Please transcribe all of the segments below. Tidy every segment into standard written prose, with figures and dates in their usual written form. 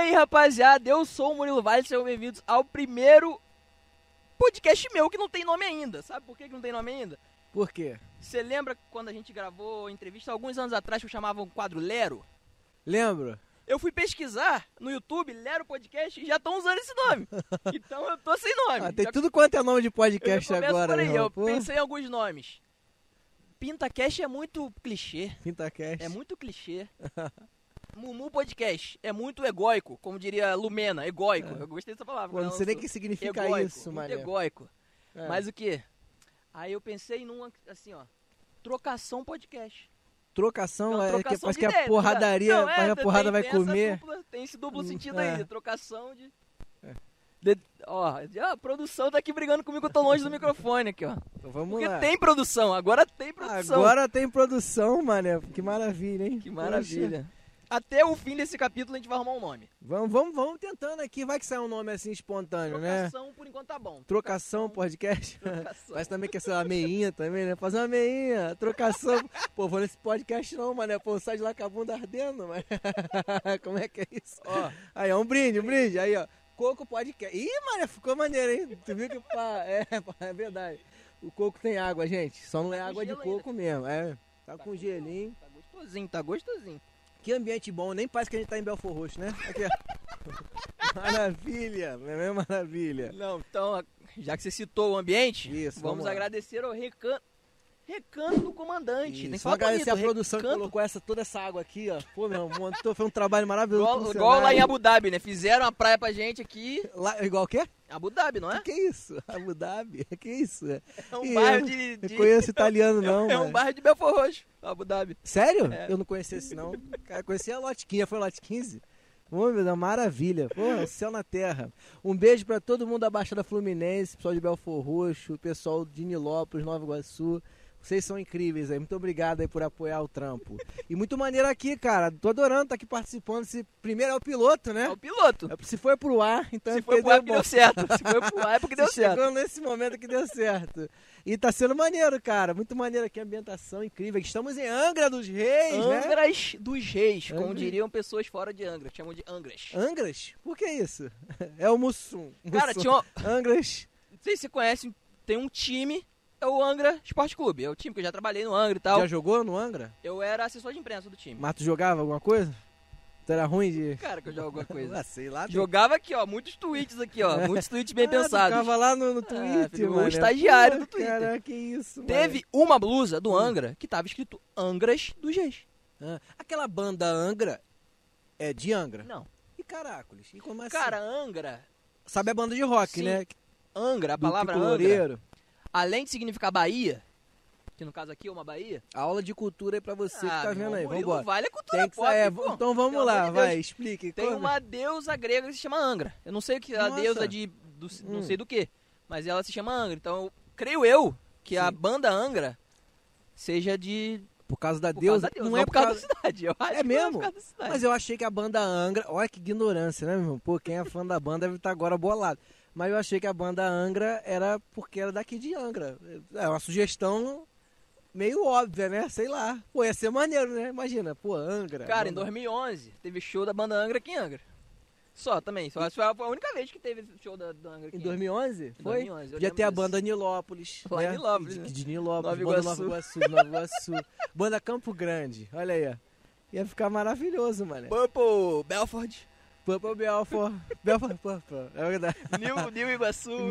aí, rapaziada, eu sou o Murilo Vale, sejam bem-vindos ao primeiro podcast meu que não tem nome ainda. Sabe por que não tem nome ainda? Por quê? Você lembra quando a gente gravou entrevista alguns anos atrás que eu chamava um quadro Lero? Lembro. Eu fui pesquisar no YouTube, Lero Podcast, e já estão usando esse nome. Então eu tô sem nome. Tem tudo quanto é nome de Eu podcast já começo agora, por aí, irmão. eu pensei em alguns nomes. PintaCast é muito clichê. PintaCast. É muito clichê. Mumu Podcast é muito egóico, como diria Lumena, egóico. Eu gostei dessa palavra. Pô, não sei nem o que significa egóico, isso, muito mano. egóico. Mas o quê? Aí eu pensei num, assim, ó, Trocação Podcast. Trocação? Não, trocação parece de que a ideia, porradaria, não, a porrada vai tem comer. Tem esse duplo sentido É. aí, de trocação de... Ó, a produção tá aqui brigando comigo, eu tô longe do microfone aqui, ó. Então vamos Porque lá. tem produção, agora tem produção. Agora tem produção, mané. Que maravilha, hein? Que maravilha. Até o fim desse capítulo a gente vai arrumar um nome. Vamos tentando aqui. Vai que sai um nome assim espontâneo, né? Trocação, por enquanto tá bom. Trocação podcast. Trocação. Mas também quer ser uma meinha também, né? Fazer uma meinha, trocação. Pô, vou nesse podcast não, mané. Pô, sai de lá com a bunda ardendo, mano. Como é que é isso? Ó. Aí, ó, um brinde. Aí, ó. Coco podcast. Ih, mané, ficou maneiro, hein? Tu viu que pá, é verdade. O coco tem água, gente. Só não é com água de gelo coco mesmo. Tá com gelinho. Tá gostosinho. Que ambiente bom, nem parece que a gente tá em Belfort Roxo, né? Aqui, ó. Maravilha, é maravilha. Não, então, já que você citou o ambiente, Isso, vamos vamos lá. agradecer ao Recanto do Comandante. Tem que Isso, falar agradecer bonito, a produção que Recanto. colocou toda essa água aqui, ó. Pô, meu, montou, foi um trabalho maravilhoso. Igual lá em Abu Dhabi, né? Fizeram a praia pra gente aqui. Igual o quê? Abu Dhabi, não é? Que é isso? Abu Dhabi? Que isso? É um Ih, bairro eu conheço italiano, não, É um mano. bairro de Belfort Roxo, Abu Dhabi. Sério? É. Eu não conhecia esse, não. Cara, conhecia a Lote 15, foi Lote 15? Ô, meu Deus, maravilha. Pô, céu na terra. Um beijo pra todo mundo da Baixada Fluminense, pessoal de Belfort Roxo, pessoal de Nilópolis, Nova Iguaçu. Vocês são incríveis aí. Muito obrigado aí por apoiar o trampo. E muito maneiro aqui, cara. Tô adorando estar aqui participando. Primeiro é o piloto, né? É o piloto. Se foi pro ar, então Se é foi porque pro ar, deu porque bom. deu certo. Se foi pro ar, é porque deu Se certo. chegou nesse momento que deu certo. E tá sendo maneiro, cara. Muito maneiro aqui, a ambientação incrível. Estamos em Angra dos Reis, né? Angras dos Reis, como Angra. diriam pessoas fora de Angra. Chamam de Angras. Angras? Por que isso? É o Mussum. Cara, tinha uma... Angras. Não sei se você conhece, tem um time, é o Angra Esporte Clube. É o time que eu já trabalhei no Angra e tal. Já jogou no Angra? Eu era assessor de imprensa do time. Mas tu jogava alguma coisa? Tu era ruim de... Cara, que eu jogo alguma coisa. Ah, sei lá. Jogava aqui, ó, muitos tweets aqui, ó. Muitos tweets bem Tu pensados. ficava lá no Twitter, filho, o mano. estagiário Pô, do Twitter. Cara, que isso, Teve uma blusa do Angra que tava escrito Angras dos Reis. mano. Aquela banda Angra é de Angra? Não. E Caracoles? E como assim? Cara, Angra, Sabe a banda de rock, Sim. né? Angra, a Do palavra Kiko Angra, Loureiro. além de significar Bahia, que no caso aqui é uma Bahia. Aula de cultura aí pra você que tá vendo aí. Murilo Vambora. Vale é cultura Tem que pop, sair. pô. Então vamos Pelo lá, amor de Deus. vai, explique. Tem Como? uma deusa grega que se chama Angra. Eu não sei o que a Nossa. deusa não sei do que, mas ela se chama Angra. Então, creio eu que a Sim. banda Angra seja de Por causa da por deusa? causa da deusa, Não é por causa da cidade. Eu acho É que não mesmo? por causa da cidade. Mas eu achei que a banda Angra... Olha que ignorância, né, meu irmão? Pô, quem é fã da banda deve estar agora bolado. Mas eu achei que a banda Angra era porque era daqui de Angra. É uma sugestão meio óbvia, né? Sei lá. Pô, ia ser maneiro, né? Imagina, pô, Angra. Cara, em banda- 2011 teve show da banda Angra aqui em Angra. Só também. Só foi a única vez que teve show da Angra aqui Em Angra. 2011? Foi? 2011, eu Podia lembro ter a disso. banda Nilópolis. Lá em né? Nilópolis, né? De Nilópolis, Nova banda Nova Iguaçu, de Nova Iguaçu. Banda Campo Grande, olha aí, ó. Ia ficar maravilhoso, mano. Purple, Belford, Purple Belfort. Belfort Purple, é verdade. New Iguaçu.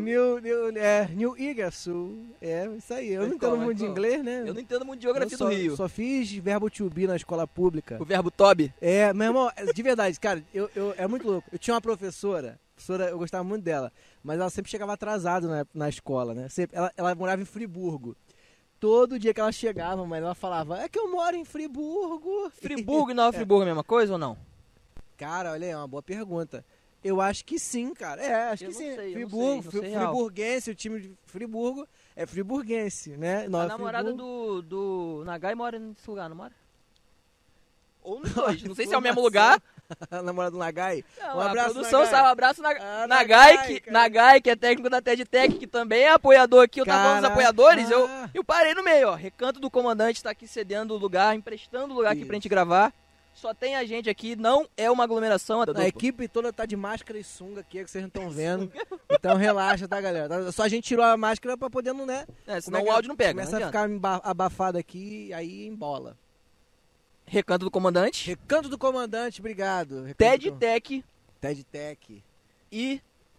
New Iguaçu. É, isso aí. Eu Mas não entendo qual, muito de qual? inglês, né? Eu não entendo muito de geografia Eu só, do Rio. Só fiz verbo to be na escola pública. O verbo Toby. É, meu irmão, de verdade, cara, é muito louco. Eu tinha uma professora, eu gostava muito dela, mas ela sempre chegava atrasada na escola, né? Ela morava em Friburgo. Todo dia que ela chegava, mas ela falava, é que eu moro em Friburgo. Friburgo e Nova Friburgo é a mesma coisa ou não? Cara, olha aí, é uma boa pergunta. Eu acho que sim, cara. É, acho Eu que não sim. sei, eu não Friburgo, sei real. friburguense, o time de Friburgo é friburguense, né? Nova A namorada Friburgo. do Nagai mora nesse lugar, não mora? Ou nos dois. Não sei se é o Informação. mesmo lugar. A namorada do Nagai. Não, Um a abraço, produção Nagai. sai um abraço Ah, Nagai, cara. Nagai, que é técnico da TEDTech, que também é apoiador aqui. Eu tava falando dos Caraca. apoiadores, Ah. eu parei no meio, ó. Recanto do Comandante tá aqui cedendo o lugar, emprestando o lugar aqui pra gente gravar. Só tem a gente aqui, não é uma aglomeração. A equipe toda tá de máscara e sunga aqui, é que vocês não estão vendo. Então relaxa, tá, galera? Só a gente tirou a máscara pra poder não, né? Senão o áudio não pega. Começa a ficar abafado aqui e aí embola. Recanto do comandante. Recanto do comandante, obrigado. TED Tech. TED Tech. E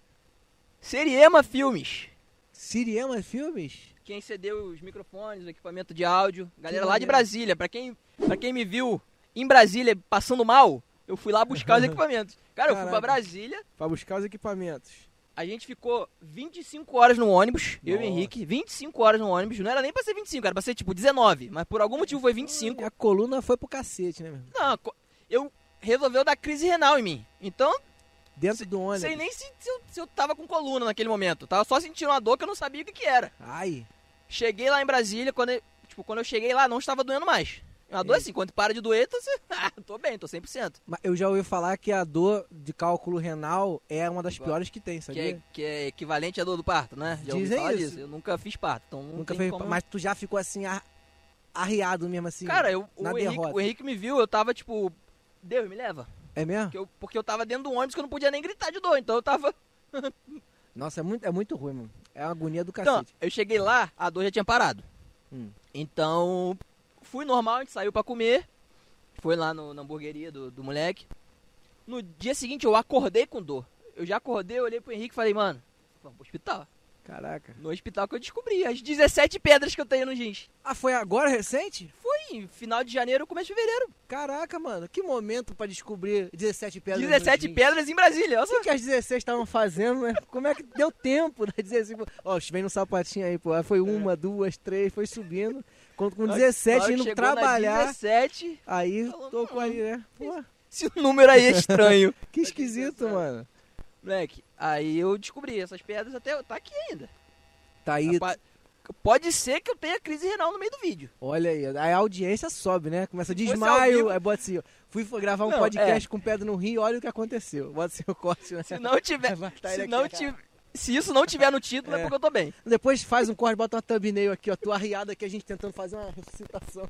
Seriema Filmes. Seriema Filmes? Quem cedeu os microfones, o equipamento de áudio. Galera lá de Brasília. Pra quem me viu em Brasília passando mal, eu fui lá buscar os equipamentos. Cara, eu fui pra Brasília. Pra buscar os equipamentos. A gente ficou 25 horas no ônibus, eu e o Henrique. 25 horas no ônibus. Não era nem pra ser 25, era pra ser tipo 19. Mas por algum motivo foi 25. A coluna foi pro cacete, né, meu? Não, resolveu dar crise renal em mim. Então... Dentro do ônibus. Sei nem se eu tava com coluna naquele momento. Tava só sentindo uma dor que eu não sabia o que era. Ai. Cheguei lá em Brasília, quando eu cheguei lá, não estava doendo mais. Uma dor assim, quando para de doer, tô bem, tô 100%. Mas eu já ouvi falar que a dor de cálculo renal é uma das piores que tem, sabia? Que é equivalente à dor do parto, né? Já ouvi falar disso. Eu nunca fiz parto, então nunca fez como... Mas tu já ficou assim, arriado mesmo assim, cara, o Henrique me viu, eu tava tipo, Deus, me leva. É mesmo? Porque eu tava dentro do ônibus que eu não podia nem gritar de dor, então eu tava... Nossa, é muito ruim, mano. É uma agonia do cacete. Então, eu cheguei lá, a dor já tinha parado. Então, fui normal, a gente saiu pra comer. Foi lá na hamburgueria do moleque. No dia seguinte eu acordei com dor. Eu já acordei, olhei pro Henrique e falei, mano, vamos pro hospital. Caraca. No hospital que eu descobri as 17 pedras que eu tenho no jeans. Ah, foi agora, recente? Foi, final de janeiro, começo de fevereiro. Caraca, mano, que momento pra descobrir 17 pedras 17 pedras em Brasília, olha só. O que as 16 estavam fazendo, né? Como é que deu tempo das 16? Ó, vem no sapatinho aí, pô. Aí foi uma, duas, três, foi subindo. Com 17 indo trabalhar. 17. Aí tocou aí, né? Pô. Esse número aí é estranho. Que esquisito, mano. Moleque, aí eu descobri essas pedras até... Tá aqui ainda. Tá aí. Pode ser que eu tenha crise renal no meio do vídeo. Olha aí, a audiência sobe, né? Começa desmaio, aí bota assim, ó, fui gravar um podcast com pedra no rio, olha o que aconteceu. Bota assim o corte, né? Se não tiver... Se isso não tiver no título, é porque eu tô bem. Depois faz um corte, bota uma thumbnail aqui, ó, tua riada aqui, a gente tentando fazer uma ressuscitação.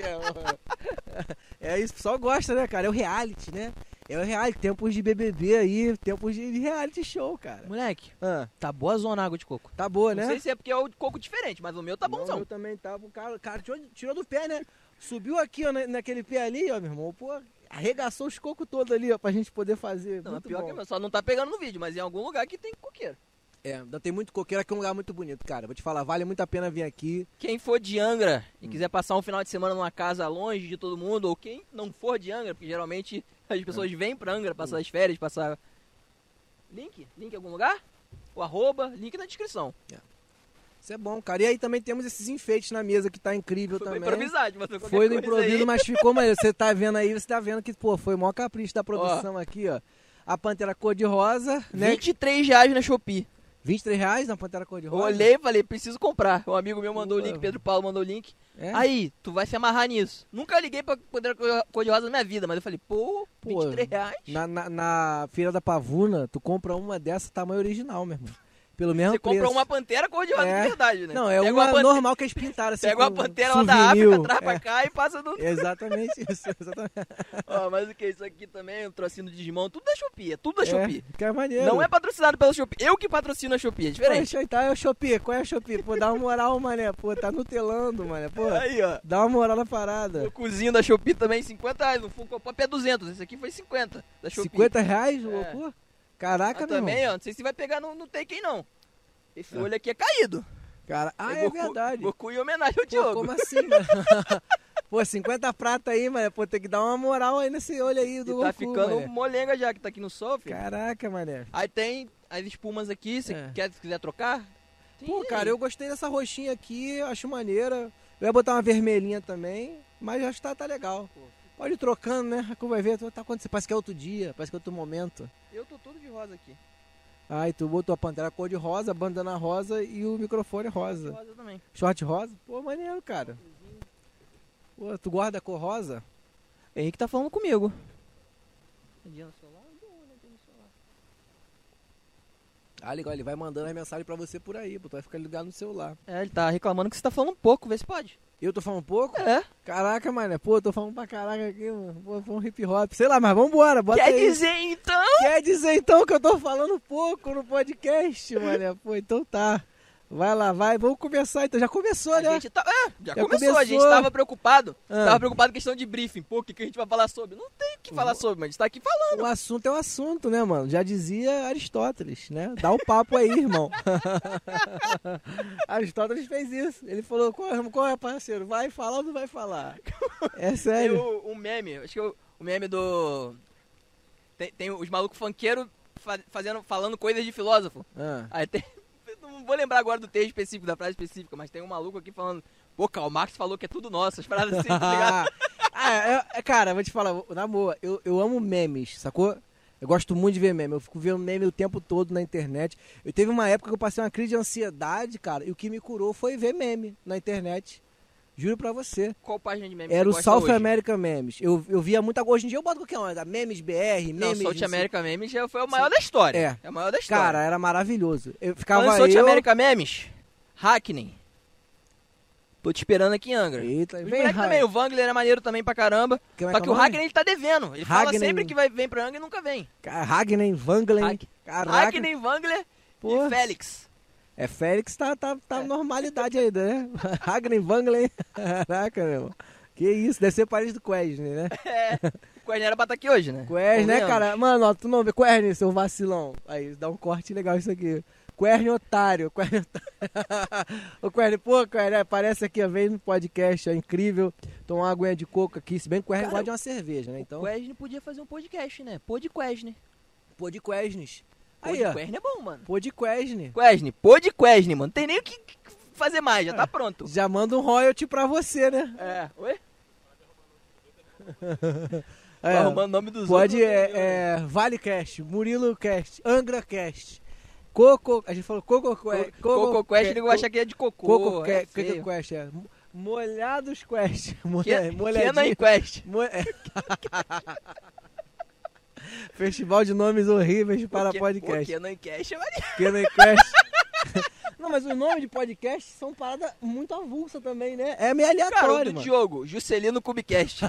É isso, o pessoal gosta, né, cara? É o reality, né? É o reality, tempos de BBB aí, tempos de reality show, cara. Moleque, tá boa a zona água de coco. Tá boa, né? Não sei se é porque é o de coco diferente, mas o meu tá bonzão. O meu também tá, o cara tirou do pé, né? Subiu aqui, ó, naquele pé ali, ó, meu irmão, pô... Arregaçou os cocos todos ali, ó, pra gente poder fazer. Não, muito pior bom. que meu, só não tá pegando no vídeo, mas em algum lugar que tem coqueiro. Ainda tem muito coqueiro, aqui é um lugar muito bonito, cara. Vou te falar, vale muito a pena vir aqui. Quem for de Angra e quiser passar um final de semana numa casa longe de todo mundo, ou quem não for de Angra, porque geralmente as pessoas vêm pra Angra passar as férias, passar... Link em algum lugar? O @, link na descrição. Isso é bom, cara. E aí também temos esses enfeites na mesa que tá incrível também. Foi improvisado, mas foi no improviso, aí. Mas ficou maneiro. Você tá vendo aí, você tá vendo que, pô, foi o maior capricho da produção aqui, ó. A pantera cor-de-rosa, né? R$23 na Shopee. R$23 na pantera cor-de-rosa? Eu olhei e falei, preciso comprar. Um amigo meu mandou o link, Pedro Paulo mandou o link. Aí, tu vai se amarrar nisso. Nunca liguei pra pantera cor-de-rosa na minha vida, mas eu falei, pô, R$23. Na Feira da Pavuna, tu compra uma dessa tamanho original, meu irmão. Pelo mesmo preço. Você compra uma pantera cor-de-rosa de verdade, né? Não, é uma normal que eles pintaram assim. Pega uma pantera lá da África, traz pra cá e passa no... Exatamente isso, exatamente. Ó, mas o que? Isso aqui também, um trocinho do Digimon, tudo da Shopee, tudo da Shopee. Que é maneiro. Não é patrocinado pela Shopee, eu que patrocino a Shopee, é diferente. Poxa, tá, é o Shopee, qual é a Shopee? Pô, dá uma moral, mané, pô, tá nutelando, mané, pô. Aí, ó. Dá uma moral na parada. O cozinho da Shopee também, R$50, no Funko Pop é 200, esse aqui foi 50 da Shopee. R$50, pô? Caraca, meu também, ó, não sei se vai pegar no Taken não. Esse olho aqui é caído. Cara, é verdade. Goku em homenagem ao Diogo. Como assim, mano? Pô, 50 prata aí, mano. Pô, tem que dar uma moral aí nesse olho aí do Goku, tá ficando mané. molenga já, que tá aqui no sofá. Caraca, mané. Aí tem as espumas aqui, se quiser trocar. Pô, cara, eu gostei dessa roxinha aqui, acho maneira. Eu ia botar uma vermelhinha também, mas acho que tá legal. Pô. Pode ir trocando, né? Como vai ver, tá acontecendo. Parece que é outro dia, parece que é outro momento. Eu tô todo de rosa aqui. E tu botou a pantera cor de rosa, a bandana rosa e o microfone rosa. Rosa também. Short rosa? Pô, maneiro, cara. Pô, tu guarda a cor rosa? Henrique tá falando comigo. Legal, ele vai mandando as mensagens pra você por aí, pô, tu vai ficar ligado no celular. Ele tá reclamando que você tá falando um pouco, vê se pode. Eu tô falando pouco? É. Caraca, mano. Pô, eu tô falando pra caraca aqui, mano. Pô, foi um hip hop. Sei lá, mas vambora, bota Quer aí. dizer, então? Quer dizer, então, que eu tô falando pouco no podcast, mano. Pô, então tá. Vai lá, vai. Vamos começar, então. Já começou, A né? gente tá... já Já começou. A começou. gente tava preocupado. Ah. Tava preocupado com questão de briefing. Pô, o que a gente vai falar sobre? Não tem o que falar sobre, mas a gente tá aqui falando. O assunto é o assunto, né, mano? Já dizia Aristóteles, né? Dá o papo aí, irmão. Aristóteles fez isso. Ele falou, qual é, parceiro? Vai falar ou não vai falar? É sério. Tem um meme, acho que o meme do... Tem os malucos funkeiros falando coisas de filósofo. Ah. Aí tem... Não vou lembrar agora do texto específico, da frase específica, mas tem um maluco aqui falando, pô, Karl Marx falou que é tudo nosso, as paradas assim, tá ligado? Cara, vou te falar, na boa, eu amo memes, sacou? Eu gosto muito de ver meme, eu fico vendo meme o tempo todo na internet. Eu teve uma época que eu passei uma crise de ansiedade, cara, e o que me curou foi ver meme na internet. Juro pra você. Qual página de meme Era o você gosta South hoje? American Memes. Eu via muita... Hoje em dia eu boto qualquer uma, Memes BR, Não, Memes... South America Memes já foi o maior da história. É o maior da história. Cara, era maravilhoso. Eu ficava Falando em South eu... America Memes, Hackney. Tô te esperando aqui em Angra. Eita, Os vem, moleques também, o Wangler é maneiro também pra caramba. Como é Só que que é o o nome? Hackney ele tá devendo. Ele fala Hackney. sempre que vem pra Angra e nunca vem. Hackney, Wangler, caraca. Hackney, Wangler Porra. e Félix. É, Félix tá normalidade ainda, né? Hackney, Wangler, caraca, meu irmão. Que isso, deve ser parente do Quesne, né? É, o Quesne era pra estar aqui hoje, né? Quesne, né, Convenhamos. cara? Mano, ó, tu não vê, Quesne, seu vacilão. Aí, dá um corte legal isso aqui. Quesne otário, Quesne otário. Ô, Quesne, pô, Quesne, aparece aqui, ó, vem no podcast, é incrível. Toma uma aguinha de coco aqui, se bem que o Quesne Cara, gosta de uma cerveja, né? Então, O Quesne podia fazer um podcast, né? Pô de Quesne. pô de Quesnes. Pô Aí, de ó, Quesne é bom, mano. pô de Quesne. Quesne, pô de Quesne, mano. Tem nem o que fazer mais, já tá pronto. Já manda um royalty pra você, né? É, oi? É, Tá arrumando o nome dos pode, outros. Vale Cast, Murilo Cast, Angra Cast, Coco, a gente falou Coco Quest, Coco Quest, ele vai achar que é de cocô. Coco é Quest, feio. Quest, Molhados Quest, Kenan Quest. Festival de nomes horríveis para podcast. Kenan Quest é maneiro. Kenan Quest. Não, mas o nome de podcast são paradas muito avulsa também, né? É meio Cara, o aleatório, do mano. Diogo, Juscelino Cubicast.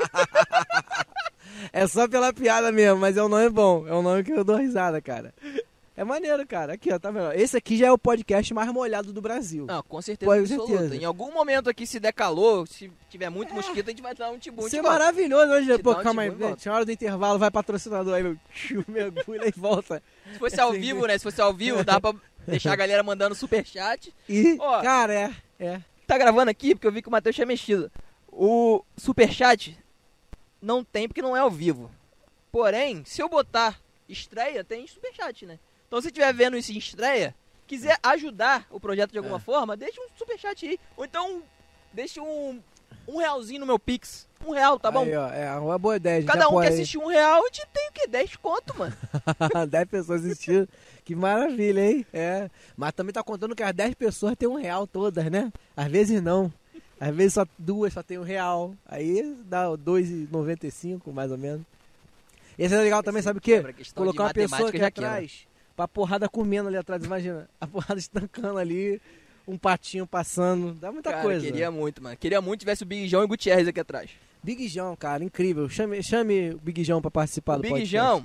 É só pela piada mesmo, mas é um nome bom. É um nome que eu dou risada, cara. É maneiro, cara. Aqui, ó, tá vendo? Esse aqui já é o podcast mais molhado do Brasil. Não, com certeza Com absoluta. certeza. Em algum momento aqui, se der calor, se tiver muito mosquito, a gente vai dar um tibum. Isso é maravilhoso hoje. Te Pô, dá um calma aí. tibum e volta. Tinha hora do intervalo, vai patrocinador aí, meu. Mergulha e volta. Se fosse ao vivo, né? Se fosse ao vivo, dá pra deixar a galera mandando superchat. E, Ó. cara, é. Tá gravando aqui porque eu vi que o Matheus tinha mexido. O superchat não tem porque não é ao vivo. Porém, se eu botar estreia, tem superchat, né? Então se estiver vendo isso em estreia, quiser ajudar o projeto de alguma forma, deixa um superchat aí. Ou então, deixa um realzinho no meu Pix. R$1, tá bom? Aí, ó, é uma boa ideia. A gente Cada um apoia que aí. assistir R$1, a gente tem o quê? 10 conto, mano. 10 pessoas assistindo. Que maravilha, hein? É. Mas também tá contando que as 10 pessoas têm R$1 todas, né? Às vezes não. Às vezes só duas só tem R$1. Aí dá R$2,95, mais ou menos. Esse é legal também, sabe o quê? Quebra, questão Colocar de uma pessoa matemática aqui já quebra. atrás, pra porrada comendo ali atrás, imagina. A porrada estancando ali, um patinho passando, dá muita Cara, coisa. queria muito, mano. Queria muito que tivesse o Big João e o Gutierrez aqui atrás. Big João, cara, incrível. Chame o Big João pra participar O do Big podcast. João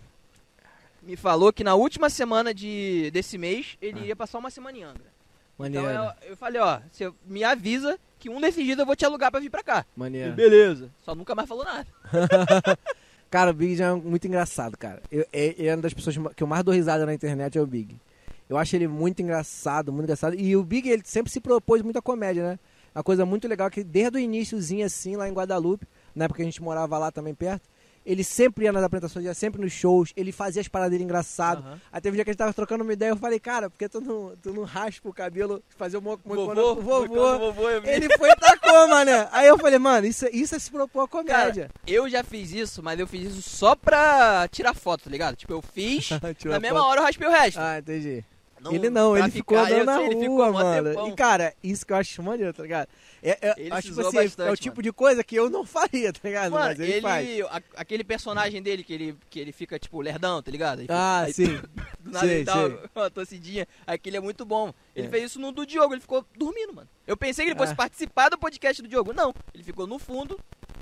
me falou que na última semana desse mês, ele ia passar uma semana em Angra. Maneiro, Então eu falei, ó, você me avisa que um desses dias eu vou te alugar pra vir pra cá. maneiro. Beleza. Só nunca mais falou nada. Cara, o Big João é muito engraçado, cara. Ele é uma das pessoas que eu mais dou risada na internet, é o Big. Eu acho ele muito engraçado, muito engraçado. E o Big, ele sempre se propôs muito a comédia, né? Uma coisa muito legal que desde o iniciozinho, assim, lá em Guadalupe, na época que a gente morava lá também perto, ele sempre ia nas apresentações, ia sempre nos shows, ele fazia as paradas dele engraçadas. Aham. Aí teve um dia que a gente tava trocando uma ideia, eu falei, cara, por que tu não raspa o cabelo, fazer o Vovô, eu vi. Ele foi e tacou, mané. Aí eu falei, mano, isso é se propor a comédia. Cara, eu já fiz isso, mas eu fiz isso só pra tirar foto, tá ligado? Tipo, eu fiz, Tirou na a mesma foto. hora eu raspei o resto. Ah, entendi. Ele ficou andando na rua, mano. Tempão. E, cara, isso que eu acho maneiro, tá ligado? Ele acho se tipo zoou assim, bastante, é o tipo de coisa que eu não faria, tá ligado? Mano, Mas ele faz. aquele personagem dele que ele fica, tipo, lerdão, tá ligado? Sim. Do nada Sei, ele dá sei. uma tossidinha. Aquele é muito bom. Ele É. fez isso no do Diogo, ele ficou dormindo, mano. Eu pensei que ele fosse participar do podcast do Diogo. Não, ele ficou no fundo,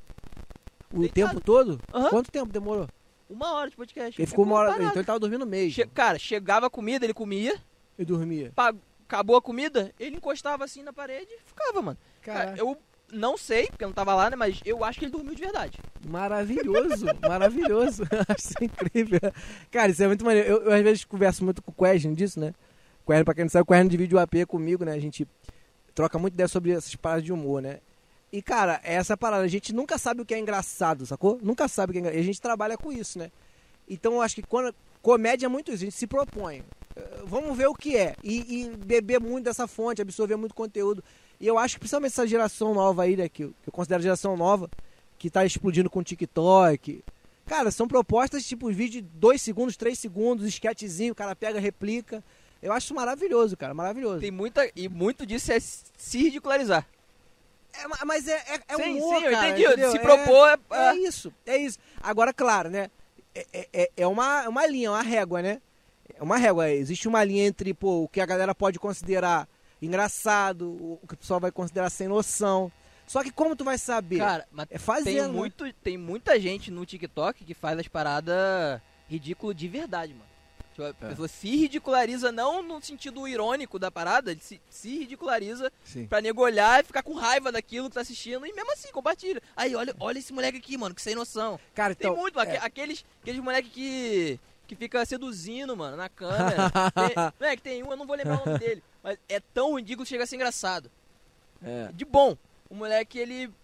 O deitado. tempo todo? Aham. Quanto tempo demorou? 1 hora de podcast. Ele ficou 1 hora. parado. Então ele tava dormindo mesmo. Cara, chegava a comida, ele comia, E dormia. acabou a comida, ele encostava assim na parede e ficava, mano. Cara, Caraca. eu não sei, porque eu não tava lá, né, mas eu acho que ele dormiu de verdade. Maravilhoso, maravilhoso. Acho isso incrível. Cara, isso é muito maneiro. Eu às vezes converso muito com o Quesne disso, né? O Quesne, pra quem não sabe, o Quesne divide o AP comigo, né? A gente troca muito ideia sobre essas paradas de humor, né? E, cara, é essa parada. A gente nunca sabe o que é engraçado, sacou? Nunca sabe o que é engraçado. E a gente trabalha com isso, né? Então eu acho que quando comédia é muito isso. A gente se propõe. Vamos ver o que é. E beber muito dessa fonte, absorver muito conteúdo. E eu acho que principalmente essa geração nova aí, né? Que eu considero geração nova, que tá explodindo com o TikTok. Cara, são propostas tipo vídeo de 2 segundos, 3 segundos, esquetezinho, o cara pega, replica. Eu acho isso maravilhoso, cara, maravilhoso. Tem muito disso é se ridicularizar. Mas é Sim, humor, sim, eu cara, entendi. entendeu? Se propor É isso. Agora, claro, né? É uma linha, uma régua, né? É uma régua. Existe uma linha entre o que a galera pode considerar engraçado, o que o pessoal vai considerar sem noção. Só que como tu vai saber? Cara, mas É fazendo, né? tem muita gente no TikTok que faz as paradas ridículas de verdade, mano. Tipo, a pessoa se ridiculariza não no sentido irônico da parada, ele se ridiculariza Sim. pra nego olhar e ficar com raiva daquilo que tá assistindo e mesmo assim compartilha. Aí, olha esse moleque aqui, mano, que sem noção. Cara, Tem então, muito, aqueles moleque que fica seduzindo, mano, na câmera. Moleque, tem um, eu não vou lembrar o nome dele, mas é tão ridículo que chega a ser engraçado. De bom. O moleque,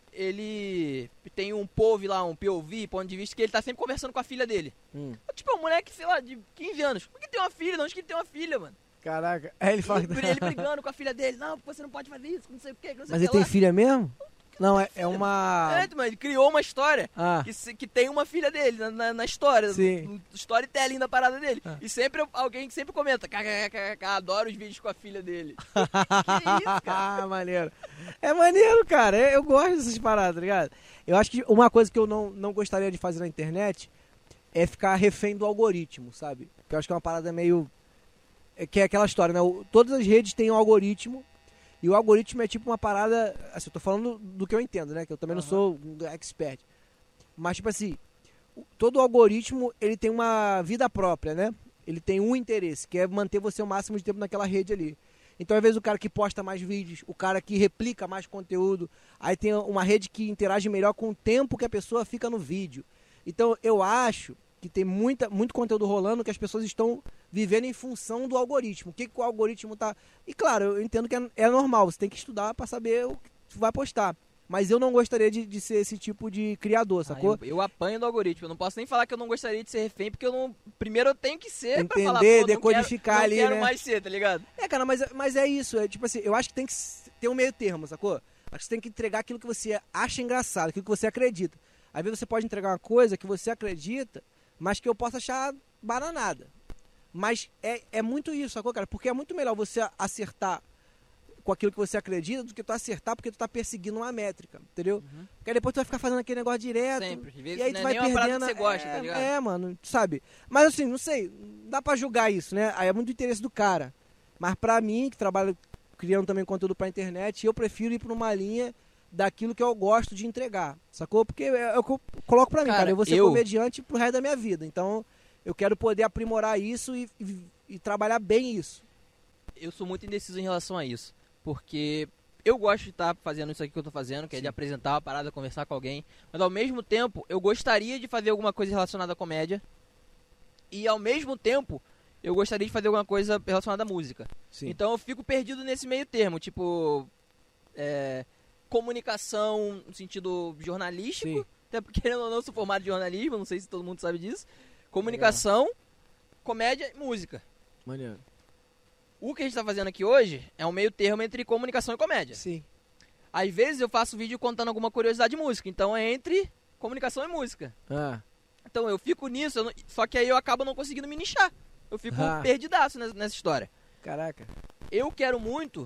ele tem um POV lá, um POV, ponto de vista, que ele tá sempre conversando com a filha dele. Tipo, é um moleque, sei lá, de 15 anos. Por que tem uma filha? De onde que ele tem uma filha, mano? Caraca. Aí ele fala... Ele brigando com a filha dele. Não, você não pode fazer isso, não sei o quê. Não sei Mas o ele que tem lá. filha mesmo? Não, é uma... Mas ele criou uma história Ah, que tem uma filha dele na história, Sim. no storytelling da parada dele. E sempre alguém que sempre comenta, adoro os vídeos com a filha dele. Que isso, cara? Maneiro. É maneiro, cara. Eu gosto dessas paradas, tá ligado? Eu acho que uma coisa que eu não gostaria de fazer na internet é ficar refém do algoritmo, sabe? Que eu acho que é uma parada meio... Que é aquela história, né? Todas as redes têm um algoritmo. E o algoritmo é tipo uma parada... Assim, eu tô falando do que eu entendo, né? Que eu também não sou um expert. Mas, tipo assim, todo algoritmo, ele tem uma vida própria, né? Ele tem um interesse, que é manter você o máximo de tempo naquela rede ali. Então, às vezes, o cara que posta mais vídeos, o cara que replica mais conteúdo, aí tem uma rede que interage melhor com o tempo que a pessoa fica no vídeo. Então, eu acho que tem muito conteúdo rolando que as pessoas estão vivendo em função do algoritmo. O que o algoritmo tá... E, claro, eu entendo que é normal, você tem que estudar pra saber o que tu vai postar. Mas eu não gostaria de ser esse tipo de criador, sacou? Eu apanho do algoritmo. Eu não posso nem falar que eu não gostaria de ser refém, porque eu não... Primeiro eu tenho que ser pra falar, Entender, pô, decodificar ali, não quero né? mais ser, tá ligado? Cara, mas é isso. É tipo assim, eu acho que tem que ter um meio termo, sacou? Acho que você tem que entregar aquilo que você acha engraçado, aquilo que você acredita. Às vezes você pode entregar uma coisa que você acredita, mas que eu possa achar bananada. Mas é muito isso, sacou, cara? Porque é muito melhor você acertar com aquilo que você acredita do que tu acertar porque tu tá perseguindo uma métrica, entendeu? Porque aí depois tu vai ficar fazendo aquele negócio direto. Sempre. Às vezes E aí não tu é vai nem uma parada perdendo. que você gosta, tá ligado? Mano, sabe? Mas assim, não sei, dá pra julgar isso, né? Aí é muito interesse do cara. Mas pra mim, que trabalho criando também conteúdo pra internet, eu prefiro ir pra uma linha daquilo que eu gosto de entregar, sacou? Porque é o que eu coloco pra mim, cara. Eu vou ser comediante pro resto da minha vida. Então, eu quero poder aprimorar isso e trabalhar bem isso. Eu sou muito indeciso em relação a isso. Porque eu gosto de estar fazendo isso aqui que eu tô fazendo, que é de apresentar uma parada, conversar com alguém. Mas ao mesmo tempo, eu gostaria de fazer alguma coisa relacionada à comédia. E ao mesmo tempo, eu gostaria de fazer alguma coisa relacionada à música. Sim. Então eu fico perdido nesse meio termo. Tipo, comunicação no sentido jornalístico. Sim. Até porque eu não sou formado em jornalismo, não sei se todo mundo sabe disso. Comunicação, comédia e música. Maneiro. O que a gente tá fazendo aqui hoje é um meio termo entre comunicação e comédia. Sim. Às vezes eu faço vídeo contando alguma curiosidade de música, então é entre comunicação e música. Então eu fico nisso, só que aí eu acabo não conseguindo me nichar. Eu fico perdidaço nessa história. Caraca. Eu quero muito,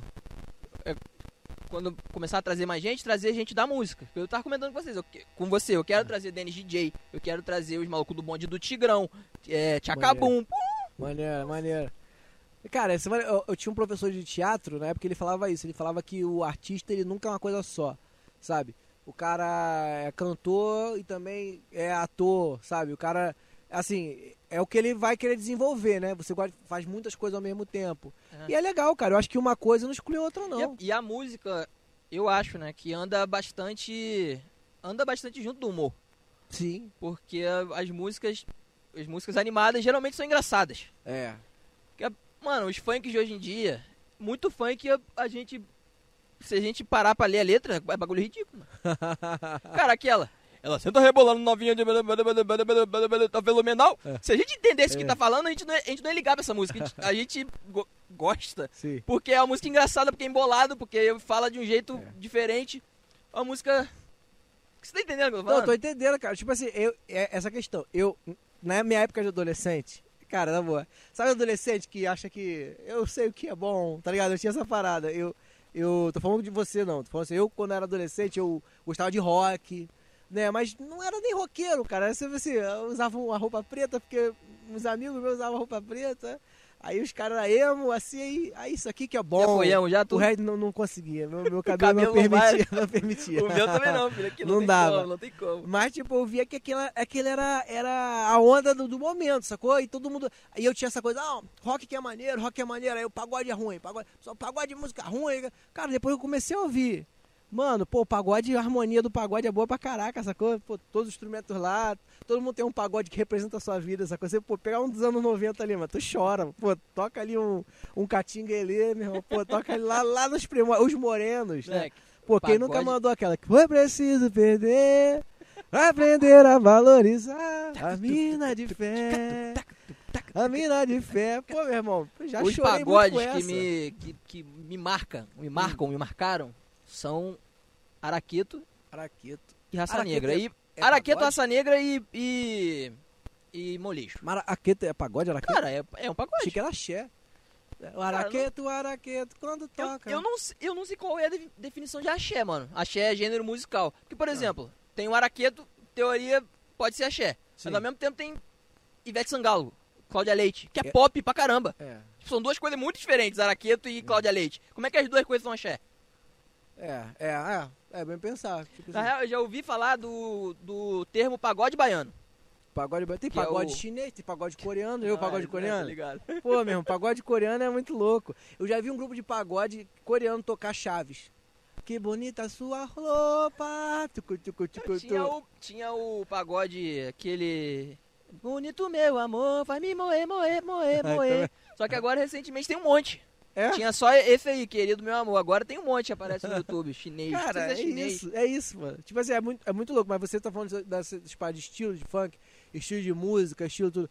quando começar a trazer mais gente, trazer gente da música. Eu tava comentando com vocês, eu quero trazer Dennis DJ, eu quero trazer os malucos do bonde do Tigrão, Tchacabum. Maneiro. Cara, eu tinha um professor de teatro, na época ele falava isso, ele falava que o artista ele nunca é uma coisa só, sabe? O cara é cantor e também é ator, sabe? O cara, assim, é o que ele vai querer desenvolver, né? Você faz muitas coisas ao mesmo tempo. E é legal, cara, eu acho que uma coisa não exclui a outra, não. E a música, eu acho, né, que anda bastante junto do humor. Sim. Porque as músicas animadas geralmente são engraçadas. É. Porque, mano, os funks de hoje em dia, muito funk a gente... Se a gente parar pra ler a letra, é bagulho ridículo, mano. Cara, ela senta rebolando novinha de... Tá fenomenal. Se a gente entendesse o que tá falando, a gente não ia ligar pra essa música. A gente gosta. Sim. Porque é uma música engraçada, porque é embolado, porque fala de um jeito diferente. É uma música... Você tá entendendo o que eu tô falando? Não, tô entendendo, cara. Tipo assim, essa questão. Na minha época de adolescente, cara, na boa. Sabe adolescente que acha que eu sei o que é bom, tá ligado? Eu tinha essa parada. Eu tô falando de você, não. Tô falando assim, eu, quando era adolescente, eu gostava de rock, né? Mas não era nem roqueiro, cara. Eu usava uma roupa preta, porque uns amigos meus usavam roupa preta. Aí os caras eram emo, assim, aí isso aqui que é bom. Já foi emo, já? O resto não conseguia. Meu cabelo não permitia. O meu também não, filho. Aqui não dava. Não tem como. Mas, tipo, eu via que aquele era a onda do momento, sacou? E todo mundo... Aí eu tinha essa coisa, rock que é maneiro. Aí o pagode é ruim. Pagode de música ruim. Cara, depois eu comecei a ouvir. Mano, pô, a harmonia do pagode é boa pra caraca, sacou? Pô, todos os instrumentos lá, todo mundo tem um pagode que representa a sua vida, sacou? Você, pô, pegar um dos anos 90 ali, mano, tu chora, pô, toca ali um catinguelê, meu irmão, pô, toca ali lá nos os morenos, né? Pô, quem nunca mandou aquela que foi preciso perder, pra aprender a valorizar a mina de fé. A mina de fé, pô, meu irmão, já os chorei muito com essa. Os pagodes que me marcaram, são Araqueto e Raça Negra. Araqueto, Raça Negra e Molejo. Mas Araqueto é pagode, Araqueto? Cara, é um pagode. Achei que era axé. O Araqueto, quando toca. Eu não sei qual é a definição de axé, mano. Axé é gênero musical. Porque, por exemplo, tem o Araqueto, teoria pode ser axé. Sim. Mas ao mesmo tempo tem Ivete Sangalo, Cláudia Leite, que é pop pra caramba. São duas coisas muito diferentes, Araqueto e Cláudia Leite. Como é que as duas coisas são axé? É bem pensar. Tipo Na assim. real, eu já ouvi falar do termo pagode baiano. Pagode baiano. Tem pagode chinês, tem pagode coreano. Pagode coreano? Tá ligado. Pô, mesmo, pagode coreano é muito louco. Eu já vi um grupo de pagode coreano tocar Chaves. Que bonita sua roupa. Tinha o pagode, aquele... Bonito meu amor, vai me moer. Só que agora, recentemente, tem um monte. Tinha só esse aí, querido meu amor. Agora tem um monte que aparece no YouTube, chinês. Cara, é isso, mano. Tipo assim, é muito louco. Mas você tá falando desse par de estilo de funk, estilo de música, estilo tudo.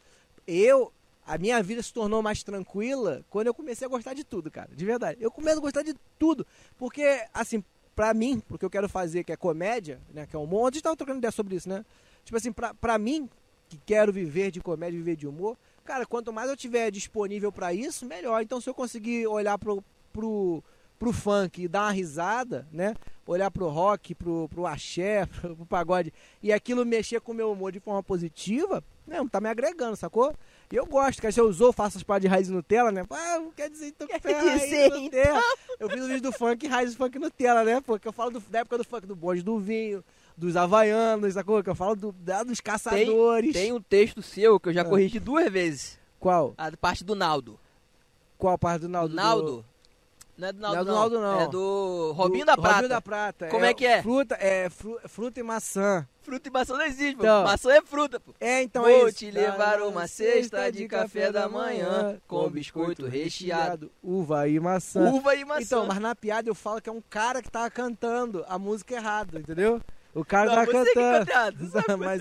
A minha vida se tornou mais tranquila quando eu comecei a gostar de tudo, cara. De verdade. Eu começo a gostar de tudo. Porque, assim, pra mim, porque eu quero fazer, que é comédia, né? Que é humor. A gente tava trocando ideia sobre isso, né? Tipo assim, pra mim, que quero viver de comédia, viver de humor... Cara, quanto mais eu tiver disponível pra isso, melhor. Então, se eu conseguir olhar pro funk e dar uma risada, né? Olhar pro rock, pro axé, pro pagode, e aquilo mexer com o meu humor de forma positiva, né? Tá me agregando, sacou? E eu gosto, cara. Se eu usou, faço as paradas de raiz Nutella, né? Quer dizer, então que raiz Nutella. Eu fiz o vídeo do funk, raiz funk Nutella, né? Porque eu falo da época do funk, do bonde do vinho, dos havaianos, sacou? Que eu falo dos caçadores. Tem um texto seu que eu já corrigi 2 vezes. Qual? A parte do Naldo. Qual parte do Naldo? Naldo. Não é do Naldo, não. É do Robinho da Prata. Robinho da Prata. Como é que é? Fruta e maçã. Fruta e maçã não existe, então, pô. Maçã é fruta, pô. Então Vou é isso. te levar uma cesta de café da manhã com biscoito recheado. Uva e maçã. Então, mas na piada eu falo que é um cara que tava cantando a música errada, entendeu? O cara tava cantando. Mas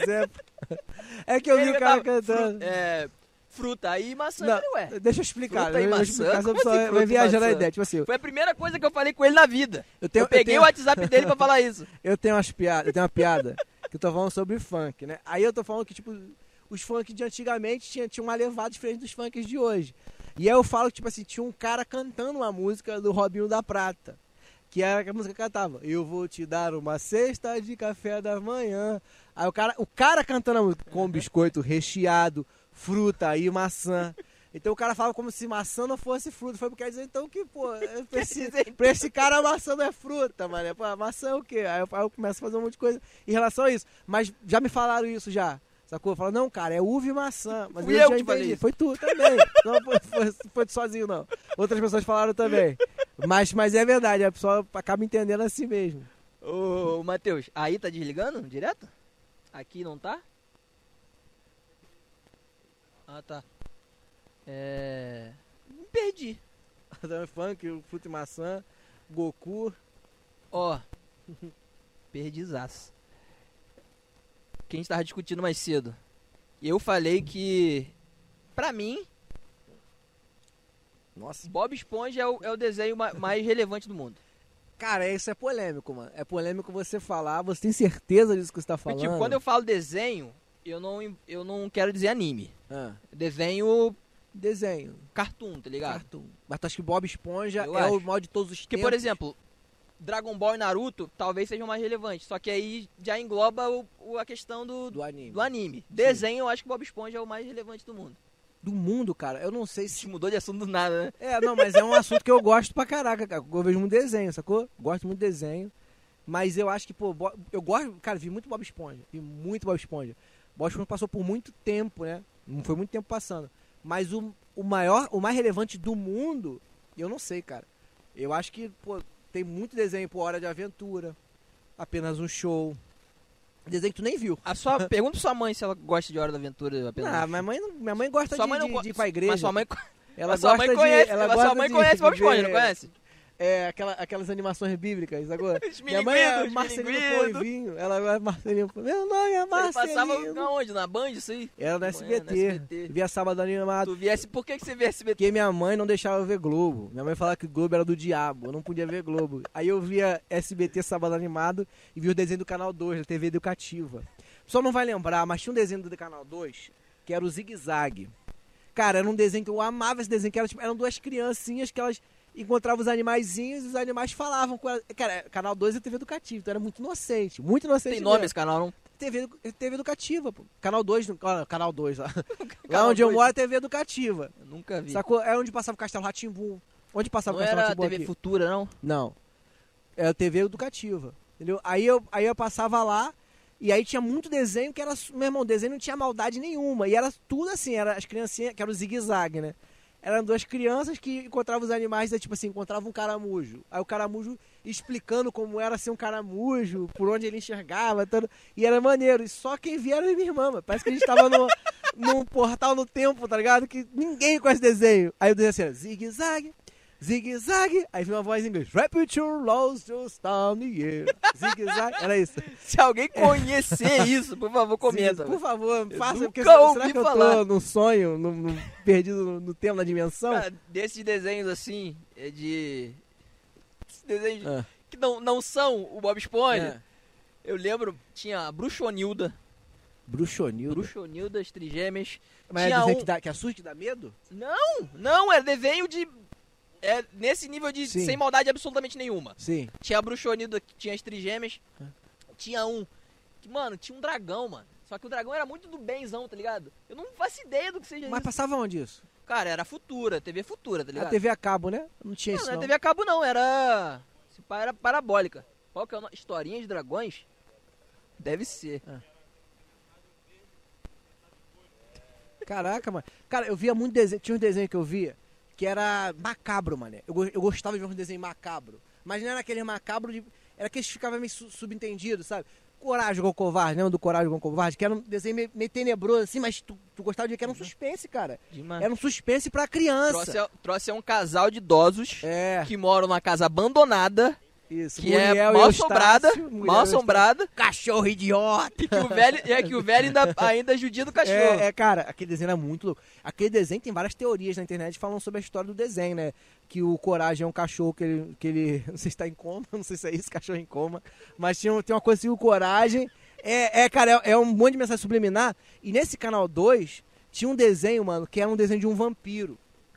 é que eu vi o cara cantando. Fruta e maçã, ué. Deixa eu explicar. Fruta e maçã. A pessoa vai viajar na ideia. Tipo assim, foi a primeira coisa que eu falei com ele na vida. Eu peguei o WhatsApp dele pra falar isso. Eu tenho uma piada que eu tô falando sobre funk, né? Aí eu tô falando que, tipo, os funk de antigamente tinham uma levada diferente dos funks de hoje. E aí eu falo que, tipo assim, tinha um cara cantando uma música do Robinho da Prata. Que era a música que cantava. Eu vou te dar uma cesta de café da manhã. Aí o cara cantando a música com biscoito recheado, fruta e maçã. Então o cara falava como se maçã não fosse fruta. Foi porque quer dizer então que, pô, pra esse cara a maçã não é fruta, mano. Pô, a maçã é o quê? Aí eu começo a fazer um monte de coisa em relação a isso. Mas já me falaram isso já. Sacou? Fala, não, cara, é uva e maçã. Mas Fui eu eu já que falei entendi. isso. Foi tu também. Não foi tu sozinho, não. Outras pessoas falaram também. Mas é verdade, a pessoa acaba entendendo assim mesmo. Ô, Matheus, aí tá desligando direto? Aqui não tá? Ah, tá. Me perdi. Funk, fruta e maçã, Goku. Ó. Perdizaço. Que a gente tava discutindo mais cedo. Eu falei que, pra mim, Nossa. Bob Esponja é o desenho mais relevante do mundo. Cara, isso é polêmico, mano. É polêmico você falar, você tem certeza disso que você tá Porque, falando? tipo, quando eu falo desenho, eu não quero dizer anime. Desenho Desenho, cartoon, tá ligado? cartoon. Mas tu acha que Bob Esponja Eu é acho. o maior de todos os Porque, tempos? por exemplo, Dragon Ball e Naruto talvez sejam mais relevantes. Só que aí já engloba a questão Do anime. do anime. Desenho, eu acho que Bob Esponja é o mais relevante do mundo. Do mundo, cara. Eu não sei A gente se... mudou de assunto do nada, né? Não, mas é um assunto que eu gosto pra caraca, cara. Eu vejo muito desenho, sacou? Gosto muito de desenho. Mas eu acho que, pô, eu gosto... Cara, vi muito Bob Esponja. Vi muito Bob Esponja. Bob Esponja passou por muito tempo, né? Não foi muito tempo passando. Mas o mais relevante do mundo, eu não sei, cara. Eu acho que, pô, tem muito desenho, pô, Hora de Aventura. Apenas um Show. Desenho que tu nem viu. Pergunta pra sua mãe se ela gosta de Hora da Aventura apenas. Ah, minha mãe gosta Sua mãe não de ir pra igreja. Mas sua mãe, Ela sua mãe gosta conhece, ela mas gosta sua mãe de conhece Bob Esponja, ver- não conhece? Aquelas animações bíblicas agora. Os Minha mãe é milinguidos, Marcelino milinguidos. Poivinho. Ela é Marcelino. Meu nome é Ele passava Marcelino. aonde? Na Band, isso aí? Era no Manhã, SBT. no SBT. Via sábado animado. Tu viesse, por que você vê SBT? Porque minha mãe não deixava eu ver Globo. Minha mãe falava que Globo era do diabo. Eu não podia ver Globo. Aí eu via SBT sábado animado e via o desenho do Canal 2, da TV Educativa. O pessoal não vai lembrar, mas tinha um desenho do Canal 2 que era o Zigue Zague. Cara, era um desenho que eu amava esse desenho, que era, tipo, eram duas criancinhas que elas encontravam os animaizinhos e os animais falavam com elas. Cara, Canal 2 é TV Educativa, então era muito inocente Tem nome mesmo. esse canal, não? TV Educativa, pô. Canal 2, Canal 2 lá. Lá Canal onde eu 2. moro é TV Educativa. Eu nunca vi. Sacou? É onde passava o Castelo Rá-Tim-Bum. Onde passava Não o Castelo era Rá-Tim-Bum TV aqui? Futura, não? Não. É a TV Educativa. Entendeu? Aí eu passava lá e aí tinha muito desenho que era... Meu irmão, desenho não tinha maldade nenhuma. E era tudo assim, era as criancinhas, que era o zigue-zague, né? Eram duas crianças que encontravam os animais, tipo assim, encontravam um caramujo. Aí o caramujo explicando como era ser um caramujo, por onde ele enxergava, tudo. E era maneiro. E só quem via era minha irmã, mano. Parece que a gente tava num portal no tempo, tá ligado? Que ninguém conhece desenho. Aí eu dizia assim, zigue-zague, zigue-zague. Aí vinha uma voz em inglês. Repeat your laws just down the year. Zigue-zague. Era isso. Se alguém conhecer isso, por favor, comenta. Por favor, faça. nunca Porque será ouvi que eu falar. tô num sonho, perdido no tempo, na dimensão? Cara, desses desenhos assim, esses desenhos Ah. que não são o Bob Esponja, É. eu lembro, tinha a Bruxonilda. Bruxonildo. Bruxonilda, as Trigêmeas. Mas tinha é desenho um... que assusta e dá medo? Não, era desenho de... É nesse nível de Sim. sem maldade absolutamente nenhuma. Sim. Tinha a Bruxonilda, que tinha as Trigêmeas. Tinha um... que, mano, tinha um dragão, mano. Só que o dragão era muito do benzão, tá ligado? Eu não faço ideia do que seja Mas isso. passava onde isso? Cara, era Futura, TV Futura, tá ligado? A TV a cabo, né? Não tinha Não, isso não não. era TV a cabo não, era... Esse pai era parabólica. Qual que é o nome? Historinha de Dragões? Deve ser. Caraca, mano. Cara, eu via muito desenho. Tinha um desenho que eu via que era macabro, mano. Eu gostava de ver um desenho macabro. Mas não era aquele macabro de... Era aqueles que ficavam meio subentendidos, sabe? Coragem com o Covarde, lembra do Coragem com o Covarde? Que era um desenho meio tenebroso, assim, mas tu gostava de ver que era um suspense, cara. Demais. Era um suspense pra criança. Trouxe um casal de idosos É, que moram numa casa abandonada, isso. que é Muriel e mal Eustácio, assombrada, Muriel mal e Eustácio. assombrada, Cachorro idiota! e que o velho ainda judia do cachorro. Cara, aquele desenho era muito louco. Aquele desenho tem várias teorias na internet falando sobre a história do desenho, né? Que o Coragem é um cachorro que ele não sei se tá em coma, não sei se é isso, cachorro em coma, mas tem uma coisa assim, o Coragem... Cara, é um monte de mensagem subliminar. E nesse Canal 2, tinha um desenho, mano, que era um desenho de um vampiro.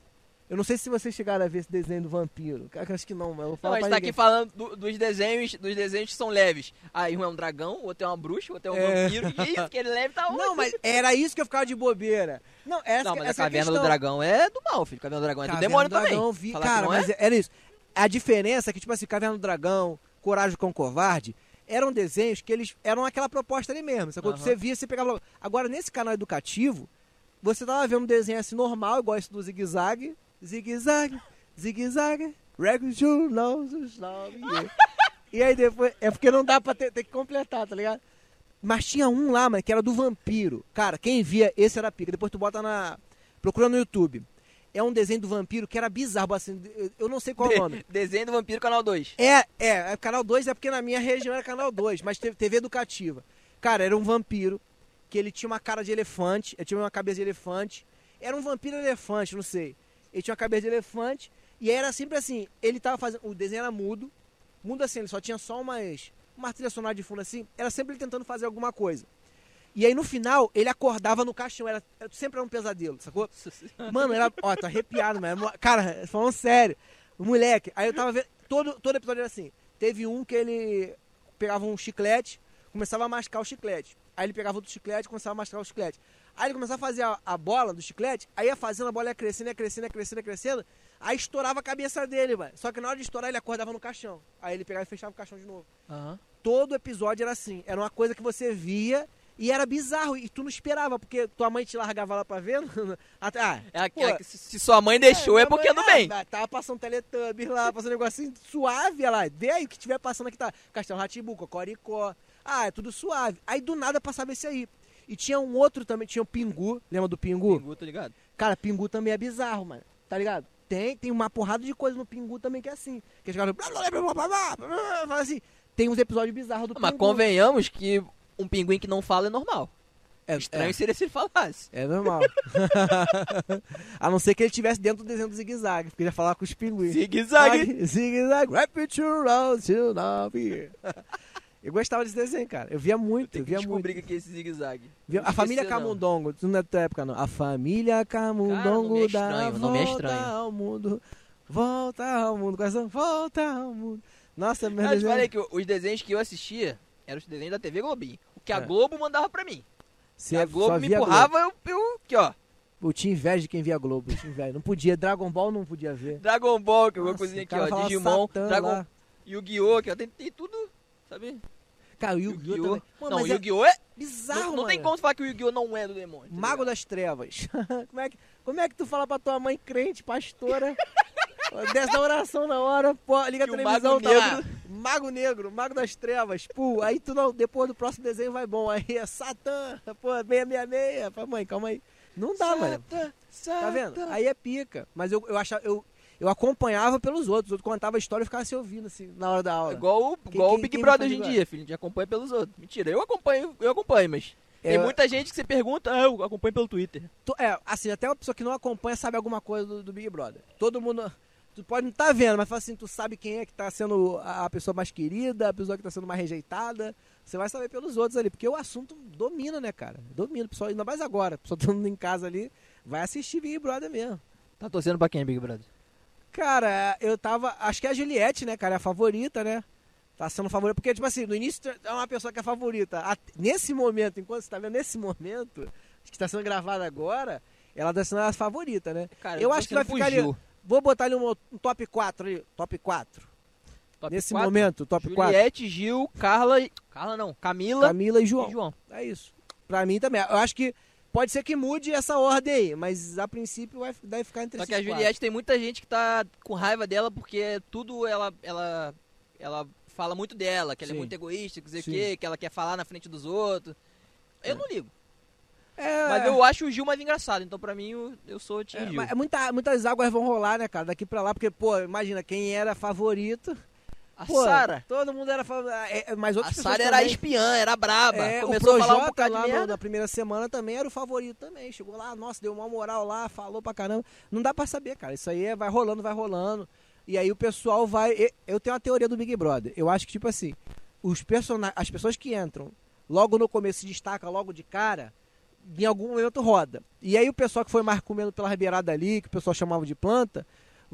Eu não sei se vocês chegaram a ver esse desenho do vampiro. Cara, acho que não, mas eu vou Não, falar a gente tá aqui falando dos desenhos que são leves. Aí um é um dragão, o outro é uma bruxa, o outro é um vampiro. Que isso, que ele leve tá onde? Não, mas era isso que eu ficava de bobeira. Não, Não, mas essa a Caverna questão. do Dragão é do mal, filho. Caverna do Dragão é do Caverna demônio do Dragão, também. Cara, Falar que não mas é? era isso. A diferença é que, tipo assim, Caverna do Dragão, Coragem com o Covarde, eram desenhos que eles eram aquela proposta ali mesmo. Sacou? Aham. Você via, você pegava logo. Agora, nesse canal educativo, você tava vendo um desenho assim normal, igual esse do Zig Zag. Zig Zag, Zig Zag, Records you know, e aí depois, é porque não dá pra ter que completar, tá ligado? Mas tinha um lá, mano, que era do vampiro. Cara, quem via, esse era pica. Depois tu bota procura no YouTube. É um desenho do vampiro que era bizarro, assim, eu não sei qual é o nome. Desenho do Vampiro, canal 2. Canal 2 é porque na minha região era canal 2, mas TV educativa. Cara, era um vampiro, que ele tinha uma cara de elefante, ele tinha uma cabeça de elefante. Era um vampiro elefante, não sei. Ele tinha uma cabeça de elefante, e era sempre assim, ele tava fazendo, o desenho era mudo assim, ele só tinha só uma trilha sonora de fundo assim, era sempre ele tentando fazer alguma coisa. E aí no final, ele acordava no caixão, sempre era um pesadelo, sacou? Mano, ó, tô arrepiado, mano. Cara, falando sério, moleque, aí eu tava vendo, todo episódio era assim, teve um que ele pegava um chiclete, começava a mascar o chiclete, aí ele pegava outro chiclete, começava a mascar o chiclete. Aí ele começava a fazer a bola do chiclete, aí ia fazendo, a bola ia crescendo, aí estourava a cabeça dele, mano. Só que na hora de estourar, ele acordava no caixão. Aí ele pegava e fechava o caixão de novo. Aham. Todo episódio era assim, era uma coisa que você via e era bizarro, e tu não esperava, porque tua mãe te largava lá pra ver. Se sua mãe deixou, é porque é do bem. Tava passando Teletubbies lá, passando um negocinho suave, olha lá, vê aí o que tiver passando aqui, tá? Castelo Rá-Tim-Bum, Cocoricó, é tudo suave. Aí do nada passava esse aí. E tinha um outro também, tinha o Pingu, lembra do Pingu? Pingu, tô ligado. Cara, Pingu também é bizarro, mano, tá ligado? Tem uma porrada de coisa no Pingu também que é assim. Que os caras fala assim, tem uns episódios bizarros do Pingu. Mas convenhamos que um pinguim que não fala é normal. Estranho seria se ele falasse. É normal. A não ser que ele estivesse dentro do desenho do Zig Zag, porque ele ia falar com os pinguins. Zig Zag. Zig Zag, repeat your round till now be. Eu gostava desse desenho, cara. Eu via muito, eu via muito. Descobri que é esse Zig Zag. A família Camundongo, tu não é da tua época, não. A família Camundongo dá volta ao mundo. Volta ao mundo, coração, volta ao mundo. Nossa, meu Deus. Eu te falei que os desenhos que eu assistia eram os desenhos da TV Globinho. O que a Globo mandava pra mim. Se a Globo me empurrava, eu aqui, ó. Eu tinha inveja de quem via Globo, eu tinha inveja. Não podia, Dragon Ball não podia ver. Dragon Ball, que eu vou cozinhar aqui, ó. Digimon, Dragon, Yu-Gi-Oh, que tem tudo, sabe? Cara, o Yu-Gi-Oh também. Mano, não, o Yu-Gi-Oh é bizarro, não tem como falar que o Yu-Gi-Oh não é do demônio. Tá Mago das Trevas. Como é que tu fala pra tua mãe crente, pastora, dessa oração na hora, pô, liga a televisão, tá lá. Mago Negro, Mago das Trevas, pô, aí tu não, depois do próximo desenho vai bom, aí é Satã, pô, 666, pô, mãe, calma aí. Não dá, mano. Tá vendo? Aí é pica. Mas eu acompanhava pelos outros. Os outros contavam a história e ficava se ouvindo, assim, na hora da aula. Igual o Big Brother hoje em dia, filho. A gente acompanha pelos outros. Mentira, eu acompanho, mas tem muita gente que você pergunta, eu acompanho pelo Twitter. Assim, até uma pessoa que não acompanha sabe alguma coisa do Big Brother. Todo mundo... Tu pode não estar vendo, mas fala assim, tu sabe quem é que tá sendo a pessoa mais querida, a pessoa que tá sendo mais rejeitada. Você vai saber pelos outros ali, porque o assunto domina, né, cara? Domina, pessoal, ainda mais agora. O pessoal todo mundo em casa ali, vai assistir Big Brother mesmo. Tá torcendo pra quem, Big Brother? Cara, eu tava... Acho que é a Juliette, né, cara? É a favorita, né? Tá sendo favorita. Porque, tipo assim, no início é uma pessoa que é favorita. Nesse momento, enquanto você tá vendo nesse momento, que tá sendo gravado agora, ela tá sendo a favorita, né? Cara, eu acho que vai ficar ali... Vou botar ali um top 4 ali. Top 4. Nesse 4? Momento, top Juliette, 4. Juliette, Gil, Camila e João. É isso. Pra mim também. Eu acho que pode ser que mude essa ordem aí, mas a princípio deve ficar entre esses 4. Só que a Juliette tem muita gente que tá com raiva dela porque tudo ela fala muito dela, que ela é muito egoísta, que que ela quer falar na frente dos outros. Eu não ligo. Mas eu acho o Gil mais engraçado, então pra mim eu sou o time Gil. Muitas águas vão rolar, né, cara, daqui pra lá, porque, pô, imagina, quem era favorito... A Sara. Todo mundo era favorito, mas outras pessoas A Sara era espiã, era braba. Começou a falar um bocado de merda. Na primeira semana também era o favorito também, chegou lá, nossa, deu uma moral lá, falou pra caramba. Não dá pra saber, cara, isso aí vai rolando. E aí o pessoal vai... Eu tenho uma teoria do Big Brother, eu acho que, tipo assim, as pessoas que entram logo no começo se destacam logo de cara... em algum momento roda. E aí o pessoal que foi mais comendo pela beirada ali, que o pessoal chamava de planta,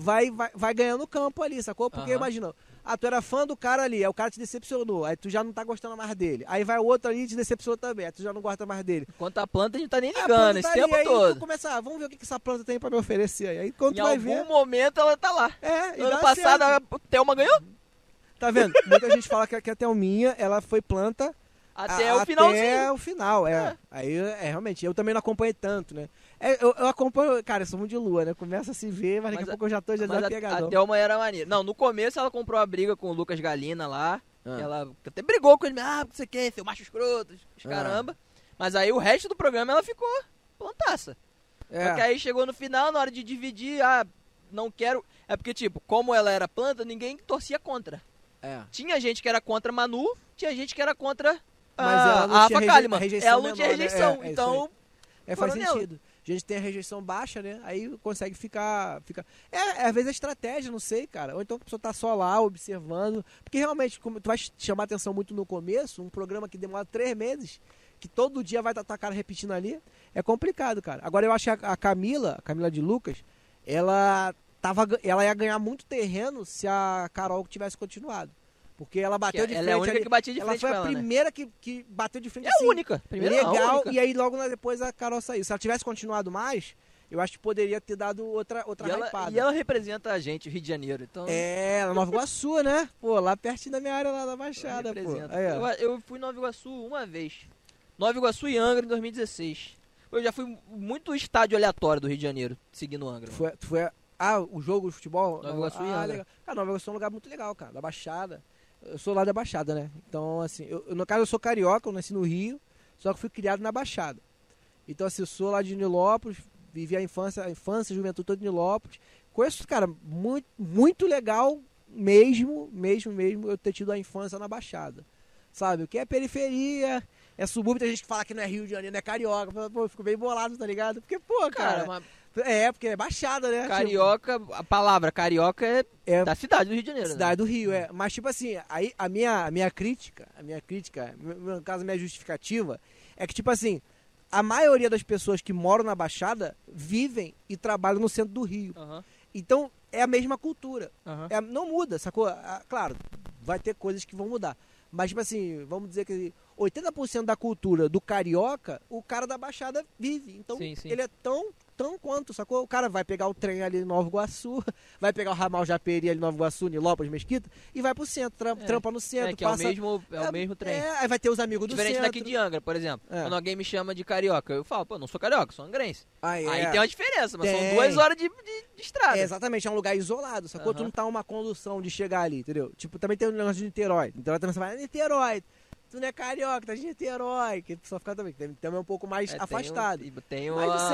vai ganhando campo ali, sacou? Porque imagina, tu era fã do cara ali, aí o cara te decepcionou, aí tu já não tá gostando mais dele. Aí vai outro ali e te decepcionou também, aí tu já não gosta mais dele. Enquanto a planta a gente tá nem ligando, esse tempo aí todo. Tu começa, vamos ver o que essa planta tem pra me oferecer. Aí quando tu Em vai algum ver... momento ela tá lá. E ano dá passado certo. a Thelma ganhou. Tá vendo? Muita gente fala que a Thelminha, ela foi planta Até o finalzinho. Até o final, Aí, realmente, eu também não acompanhei tanto, né? Eu acompanho, cara, eu sou muito de lua, né? Começa a se ver, mas daqui a pouco eu já tô desapegadão. A Thelma era maneira. Não, no começo ela comprou a briga com o Lucas Galina lá. Ela até brigou com ele, o que você quer, seu macho escroto, caramba. Mas aí o resto do programa ela ficou plantaça. Só que aí chegou no final, na hora de dividir, não quero... É porque, tipo, como ela era planta, ninguém torcia contra. Tinha gente que era contra Manu, tinha gente que era contra a Rafa Kalimann. Ela não tinha rejeição, então... faz sentido. A gente tem a rejeição baixa, né? Aí consegue ficar... às vezes é estratégia, não sei, cara. Ou então a pessoa tá só lá, observando. Porque realmente, como tu vai chamar atenção muito no começo, um programa que demora 3 meses, que todo dia vai estar tua cara repetindo ali, é complicado, cara. Agora eu acho que a Camila de Lucas, ela ia ganhar muito terreno se a Carol tivesse continuado. Porque ela bateu de frente. Ela é a única que batia de frente com ela, foi a primeira que bateu de frente. É a única. Primeira legal, única. E aí logo depois a Carol saiu. Se ela tivesse continuado mais, eu acho que poderia ter dado outra hypada. E ela representa a gente, o Rio de Janeiro. Então... Nova Iguaçu, né? Pô, lá pertinho da minha área, lá da Baixada, pô. Eu fui em Nova Iguaçu uma vez. Nova Iguaçu e Angra em 2016. Eu já fui muito estádio aleatório do Rio de Janeiro, seguindo o Angra. Tu foi o jogo de futebol? Nova Iguaçu e Angra. Legal. Cara, Nova Iguaçu é um lugar muito legal, cara, da Baixada. Eu sou lá da Baixada, né? Então, assim, no caso eu sou carioca, eu nasci no Rio, só que fui criado na Baixada. Então, assim, eu sou lá de Nilópolis, vivi a infância, a juventude toda de Nilópolis. Conheço, cara, muito, muito legal mesmo eu ter tido a infância na Baixada. Sabe? O que é periferia, é subúrbio, tem gente que fala que não é Rio de Janeiro, não é carioca. Pô, eu fico bem bolado, tá ligado? Porque, pô, cara... porque é Baixada, né? Carioca, a palavra carioca é da cidade do Rio de Janeiro. Cidade do Rio, Mas, tipo assim, aí a minha crítica, no caso, a minha justificativa, é que, tipo assim, a maioria das pessoas que moram na Baixada vivem e trabalham no centro do Rio. Então, é a mesma cultura. Não muda, sacou? Claro, vai ter coisas que vão mudar. Mas, tipo assim, vamos dizer que 80% da cultura do carioca, o cara da Baixada vive. Então, ele é tão quanto, sacou? O cara vai pegar o trem ali em Nova Iguaçu, vai pegar o ramal Japeri ali em Nova Iguaçu, Nilópolis, Mesquita, e vai pro centro, trampa no centro. Que passa, é o mesmo trem. Aí vai ter os amigos do Diferente centro. Diferente daqui de Angra, por exemplo. Quando alguém me chama de carioca, eu falo, pô, não sou carioca, sou angrense. Aí tem uma diferença, mas são 2 horas de estrada. Exatamente, é um lugar isolado, sacou? Tu não tá uma condução de chegar ali, entendeu? Tipo, também tem um negócio de Niterói. Niterói também você vai, Niterói. Tu não é carioca, tá de Niterói, que só fica também um pouco mais afastado. Tem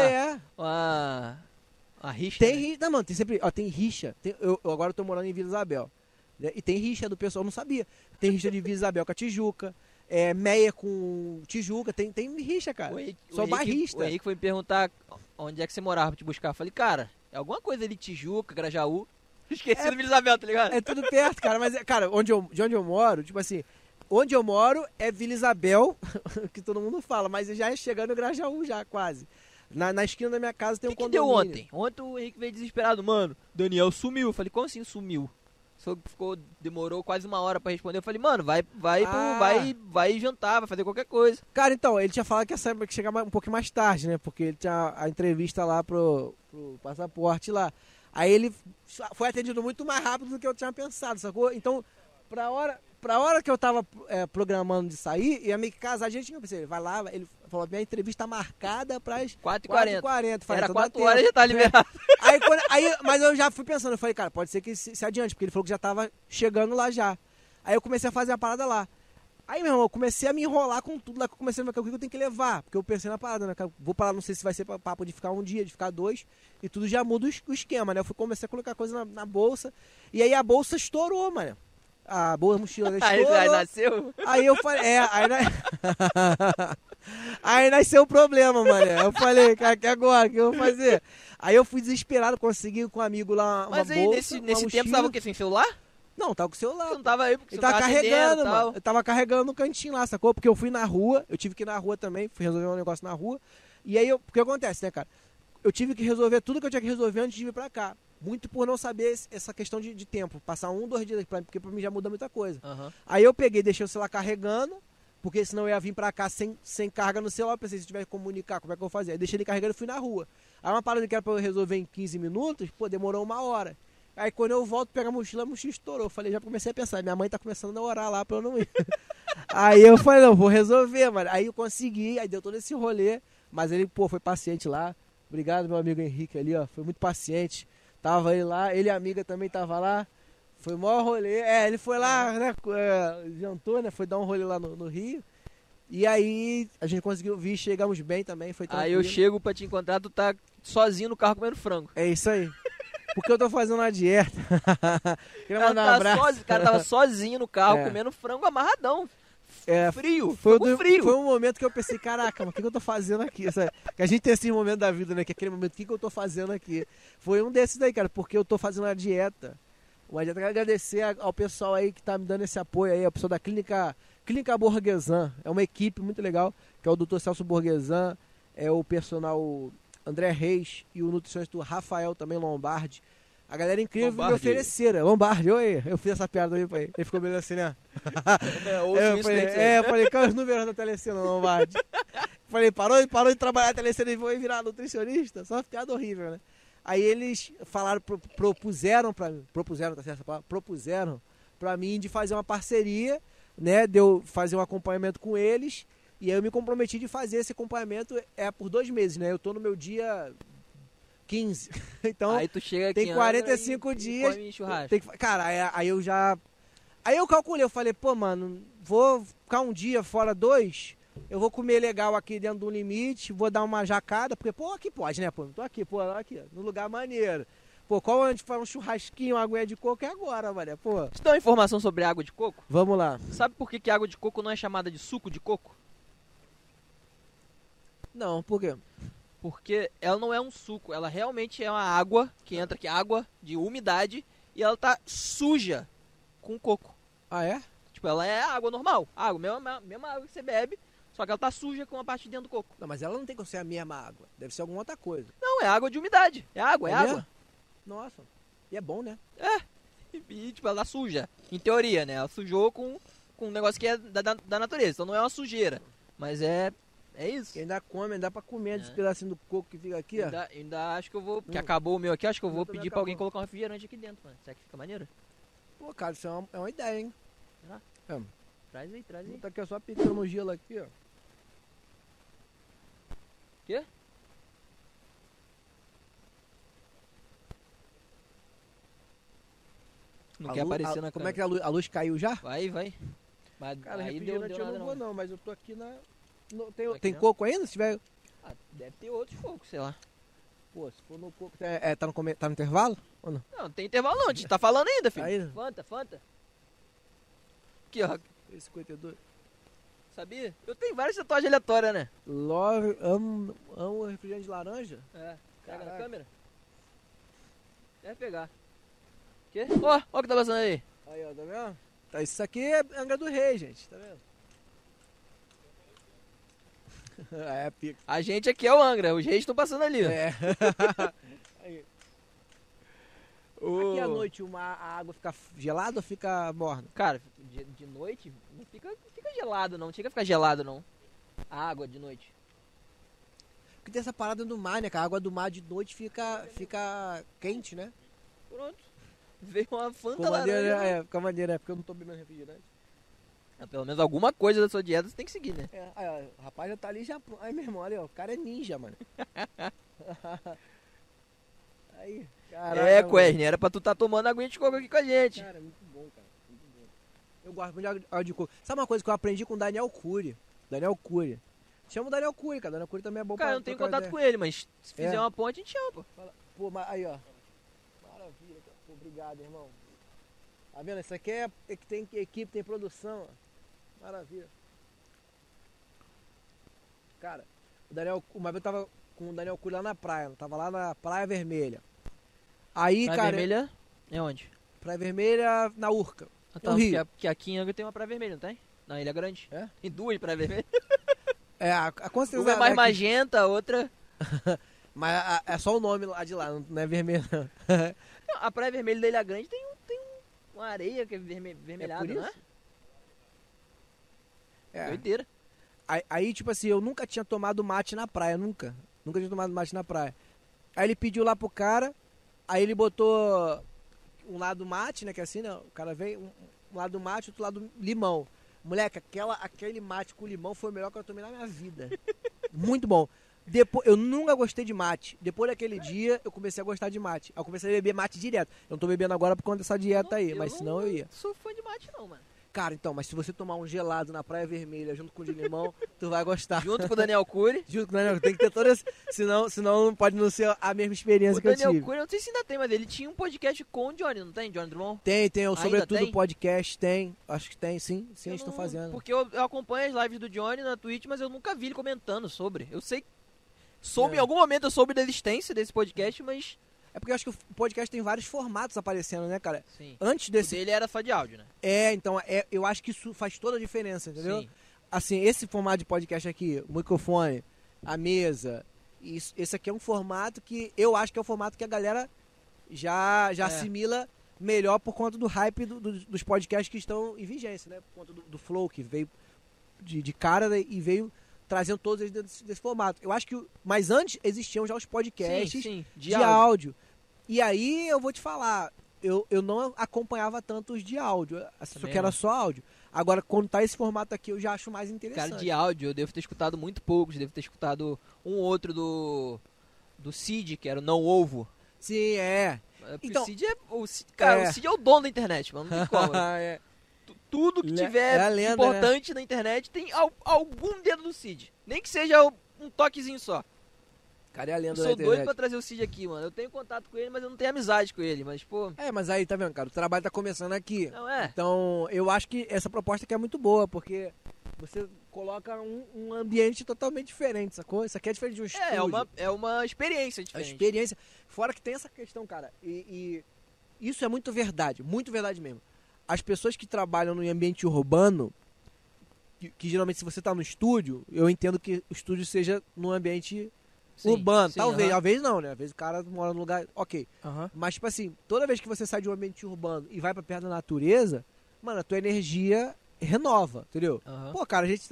uma rixa. Não, mano, tem sempre. Tem rixa. Eu agora tô morando em Vila Isabel. Né, e tem rixa do pessoal, eu não sabia. Tem rixa de Vila Isabel com a Tijuca. Meia com Tijuca. Tem rixa, cara. Só barrista. O Henrique foi me perguntar onde é que você morava pra te buscar. Eu falei, cara, é alguma coisa ali, Tijuca, Grajaú. Esqueci do Vila Isabel, tá ligado? É tudo perto, cara. Mas, cara, de onde eu moro, tipo assim. Onde eu moro é Vila Isabel, que todo mundo fala, mas já é chegando em Grajaú já, quase. Na esquina da minha casa tem um condomínio. O que deu ontem? Ontem o Henrique veio desesperado. Mano, Daniel sumiu. Eu falei, como assim sumiu? Demorou quase 1 hora pra responder. Eu falei, mano, vai jantar, vai fazer qualquer coisa. Cara, então, ele tinha falado que ia chegar um pouquinho mais tarde, né? Porque ele tinha a entrevista lá pro passaporte lá. Aí ele foi atendido muito mais rápido do que eu tinha pensado, sacou? Então, pra hora que eu tava programando de sair, ia me casar, a gente não pensei, vai lá, ele falou, minha entrevista tá marcada pras 4h40. Falei, era 4 horas já tá liberado. Mas eu já fui pensando, eu falei, cara, pode ser que se adiante, porque ele falou que já tava chegando lá já. Aí eu comecei a fazer a parada lá. Aí, meu irmão, eu comecei a me enrolar com tudo lá, que eu comecei a ver o que eu tenho que levar, porque eu pensei na parada, né, vou pra lá, não sei se vai ser papo de ficar um dia, de ficar 2, e tudo já muda o esquema, né, comecei a colocar coisa na bolsa, e aí a bolsa estourou, mano. A boa mochila estourou. Aí nasceu? Aí eu falei, aí nasceu o problema, mano. Eu falei, cara, que agora, o que eu vou fazer? Aí eu fui desesperado, consegui com um amigo lá uma bolsa. Mas aí, nesse tempo, você tava o quê, sem celular? Não, tava com o celular. Você não tava aí, porque ele você tava carregando, mano. Eu tava carregando no cantinho lá, sacou? Porque eu fui na rua, eu tive que ir na rua também, fui resolver um negócio na rua. E aí, o que acontece, né, cara? Eu tive que resolver tudo que eu tinha que resolver antes de vir pra cá. Muito por não saber essa questão de tempo. Passar 2 dias, porque pra mim já muda muita coisa. Uhum. Aí eu peguei, deixei o celular carregando, porque senão eu ia vir pra cá sem carga no celular. Pensei, se eu tiver que comunicar, como é que eu vou fazer? Aí deixei ele carregando e fui na rua. Aí uma parada que era pra eu resolver em 15 minutos, pô, demorou 1 hora. Aí quando eu volto, pegar a mochila estourou. Falei, já comecei a pensar, minha mãe tá começando a orar lá pra eu não ir. Aí eu falei, não, vou resolver, mano. Aí eu consegui, aí deu todo esse rolê. Mas ele, pô, foi paciente lá. Obrigado, meu amigo Henrique ali, ó. Foi muito paciente. Tava ele lá, ele e a amiga também tava lá. Foi o maior rolê. Ele foi lá, né? Jantou, né? Foi dar um rolê lá no Rio. E aí a gente conseguiu vir, chegamos bem também, foi tranquilo. Aí eu chego pra te encontrar, tu tá sozinho no carro comendo frango. É isso aí. Porque eu tô fazendo uma dieta. Queria mandar um abraço. O cara tava sozinho no carro comendo frango amarradão. Frio, frio. Foi um momento que eu pensei, caraca, mas o que eu tô fazendo aqui? Sabe? Que a gente tem esse momento da vida, né? Que é aquele momento, o que eu tô fazendo aqui? Foi um desses daí, cara, porque eu tô fazendo uma dieta. Uma dieta, quero agradecer ao pessoal aí que tá me dando esse apoio aí, ao pessoal da Clínica Borgesan. É uma equipe muito legal, que é o Dr. Celso Borgesan, é o personal André Reis e o nutricionista Rafael também Lombardi. A galera incrível me ofereceram. Lombardi, oi, eu fiz essa piada aí pra ele. Ele ficou meio assim, né? Eu falei, qual é os números da telecena, Lombardi? Falei, parou de trabalhar a telecena e foi virar nutricionista? Só uma piada horrível, né? Aí eles falaram, propuseram pra mim, tá certo essa palavra? Propuseram pra mim de fazer uma parceria, né? De eu fazer um acompanhamento com eles. E aí eu me comprometi de fazer esse acompanhamento por 2 meses, né? Eu tô no meu dia 15. Então, aí tu chega tem 45 dias. Cara, aí eu já... Aí eu calculei, eu falei, pô, mano, vou ficar um dia fora 2, eu vou comer legal aqui dentro do limite, vou dar uma jacada, porque, pô, aqui pode, né, pô? Tô aqui, pô, aqui, no lugar maneiro. Pô, qual a gente faz um churrasquinho, uma aguinha de coco é agora, mané, pô. Você tem uma informação sobre água de coco? Vamos lá. Sabe por que água de coco não é chamada de suco de coco? Não, por quê? Porque ela não é um suco, ela realmente é uma água, que entra aqui, água de umidade, e ela tá suja com coco. Ah, é? Tipo, ela é água normal, água, mesma água que você bebe, só que ela tá suja com a parte de dentro do coco. Não, mas ela não tem que ser a mesma água, deve ser alguma outra coisa. Não, é água de umidade, é água. Nossa, e é bom, né? E tipo, ela tá suja, em teoria, né? Ela sujou com um negócio que é da natureza, então não é uma sujeira, mas é isso. Quem ainda come, ainda dá pra comer esse pedacinho do coco que fica aqui, ó. Ainda acho que eu vou, porque acabou o meu aqui, acho que eu vou pedir pra alguém colocar um refrigerante aqui dentro, mano. Será que fica maneiro? Pô, cara, isso é uma ideia, hein? Traz aí. Tá aqui só picando o gelo aqui, ó. Quê? Não quer aparecer na câmera. Como é que a luz caiu já? Vai. Mas cara, aí refrigerante eu não vou não, mas eu tô aqui na... Tem não? coco ainda? Se tiver... Deve ter outros cocos, sei lá. Pô, se for no coco... Tá no intervalo? Ou não? Não tem intervalo não, a gente tá falando ainda, filho. Aí. Fanta. Aqui, ó. 52. Sabia? Eu tenho várias tatuagens aleatórias, né? Amo refrigerante de laranja. Pega na câmera. Deve pegar. Quê? Ó o que tá passando aí. Aí, ó, tá vendo? Tá, isso aqui é Angra do Rei, gente, tá vendo? Pica. A gente aqui é o Angra, os reis estão passando ali, ó. Aí. Aqui à noite a água fica gelada ou fica morna? Cara, de noite não fica gelado não, chega a ficar gelado não. A água de noite. Porque tem essa parada do mar, né? Que a água do mar de noite fica quente, né? Pronto. Veio uma Fanta laranja. Fica maneiro, porque eu não tô bebendo refrigerante. Pelo menos alguma coisa da sua dieta você tem que seguir, né? Aí, ó, o rapaz já tá ali já. Aí, meu irmão, olha, ó, o cara é ninja, mano. Aí, caraca. Quesne, era pra tu tá tomando aguinha de coco aqui com a gente. Cara, muito bom, cara. Muito bom. Eu gosto muito de água de coco. Sabe uma coisa que eu aprendi com o Daniel Cury? Chama o Daniel Cury, cara. O Daniel Cury também é bom. Cara, eu não tenho contato com ele, mas se fizer uma ponte, a gente chama, pô. Pô, mas aí, ó. Maravilha, cara. Pô, obrigado, irmão. Tá vendo? Isso aqui é que tem equipe, tem produção, ó. Maravilha. Cara, uma vez eu tava com o Daniel Cury lá na praia. Tava lá na Praia Vermelha. Aí, Praia cara... Vermelha é onde? Praia Vermelha na Urca. Tá, no Rio. Porque aqui em Angra tem uma Praia Vermelha, não tem? Na Ilha Grande. É? Tem 2 Praia Vermelha. Com certeza. Uma é mais magenta, a outra... Mas é só o nome lá de lá, não é vermelho não. Não, a Praia Vermelha da Ilha Grande tem uma areia que é vermelhada, por não é? isso? É. Doideira. Aí, tipo assim, eu nunca tinha tomado mate na praia, nunca. Nunca tinha tomado mate na praia. Aí ele pediu lá pro cara, aí ele botou um lado mate, né, que é assim, né, o cara vem, um lado mate, outro lado limão. Moleque, aquele mate com limão foi o melhor que eu tomei na minha vida. Muito bom. Depois, eu nunca gostei de mate. Depois daquele dia, eu comecei a gostar de mate. Aí eu comecei a beber mate direto. Eu não tô bebendo agora por conta dessa dieta aí, mas senão eu ia. Não sou fã de mate não, mano. Cara, então, mas se você tomar um gelado na Praia Vermelha junto com o de limão, tu vai gostar. Junto com o Daniel Cury. Junto com o Daniel, tem que ter todas. Senão pode não ser a mesma experiência O que eu Daniel tive. Cury, eu não sei se ainda tem, mas ele tinha um podcast com o Johnny, não tem? Johnny Drummond? Tem, o Ainda Sobretudo tem? Podcast, tem. Acho que tem, sim. Sim, Eu eles estão não- fazendo. Porque eu acompanho as lives do Johnny na Twitch, mas eu nunca vi ele comentando sobre. Eu sei... Em algum momento eu soube da existência desse podcast, mas... É porque eu acho que o podcast tem vários formatos aparecendo, né, cara? Sim. Antes O desse. dele era só de áudio, né? Então, eu acho que isso faz toda a diferença, entendeu? Sim. Assim, esse formato de podcast aqui, o microfone, a mesa, esse aqui é um formato que eu acho que é o formato que a galera já assimila melhor por conta do hype dos podcasts que estão em vigência, né? Por conta do Flow, que veio de cara, né, e veio trazendo todos eles desse formato. Eu acho que... Mas antes existiam já os podcasts Sim, de áudio. E aí eu vou te falar, eu não acompanhava tanto os de áudio, só Também que era não. só áudio. Agora, quando tá esse formato aqui, eu já acho mais interessante. Cara, de áudio eu devo ter escutado muito poucos. Devo ter escutado um outro do Cid, que era o Não Ovo. Sim, é. Porque Então- o Cid Cara, É. o Cid é o dono da internet, mano. Não tem como. É. Tudo que É tiver a lenda, importante na internet tem algum dedo do Cid. Nem que seja um toquezinho só. Cara, é a Eu lenda da sou doido internet. pra trazer o Cid aqui, mano. Eu tenho contato com ele, mas eu não tenho amizade com ele. Mas, pô, Mas aí, tá vendo, cara? O trabalho tá começando aqui. não é. Então, eu acho que essa proposta aqui é muito boa, porque você coloca um ambiente totalmente diferente, sacou? Isso aqui é diferente de um estúdio. É uma experiência A diferente. experiência. Fora que tem essa questão, cara. E isso é muito verdade mesmo. As pessoas que trabalham no ambiente urbano, que geralmente se você tá no estúdio, eu entendo que o estúdio seja num ambiente Sim, urbano. sim, Talvez, aham. às vezes não, né? Às vezes o cara mora num lugar. Ok. Aham. Mas, tipo assim, toda vez que você sai de um ambiente urbano e vai pra perto da natureza, mano, a tua energia renova, entendeu? Aham. Pô, cara, a gente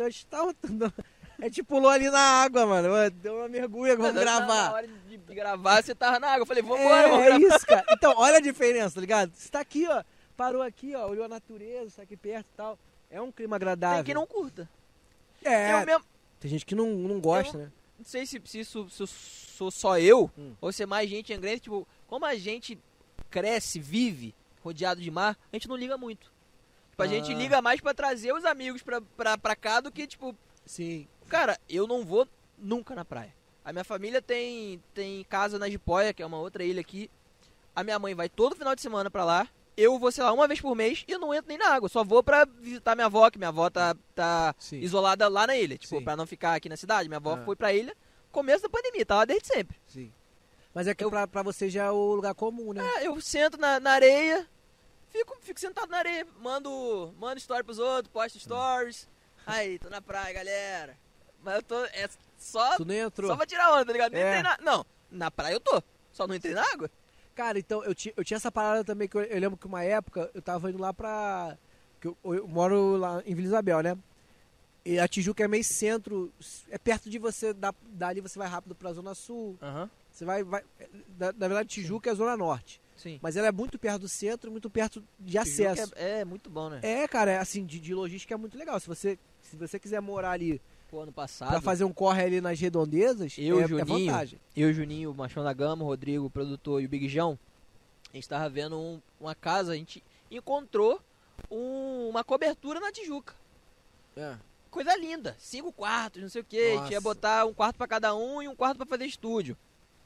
gente pulou ali na água, mano. Deu uma mergulha, vamos Na gravar. hora de gravar, você tava na água. Eu falei, vambora, vamos É gravar. isso, cara. Então, olha a diferença, tá ligado? Você tá aqui, ó, parou aqui, ó, olhou a natureza, tá aqui perto e tal. É um clima agradável. Tem quem não curta. É, Eu mesmo, tem gente que não gosta, né? não sei se isso se eu sou só eu, Hum. ou se é mais gente em Grande, tipo, como a gente cresce, vive, rodeado de mar, a gente não liga muito. Tipo, a gente liga mais pra trazer os amigos pra cá do que, tipo, Sim. cara, eu não vou nunca na praia. A minha família tem casa na Jipoia, que é uma outra ilha aqui. A minha mãe vai todo final de semana pra lá. Eu vou, sei lá, uma vez por mês e eu não entro nem na água. Só vou pra visitar minha avó, que minha avó tá Sim. isolada lá na ilha. Tipo, Sim. pra não ficar aqui na cidade. Minha avó Ah. foi pra ilha, começo da pandemia, tá lá desde sempre. Sim. Mas é que pra você já é o lugar comum, né? Eu sento na areia, fico sentado na areia, mando story pros outros, posto stories. Aí, tô na praia, galera. Mas eu tô, só Tu nem entrou. pra tirar onda, tá ligado? Nem É. entrei não, na praia eu tô, só não entrei na água. Cara, então, eu tinha essa parada também, que eu lembro que uma época eu tava indo lá pra... Que eu moro lá em Vila Isabel, né? E a Tijuca é meio centro, é perto de você, dali você vai rápido pra Zona Sul. Aham, Você vai na verdade, Tijuca é a Zona Norte. sim. Mas ela é muito perto do centro, muito perto de acesso. É muito bom, né? Cara, assim, de logística é muito legal. Se você quiser morar ali Pô, ano pra passado, fazer um corre ali nas redondezas, Eu, é Juninho. vantagem. eu, Juninho, o Machão da Gama, o Rodrigo, o produtor e o Big João, a gente tava vendo uma casa, a gente encontrou uma cobertura na Tijuca. É. Coisa linda, 5 quartos, não sei o que, a gente ia Nossa. botar um quarto pra cada um e um quarto pra fazer estúdio.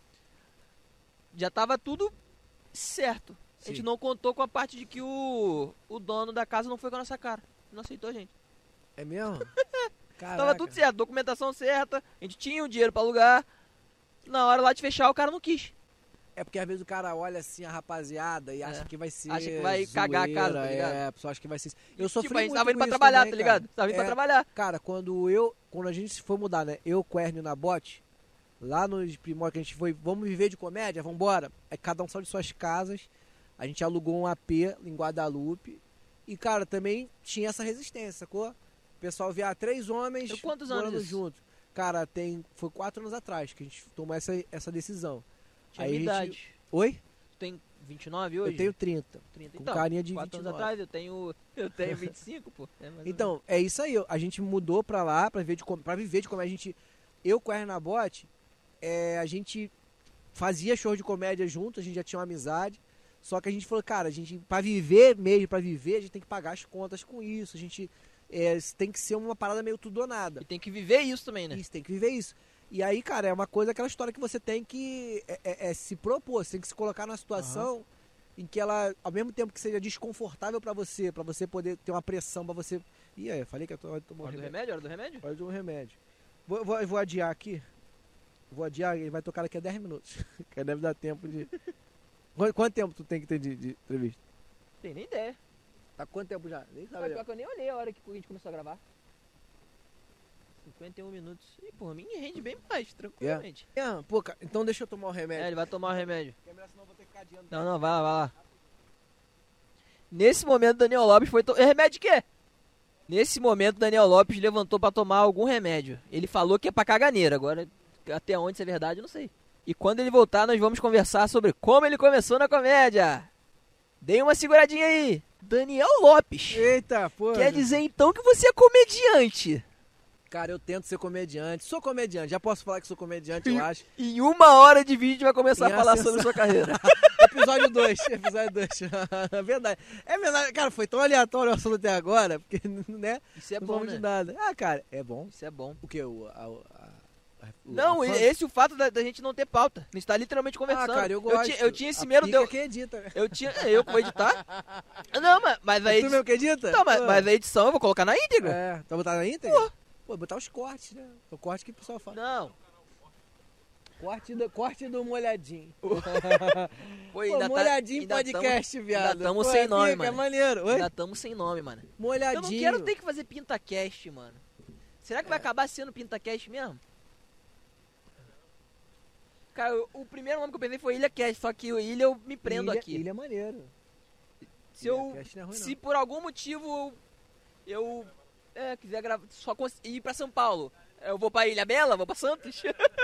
Já tava tudo certo. A gente Sim. não contou com a parte de que o dono da casa não foi com a nossa cara. Não aceitou a gente. É mesmo? Caraca. Tava tudo certo, documentação certa, a gente tinha o dinheiro pra alugar. Na hora lá de fechar, o cara não quis. É porque às vezes o cara olha assim a rapaziada e acha que vai ser Acha que vai cagar a casa, tá ligado? A pessoa acha que vai ser... Eu sofri Tipo, a gente muito tava indo com pra isso trabalhar, também, tá ligado? cara. Tava indo pra trabalhar. Cara, quando a gente foi mudar, né? Eu, Quernio na bote, lá nos primórdios que a gente foi, vamos viver de comédia, vambora. Aí cada um saiu de suas casas, a gente alugou um AP em Guadalupe. E, cara, também tinha essa resistência, sacou? O pessoal via 3 homens Quantos morando anos isso? juntos. Cara, foi 4 anos atrás que a gente tomou essa decisão. Tinha Aí minha a gente- idade. Oi? Tu tem 29 hoje? Eu tenho 30. 30. com Então, carinha de 4 anos 29. atrás eu tenho 25, pô. É mais ou Então, é isso aí. A gente mudou pra lá pra viver de comédia. Eu com a Erna Bote, a gente fazia show de comédia junto, a gente já tinha uma amizade. Só que a gente falou, cara, pra viver, a gente tem que pagar as contas com isso. A gente tem que ser uma parada meio tudo ou nada. E tem que viver isso também, né? Isso, tem que viver isso. E aí, cara, é uma coisa, aquela história que você tem que se propor, você tem que se colocar numa situação em que ela, ao mesmo tempo que seja desconfortável pra você poder ter uma pressão pra você... Ih, aí, falei que eu tô tomando Hora do remédio? Hora do remédio? Hora de um remédio. Vou adiar aqui. Vou adiar, ele vai tocar daqui a 10 minutos. Que deve dar tempo de... Quanto tempo tu tem que ter de entrevista? Tem nem ideia. Tá quanto tempo já? Nem Sabe, sabe. pior que eu nem olhei a hora que a gente começou a gravar. 51 minutos. Ih, porra, me rende bem mais, tranquilamente. Pô, cara, então deixa eu tomar o remédio. Ele vai tomar o remédio. Porque senão eu vou ter que ficar adiando. Não, vai lá. Nesse momento, Daniel Lopes foi... Remédio de quê? Nesse momento, Daniel Lopes levantou pra tomar algum remédio. Ele falou que é pra caganeira. Agora, até onde isso é verdade, eu não sei. E quando ele voltar, nós vamos conversar sobre como ele começou na comédia. Dei uma seguradinha aí. Daniel Lopes. Eita, pô. Quer dizer, então, que você é comediante. Cara, eu tento ser comediante. Sou comediante. Já posso falar que sou comediante, eu acho. Em 1 hora de vídeo vai começar a falar sobre sua carreira. Episódio 2. É verdade. É verdade. Cara, foi tão aleatório o assunto até agora, porque, né? Isso é não bom, vamos né? de nada. Ah, cara, é bom. Isso é bom. O quê? Não, esse é o fato da gente não ter pauta. A gente tá literalmente conversando. Ah, cara, eu gosto. Eu tinha esse medo de eu... que edita, né? Eu que vou editar? Não, mas a Tu edição... mesmo que edita? Então, mas a edição eu vou colocar na íntegra. É, tu vai botar na íntegra? Pô, botar os cortes, né? O corte que o pessoal fala. Não. Corte do molhadinho. Pô, ainda molhadinho ainda podcast, viado. Ainda estamos Pô, sem nome, fica, mano. É maneiro. Oi? Ainda estamos sem nome, mano. Molhadinho. Eu não quero ter que fazer PintaCast, mano. Será que vai acabar sendo PintaCast mesmo? Cara, o primeiro nome que eu pensei foi IlhaCast, só que o Ilha eu me prendo aqui. Ilha é maneiro. IlhaCast não é ruim, Se por algum motivo eu quiser gravar, só ir pra São Paulo, eu vou pra Ilha Bela, vou pra Santos.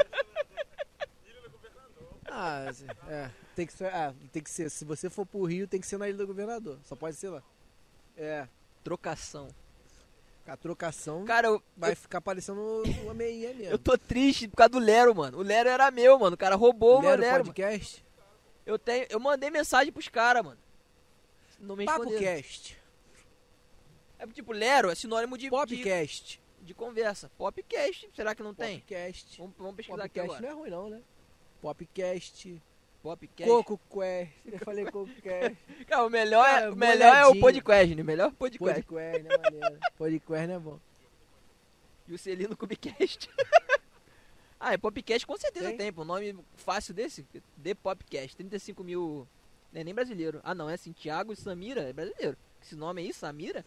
Tem que ser. Se você for pro Rio, tem que ser na Ilha do Governador. Só pode ser lá. Trocação. A trocação Cara, vai ficar parecendo uma meinha mesmo. eu tô triste por causa do Lero, mano. O Lero era meu, mano. O cara roubou o meu Lero. Podcast? Mano. Eu mandei mensagem pros caras, mano. Não me responderam. PapoCast. É tipo, Lero é sinônimo de Popcast. de conversa. Popcast, será que não tem? Popcast. Vamos pesquisar aqui Popcast agora. não é ruim não, né? Popcast. Popcast. CocoQuest. Eu falei CocoQuest. Cara, o melhor, Cara, o melhor é o molhadinho. podcast, né? Melhor podcast. Podquest, né, maneiro? Podquest não é bom. Juscelino Cubicast. É Popcast com certeza Tem? tem, pô. Um nome fácil desse, The Popcast. 35 mil... Não é nem brasileiro. Ah, não, é assim, Thiago e Samira, é brasileiro. Esse nome aí, Samira?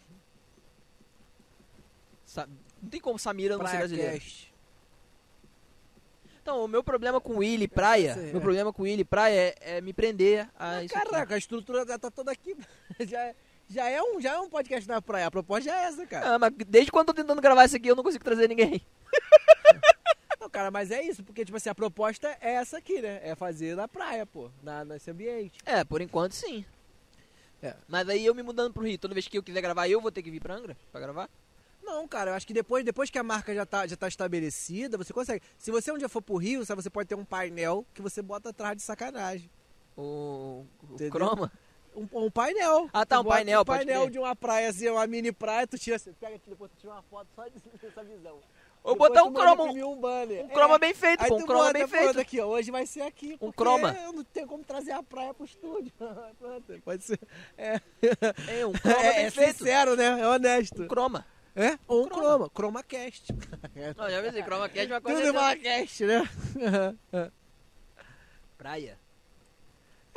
Não tem como Samira não ser brasileiro. Praiacast. Então, o meu problema com Willy Praia, é me prender a isso aqui. Caraca, a estrutura já tá toda aqui. Já é um podcast na praia. A proposta já é essa, cara. Ah, mas desde quando eu tô tentando gravar isso aqui, eu não consigo trazer ninguém. Não, cara, mas é isso, porque, tipo assim, a proposta é essa aqui, né? É fazer na praia, pô, nesse ambiente. É, por enquanto sim. É. Mas aí eu me mudando pro Rio, toda vez que eu quiser gravar, eu vou ter que vir pra Angra pra gravar? Não, cara, eu acho que depois que a marca já tá estabelecida, você consegue. Se você um dia for pro Rio, sabe, você pode ter um painel que você bota atrás de sacanagem. O Entendeu? Chroma? Um painel. Ah, tá, Tu um bota painel, um pode painel crer. de uma praia, assim, uma mini praia, tu tira, você pega aqui, depois tu tira uma foto só dessa visão. Ou Depois botar tu um manda croma, imprimir um banner. um croma bem feito, Aí pô, tu um croma bota, bem pronto, feito. aqui, ó, hoje vai ser aqui. Um porque croma. Eu não tenho como trazer a praia pro estúdio. Pronto, pode ser. Um croma bem É feito. sincero, né? É honesto. Um croma. É? Ou um croma. ChromaCast. Não, já pensei, Chroma Cast é uma coisa... Tudo MalaCast, né? Praia.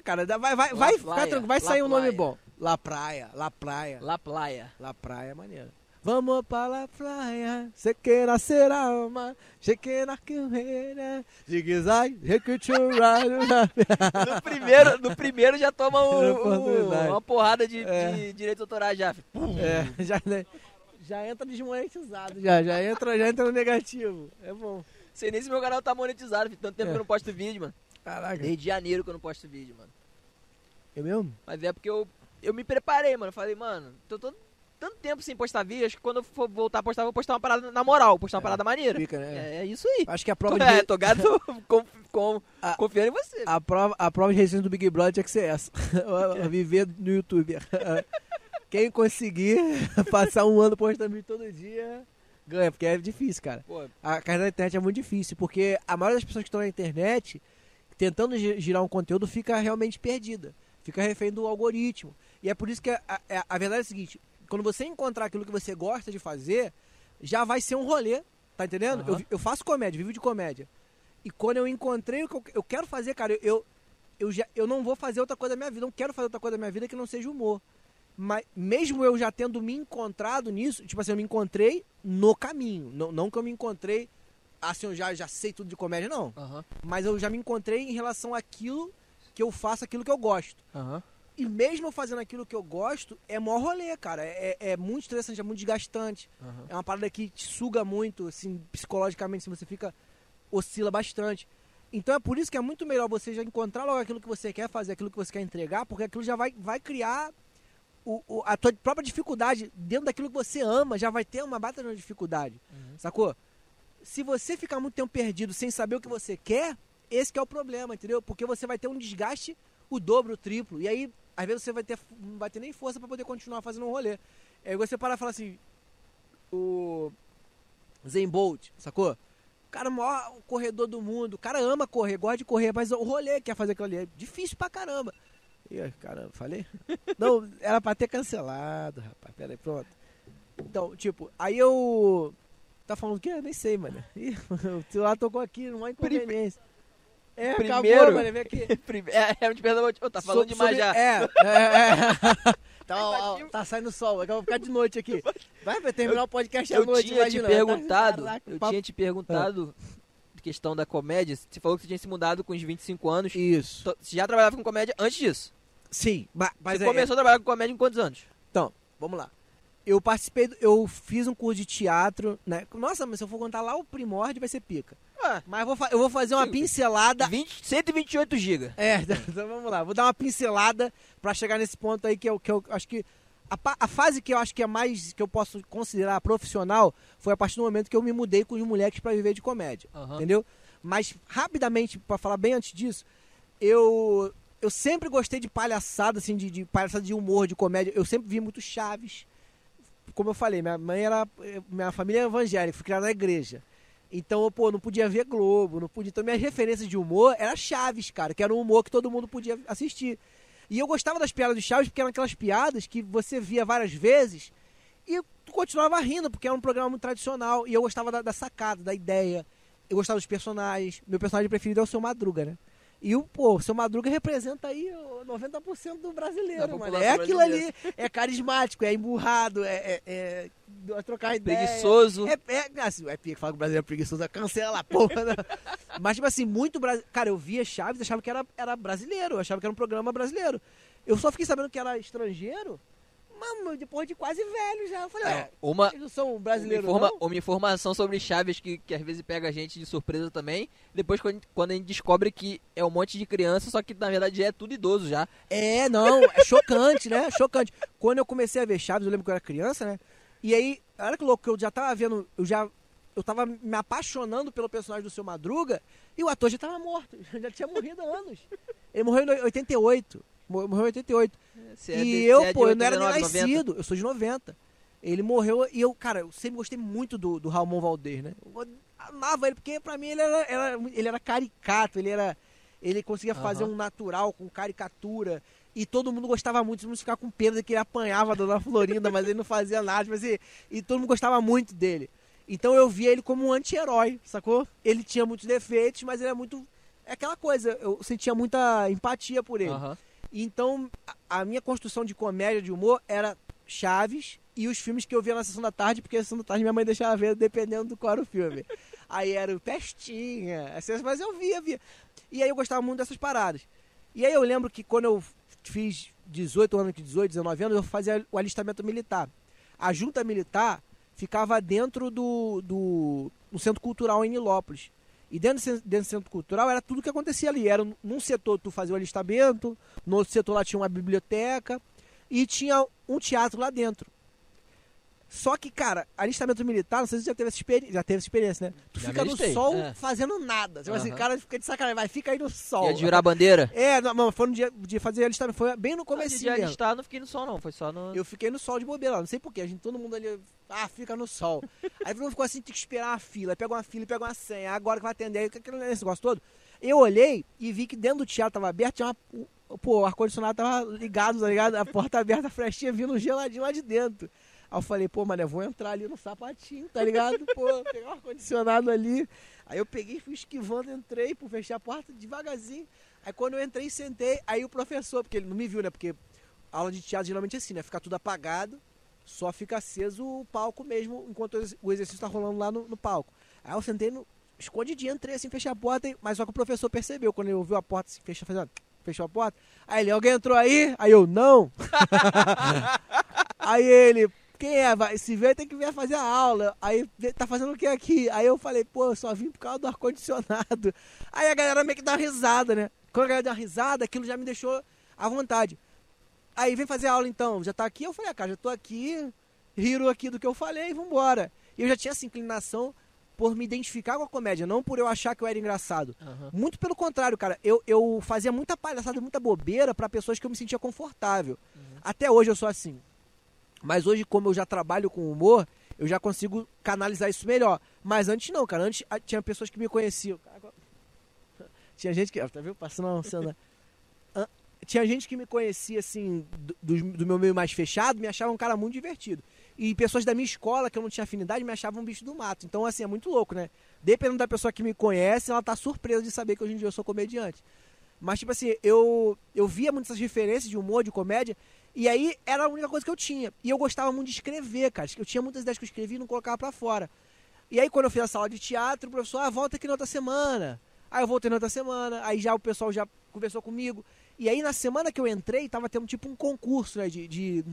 Cara, vai Playa, ficar tranquilo, vai La sair um nome Playa. bom. La Praia. La Playa. La Praia é maneiro. Vamos para la praia, se queira ser alma, se queira que reina, zigue-zague, No primeiro já toma Oportunidade. uma porrada de É. direitos autorais já. Pum. já entra desmonetizado, já entra no negativo. É bom. Sei nem se meu canal tá monetizado, filho. Tanto tempo que eu não posto vídeo, mano. Caraca. Desde janeiro que eu não posto vídeo, mano. Eu mesmo? Mas é porque eu me preparei, mano. Eu falei, mano, tô tanto tempo sem postar vídeo, acho que quando eu for voltar a postar, vou postar uma parada na moral, postar uma parada maneira. Fica, né? É isso aí. Acho que a prova de Tô gato confiando em você. a prova de resistência do Big Brother tinha que ser essa. Viver no YouTube. Quem conseguir passar um ano postando vídeo todo dia, ganha, porque é difícil, cara. Pô, A carreira da internet é muito difícil, porque a maioria das pessoas que estão na internet, tentando girar um conteúdo, fica realmente perdida. Fica refém do algoritmo. E é por isso que a verdade é a seguinte, quando você encontrar aquilo que você gosta de fazer, já vai ser um rolê, tá entendendo? Uhum. Eu faço comédia, vivo de comédia. E quando eu encontrei o que eu quero fazer, cara, eu não vou fazer outra coisa da minha vida, não quero fazer outra coisa da minha vida que não seja humor. Mas mesmo eu já tendo me encontrado nisso, tipo assim, eu me encontrei no caminho. Não que eu me encontrei, assim, eu já sei tudo de comédia, não. Aham. Mas eu já me encontrei em relação àquilo que eu faço, aquilo que eu gosto. Aham. E mesmo eu fazendo aquilo que eu gosto, é mó rolê, cara. É muito estressante, é muito desgastante. Aham. É uma parada que te suga muito, assim, psicologicamente, assim, você oscila bastante. Então é por isso que é muito melhor você já encontrar logo aquilo que você quer fazer, aquilo que você quer entregar, porque aquilo já vai criar a tua própria dificuldade dentro daquilo que você ama, já vai ter uma baita de dificuldade, sacou? Se você ficar muito tempo perdido sem saber o que você quer, esse que é o problema, entendeu? Porque você vai ter um desgaste o dobro, o triplo, e aí às vezes você não vai ter nem força pra poder continuar fazendo um rolê. Aí você parar e falar assim, o Usain Bolt, sacou? O cara é o maior corredor do mundo, o cara ama correr, gosta de correr, mas o rolê quer fazer aquilo ali é difícil pra caramba. Ih, caramba, falei? Não, era pra ter cancelado, rapaz, pera aí, pronto. Então, tipo, aí eu... Tá falando o quê? Eu nem sei, mano. Ih, o celular tocou aqui, não há inconveniência. Primeiro- Acabou, mano, vem aqui. Eu te pergunto, tá falando demais já. Tá saindo sol, daqui a pouco ficar de noite aqui. Vai terminar o podcast à Eu noite, tinha te imagina. perguntado, Caraca, eu papo- tinha te perguntado questão da comédia. Você falou que você tinha se mudado com uns 25 anos. Isso. Você já trabalhava com comédia antes disso? Sim, mas Você começou a trabalhar com comédia em quantos anos? Então, vamos lá. Eu fiz um curso de teatro, né? Nossa, mas se eu for contar lá o primórdio vai ser pica. Mas eu vou fazer uma pincelada. 128 GB. Então vamos lá. Vou dar uma pincelada pra chegar nesse ponto aí que eu acho que... A fase que eu acho que é mais, que eu posso considerar profissional, foi a partir do momento que eu me mudei com os moleques pra viver de comédia. Aham. Entendeu? Mas, rapidamente, pra falar bem antes disso, eu sempre gostei de palhaçada, assim, de palhaçada de humor, de comédia. Eu sempre vi muito Chaves. Como eu falei, minha família é evangélica, fui criada na igreja. Então, não podia ver Globo, não podia. Então, minhas referências de humor era Chaves, cara, que era um humor que todo mundo podia assistir. E eu gostava das piadas de Chaves porque eram aquelas piadas que você via várias vezes e tu continuava rindo, porque era um programa muito tradicional. E eu gostava da sacada, da ideia. Eu gostava dos personagens. Meu personagem preferido é o Seu Madruga, né? E o Seu Madruga representa aí 90% do brasileiro, mano. É aquilo ali, é carismático, é emburrado, é trocar ideia. Preguiçoso. Assim, pica, fala que o brasileiro é preguiçoso, cancela a porra. Né? Mas, tipo assim, muito brasileiro. Cara, eu via Chaves e achava que era brasileiro, eu achava que era um programa brasileiro. Eu só fiquei sabendo que era estrangeiro, mas depois de quase velho já. Eu falei, eles não são brasileiros, não? Uma informação sobre Chaves que às vezes pega a gente de surpresa também. Depois, quando a gente descobre que é um monte de criança, só que na verdade já é tudo idoso já. Não, é chocante, né? Chocante. Quando eu comecei a ver Chaves, eu lembro que eu era criança, né? E aí, olha que louco, eu já tava vendo, eu tava me apaixonando pelo personagem do Seu Madruga e o ator já tava morto, já tinha morrido há anos. Ele morreu em 88. Morreu em 88. Eu não era nem nascido, 90. Eu sou de 90. Ele morreu e eu sempre gostei muito do Ramon Valdez, né? Eu amava ele, porque pra mim ele era caricato, ele conseguia fazer um natural com caricatura. E todo mundo gostava muito, todo mundo ficava com pena de que ele apanhava a Dona Florinda, mas ele não fazia nada, e todo mundo gostava muito dele. Então eu via ele como um anti-herói, sacou? Ele tinha muitos defeitos, mas ele era muito é aquela coisa, eu sentia muita empatia por ele. Aham. Então, a minha construção de comédia, de humor, era Chaves e os filmes que eu via na Sessão da Tarde, porque a Sessão da Tarde minha mãe deixava ver dependendo do qual era o filme. Aí era o Pestinha, mas eu via. E aí eu gostava muito dessas paradas. E aí eu lembro que quando eu fiz 18, 19 anos, eu fazia o alistamento militar. A junta militar ficava dentro do Centro Cultural em Nilópolis. E dentro do Centro Cultural era tudo que acontecia ali. Era num setor tu fazia o alistamento, no outro setor lá tinha uma biblioteca e tinha um teatro lá dentro. Só que, cara, alistamento militar, não sei se você já teve essa experiência, né? Tu Já fica me no alistei, sol é. fazendo nada. Tipo assim, Aham. cara fica de sacanagem, vai, fica aí no sol. Ia de virar a bandeira? Não, foi no dia de fazer alistamento, foi bem no De comecinho mesmo. alistar, não fiquei no sol, não. Foi só no... Eu fiquei no sol de bobeira lá, não sei porquê, todo mundo ali, fica no sol. Aí todo mundo ficou assim, tem que esperar uma fila, pega uma fila e pega uma senha, agora que vai atender, aí aquele negócio todo. Eu olhei e vi que dentro do teatro tava aberto, tinha o ar-condicionado tava ligado, tá ligado? A porta aberta, a frestinha, vindo um geladinho lá de dentro. Aí eu falei, pô, mano, eu vou entrar ali no sapatinho, tá ligado? Pô, pegar o ar-condicionado ali. Aí eu peguei, fui esquivando, entrei, fechei a porta devagarzinho. Aí quando eu entrei, sentei, aí o professor, porque ele não me viu, né? Porque aula de teatro geralmente é assim, né? Fica tudo apagado, só fica aceso o palco mesmo, enquanto o exercício tá rolando lá no palco. Aí eu sentei escondidinho, entrei assim, fechei a porta, mas só que o professor percebeu, quando ele ouviu a porta, assim, fechou a porta. Aí ele, alguém entrou aí? Aí eu, não. Aí ele, quem é? Se vier tem que vir fazer a aula. Aí, tá fazendo o que aqui? Aí eu falei, pô, eu só vim por causa do ar-condicionado. Aí a galera meio que dá uma risada, né? Quando a galera dá uma risada, aquilo já me deixou à vontade. Aí, vem fazer a aula então, já tá aqui? Eu falei, cara, já tô aqui, riram aqui do que eu falei e vambora. E eu já tinha essa inclinação por me identificar com a comédia, não por eu achar que eu era engraçado. Aham. Muito pelo contrário, cara. Eu fazia muita palhaçada, muita bobeira pra pessoas que eu me sentia confortável. Até hoje eu sou assim. Mas hoje, como eu já trabalho com humor, eu já consigo canalizar isso melhor. Mas antes não, cara. Antes tinha pessoas que me conheciam. Tinha gente que... Tá vendo? Passando uma cena. Tinha gente que me conhecia, assim, do meu meio mais fechado, me achava um cara muito divertido. E pessoas da minha escola, que eu não tinha afinidade, me achavam um bicho do mato. Então, assim, é muito louco, né? Dependendo da pessoa que me conhece, ela tá surpresa de saber que hoje em dia eu sou comediante. Mas, tipo assim, eu via muitas referências de humor, de comédia, e aí era a única coisa que eu tinha. E eu gostava muito de escrever, cara. Eu tinha muitas ideias que eu escrevia e não colocava pra fora. E aí, quando eu fiz a sala de teatro, o professor, volta aqui na outra semana. Aí eu voltei na outra semana, aí já o pessoal já conversou comigo. E aí, na semana que eu entrei, tava tendo tipo um concurso, né, de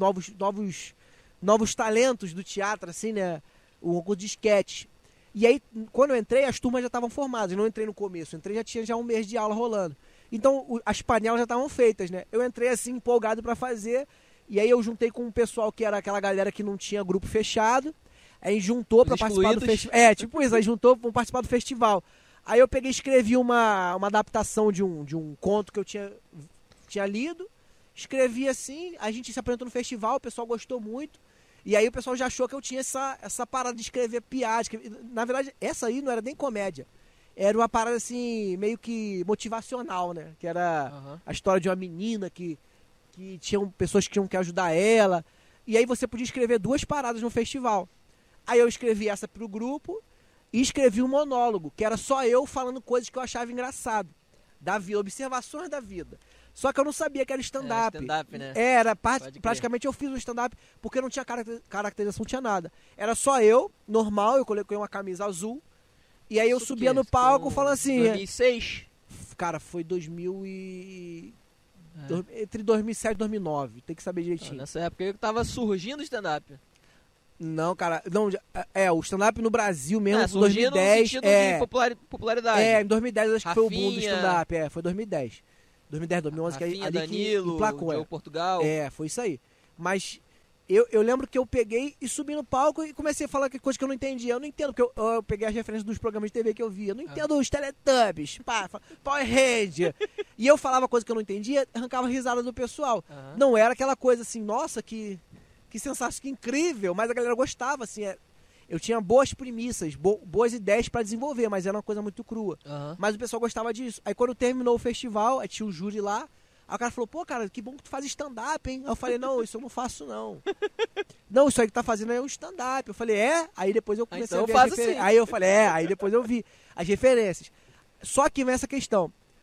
novos talentos do teatro, assim, né, um concurso de sketch. E aí, quando eu entrei, as turmas já estavam formadas. Eu não entrei no começo, eu entrei já tinha um mês de aula rolando. Então, as panelas já estavam feitas, né? Eu entrei assim, empolgado pra fazer. E aí eu juntei com um pessoal que era aquela galera que não tinha grupo fechado. Aí juntou pra participar do festival. É, tipo isso, aí juntou pra participar do festival. Aí eu peguei e escrevi uma adaptação de um conto que eu tinha lido. Escrevi assim, a gente se apresentou no festival, o pessoal gostou muito. E aí o pessoal já achou que eu tinha essa parada de escrever piada. Na verdade, essa aí não era nem comédia. Era uma parada assim, meio que motivacional, né? Que era a história de uma menina que tinham pessoas que tinham que ajudar ela. E aí você podia escrever 2 paradas no festival. Aí eu escrevi essa pro grupo e escrevi um monólogo, que era só eu falando coisas que eu achava engraçado. Da vida, observações da vida. Só que eu não sabia que era stand-up. Stand-up, né? Praticamente eu fiz o stand-up porque não tinha caracterização, não tinha nada. Era só eu, normal, eu coloquei uma camisa azul. E aí eu subia no palco falando assim... 2006? Cara, foi entre 2007 e 2009. Tem que saber direitinho. Nessa época eu tava surgindo o stand-up. Não, cara. Não, o stand-up no Brasil mesmo, em surgindo 2010. no sentido de popularidade. Em 2010 eu acho que foi o boom do Rafinha. stand-up. Foi 2010. 2010, 2011, que Rafinha, ali Danilo, que emplacou. Diogo Portugal. Foi isso aí. Mas eu lembro que eu peguei e subi no palco e comecei a falar coisa que eu não entendia. Eu não entendo, porque eu peguei as referências dos programas de TV que eu via. Eu não entendo os Teletubbies, Power Ranger. E eu falava coisa que eu não entendia, arrancava risada do pessoal. Não era aquela coisa assim, nossa, que sensação, que incrível. Mas a galera gostava, assim. Eu tinha boas premissas, boas ideias pra desenvolver, mas era uma coisa muito crua. Mas o pessoal gostava disso. Aí quando terminou o festival, aí tinha o júri lá. Aí o cara falou, pô, cara, que bom que tu faz stand-up, hein? Aí eu falei, não, isso eu não faço, não. Não, isso aí que tá fazendo é um stand-up. Eu falei, é? Aí depois eu comecei então a ver faz as referências. assim. Aí eu falei, aí depois eu vi as referências. Só que vem essa questão.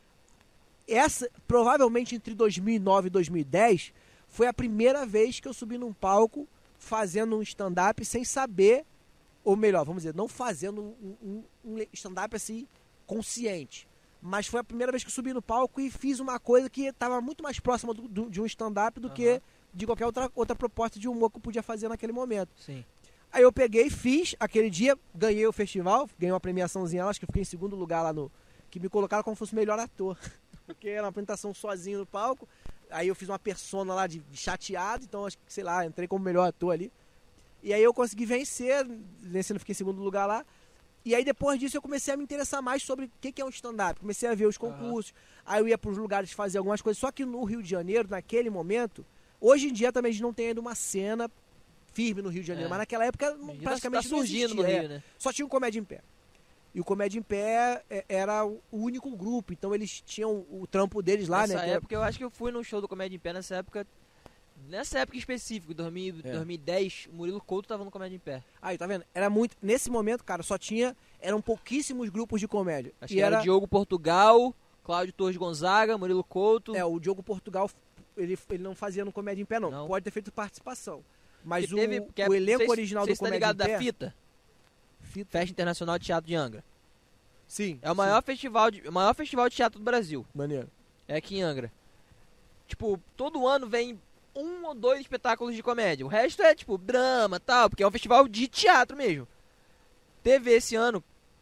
essa, provavelmente entre 2009 e 2010, foi a primeira vez que eu subi num palco fazendo um stand-up sem saber, ou melhor, vamos dizer, não fazendo um stand-up assim consciente. Mas foi a primeira vez que eu subi no palco e fiz uma coisa que estava muito mais próxima de um stand-up do que de qualquer outra proposta de humor que eu podia fazer naquele momento. Sim. Aí eu peguei, fiz aquele dia, ganhei o festival, ganhei uma premiaçãozinha lá, acho que eu fiquei em segundo lugar lá no... Que me colocaram como se fosse o melhor ator. Porque era uma apresentação sozinho no palco. Aí eu fiz uma persona lá de chateado, então acho que, sei lá, entrei como melhor ator ali. E aí eu consegui vencendo, fiquei em segundo lugar lá. E aí depois disso eu comecei a me interessar mais sobre o que é um stand-up. Comecei a ver os concursos, aí eu ia para os lugares fazer algumas coisas. Só que no Rio de Janeiro, naquele momento, hoje em dia também a gente não tem ainda uma cena firme no Rio de Janeiro, mas naquela época praticamente tá surgindo no Rio, né? Só tinha o Comédia em Pé. E o Comédia em Pé era o único grupo, então eles tinham o trampo deles lá, nessa né? época eu acho que eu fui num show do Comédia em Pé nessa época específica, 2010, o Murilo Couto tava no Comédia em Pé. Aí, tá vendo? Era muito... Nesse momento, cara, eram pouquíssimos grupos de comédia. Acho que era Diogo Portugal, Cláudio Torres Gonzaga, Murilo Couto. O Diogo Portugal, ele não fazia no Comédia em Pé, não. Pode ter feito participação. Mas o elenco original do Comédia em Pé... Você tá ligado da FITA? Festa Internacional de Teatro de Angra. Sim. É o maior festival de teatro do Brasil. Maneiro. É aqui em Angra. Tipo, todo ano vem 1 ou 2 espetáculos de comédia. O resto é, tipo, drama e tal, porque é um festival de teatro mesmo. Teve esse ano,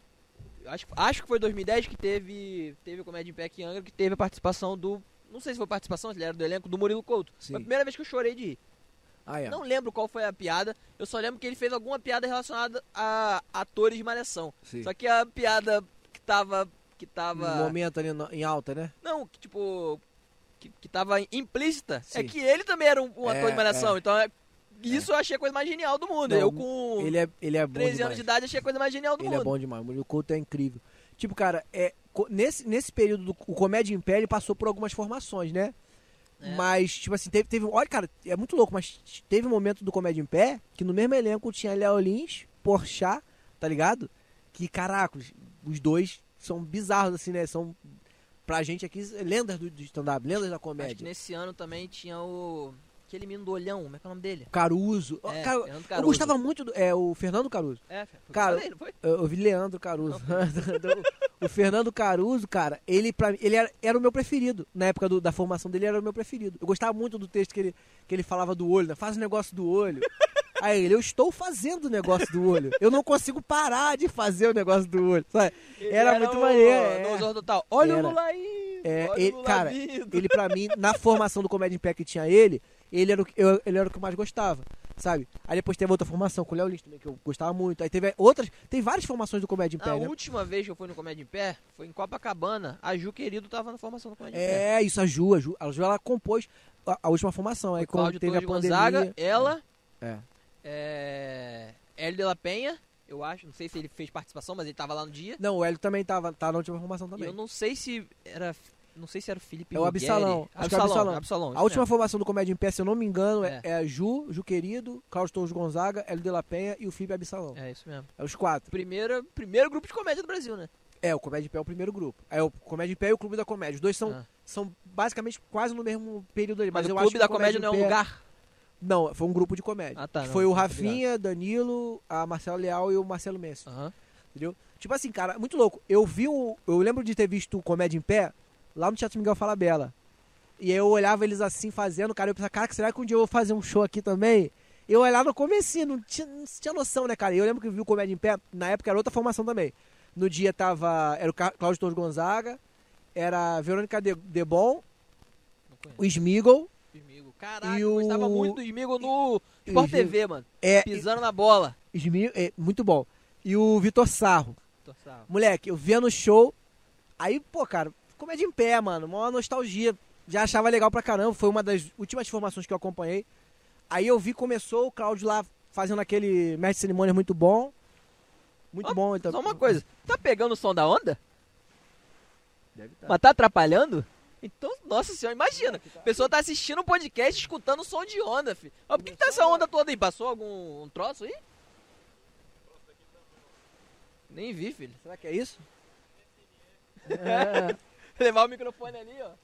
acho que foi 2010 que teve o Comédia em Pé aqui em Angra, que teve a participação do... Não sei se foi participação, se ele era do elenco, do Murilo Couto. Sim. Foi a primeira vez que eu chorei de ir. É. Não lembro qual foi a piada, eu só lembro que ele fez alguma piada relacionada a atores de Malhação. Sim. Só que a piada que tava... No momento ali em alta, né? Não, que tipo... Que tava implícita, Sim. é que ele também era um ator de Malhação. Então, isso eu achei a coisa mais genial do mundo. Não, eu com ele é bom 13 demais. anos de idade achei a coisa mais genial do mundo. Ele é bom demais, o Murilo Couto é incrível. Tipo, cara, nesse período o Comédia em Pé, ele passou por algumas formações, né? Mas, tipo assim, teve... Olha, cara, é muito louco, mas teve um momento do Comédia em Pé que no mesmo elenco tinha Léo Lins, Porchat, tá ligado? Que, caraca, os dois são bizarros, assim, né? São, pra gente aqui, lendas do stand-up, lendas da comédia. Acho que nesse ano também tinha aquele menino do olhão, como é que é o nome dele? Caruso. Cara, Caruso. Eu gostava muito o Fernando Caruso. Cara, dele, não foi? Eu vi Leandro Caruso. O Fernando Caruso, cara, ele era o meu preferido. Na época da formação dele, era o meu preferido. Eu gostava muito do texto que ele falava do olho, né? Faz o negócio do olho. Aí eu estou fazendo o negócio do olho. Eu não consigo parar de fazer o negócio do olho. Sabe? Era muito maneiro. No Zorro Total. Olha o Lula aí. Cara, ele pra mim, na formação do Comédia em Pé que tinha ele era o que eu mais gostava, sabe? Aí depois teve outra formação com o Léo Lins também, que eu gostava muito. Aí tem várias formações do Comédia em Pé, A né? última vez que eu fui no Comédia em Pé foi em Copacabana. A Ju Querido tava na formação do Comédia em Pé. Isso, a Ju ela compôs a última formação. Aí quando teve a pandemia... Gonzaga, ela... É. Hélio de la Penha, eu acho. Não sei se ele fez participação, mas ele tava lá no dia. Não, o Hélio também tá na última formação também. Eu não sei se era... Não sei se era o Felipe É o Absalão. Acho que é o Absalão. A última formação do Comédia em Pé, se eu não me engano, é a Ju Querido, Cláudio Torres Gonzaga, Hélio de la Penha e o Felipe Absalão. É isso mesmo. É os 4. Primeiro grupo de comédia do Brasil, né? O Comédia em Pé é o primeiro grupo. É o Comédia em Pé e o Clube da Comédia. Os dois são basicamente quase no mesmo período ali. Mas eu o acho Clube da Comédia não é um lugar? Não, foi um grupo de comédia. Tá. Foi o Rafinha, Danilo, a Marcelo Leal e o Marcelo Mendes. Entendeu? Tipo assim, cara, muito louco. Eu lembro de ter visto o Comédia em Pé lá no Teatro Miguel Falabella. E aí eu olhava eles assim fazendo, cara, eu pensava, cara, será que um dia eu vou fazer um show aqui também? Eu olhava no comecinho, não tinha noção, né, cara? E eu lembro que eu vi o Comédia em Pé, na época era outra formação também. No dia era o Cláudio Torres Gonzaga, era a Verônica Debon, o Smeagol. Caraca, eu gostava muito do Smeagol no Sport TV, mano. Pisando na bola. Muito bom. E o Vitor Sarro. Moleque, eu via no show, aí, pô, cara, Comédia em Pé, mano, uma nostalgia. Já achava legal pra caramba, foi uma das últimas formações que eu acompanhei. Aí eu vi, começou o Cláudio lá fazendo aquele mestre de cerimônia muito bom. Muito bom. Então... Só uma coisa, tá pegando o som da onda? Deve estar. Mas tá atrapalhando? Então, nossa senhora, imagina, a pessoa tá assistindo um podcast escutando som de onda, filho. Mas por que tá essa onda toda aí? Passou algum troço aí? Nem vi, filho. Será que é isso? Levar o microfone ali, ó.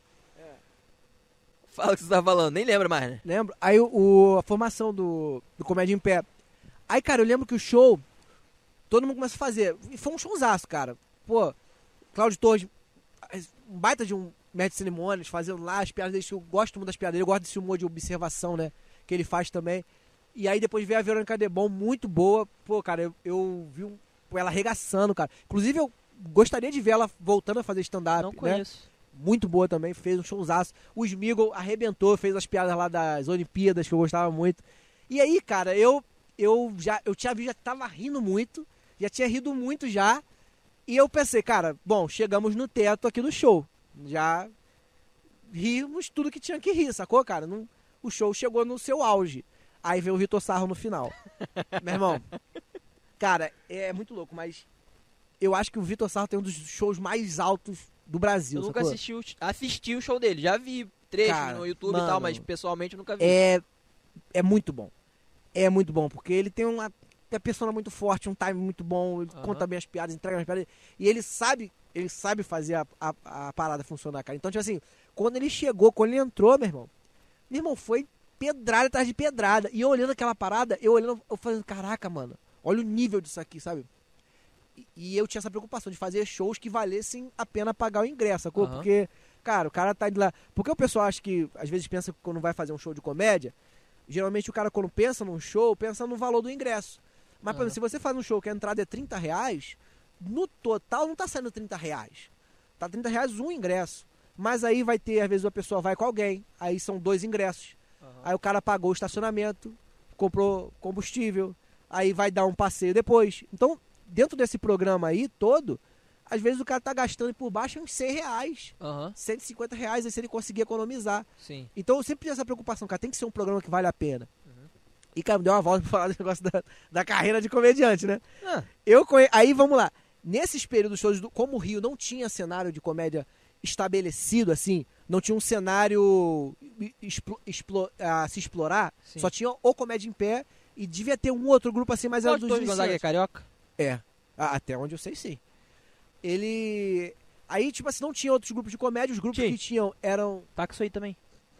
Fala o que você tá falando, nem lembra mais, né? Lembro. Aí a formação do Comédia em Pé. Aí, cara, eu lembro que o show, todo mundo começa a fazer. E foi um showzaço, cara. Pô, Cláudio Torres, um baita de um mestre de cerimônias, fazendo lá as piadas dele. Eu gosto muito das piadas dele, eu gosto desse humor de observação, né? Que ele faz também. E aí depois veio a Verônica Debon, muito boa. Pô, cara, eu vi ela arregaçando, cara. Inclusive, eu gostaria de ver ela voltando a fazer stand-up, Não né? conheço. Muito boa também, fez um showzaço. O Smigol arrebentou, fez as piadas lá das Olimpíadas, que eu gostava muito. E aí, cara, eu tinha visto, já tava rindo muito, já tinha rido muito já. E eu pensei, cara, bom, chegamos no teto aqui do show. Já rimos tudo que tinha que rir, sacou, cara? O show chegou no seu auge. Aí veio o Vitor Sarro no final. Meu irmão, cara, é muito louco, mas eu acho que o Vitor Sarro tem um dos shows mais altos do Brasil, Eu nunca sacou? assisti o show dele. Já vi trecho Cara, no YouTube mano, e tal, mas pessoalmente eu nunca vi. É muito bom. É muito bom, porque ele tem uma persona muito forte, um time muito bom, ele conta bem as piadas, entrega as piadas. E ele sabe fazer a parada funcionar, cara. Então, tipo assim, quando ele entrou, meu irmão, foi pedrada atrás de pedrada. E eu olhando aquela parada, eu falando, caraca, mano, olha o nível disso aqui, sabe? E eu tinha essa preocupação de fazer shows que valessem a pena pagar o ingresso, sacou? Porque, cara, o cara tá indo lá... Porque o pessoal acha que, às vezes, pensa que quando vai fazer um show de comédia, geralmente o cara, quando pensa num show, pensa no valor do ingresso. Mas, por exemplo, se você faz um show que a entrada é R$30, no total não tá saindo R$30. Tá R$30 um ingresso. Mas aí vai ter, às vezes, a pessoa vai com alguém, aí são 2 ingressos. Aí o cara pagou o estacionamento, comprou combustível, aí vai dar um passeio depois. Então, dentro desse programa aí todo, às vezes o cara tá gastando por baixo uns R$100, R$150, aí se ele conseguir economizar. Sim. Então eu sempre tinha essa preocupação, cara, tem que ser um programa que vale a pena. E, cara, me deu uma volta pra falar do negócio da carreira de comediante, né? Aí, vamos lá. Nesses períodos todos, como o Rio não tinha cenário de comédia estabelecido, assim, não tinha um cenário a se explorar, Sim. só tinha o Comédia em Pé e devia ter um outro grupo assim, mas era dos Torres Gonzaga é iniciantes. carioca? É, até onde eu sei, sim. Ele... Aí, tipo assim, não tinha outros grupos de comédia, os grupos que tinham eram... Tá com isso aí também.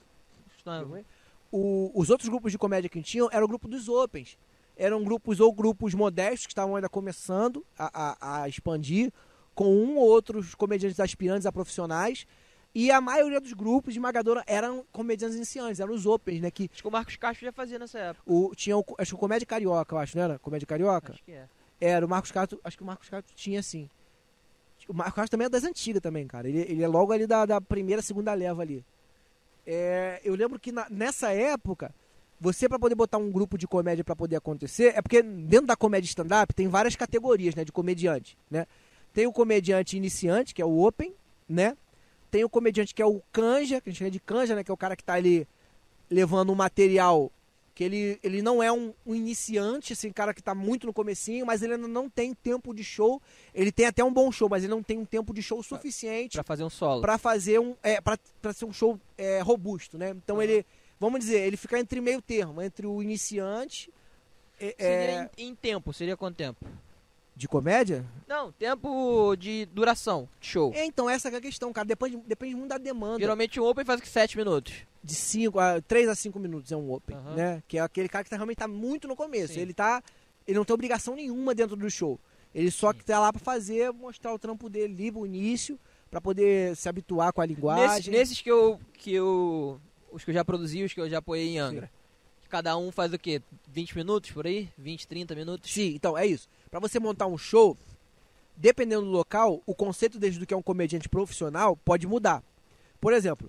Os outros grupos de comédia que tinham eram o grupo dos Opens. Eram grupos modestos que estavam ainda começando a expandir, com um ou outros comediantes aspirantes a profissionais. E a maioria dos grupos de esmagadora eram comediantes iniciantes, eram os Opens, né? Que acho que o Marcos Castro já fazia nessa época. Acho que o Comédia Carioca, eu acho, não era? Comédia Carioca? Acho que é. Era, o Marcos Castro, acho que o Marcos Castro tinha, sim. O Marcos Castro também é das antigas também, cara. Ele é logo ali da primeira, segunda leva ali. Eu lembro que nessa época, você pra poder botar um grupo de comédia pra poder acontecer, é porque dentro da comédia stand-up tem várias categorias, né, de comediante, né? Tem o comediante iniciante, que é o Open, né? Tem o comediante que é o canja, que a gente chama de canja, né? Que é o cara que tá ali levando um material que ele não é um iniciante, assim, cara que tá muito no comecinho, mas ele ainda não tem tempo de show. Ele tem até um bom show, mas ele não tem um tempo de show suficiente pra fazer um solo. Pra fazer pra ser um show robusto, né? Então ele, vamos dizer, ele fica entre meio termo, entre o iniciante... Seria em tempo, seria quanto tempo? De comédia? Não, tempo de duração de show. Então, essa é a questão, cara. Depende muito da demanda. Geralmente o Open faz que 7 minutos. De 3 a 5 minutos é um Open, né? Que é aquele cara que realmente tá muito no começo. Sim. Ele não tem obrigação nenhuma dentro do show. Ele só que tá lá pra mostrar o trampo dele ali no início, pra poder se habituar com a linguagem. Nesses os que eu já produzi, os que eu já apoiei em Angra. Sim. Cada um faz o quê? 20 minutos por aí? 20, 30 minutos? Sim, então é isso. Pra você montar um show, dependendo do local, o conceito do que é um comediante profissional pode mudar. Por exemplo,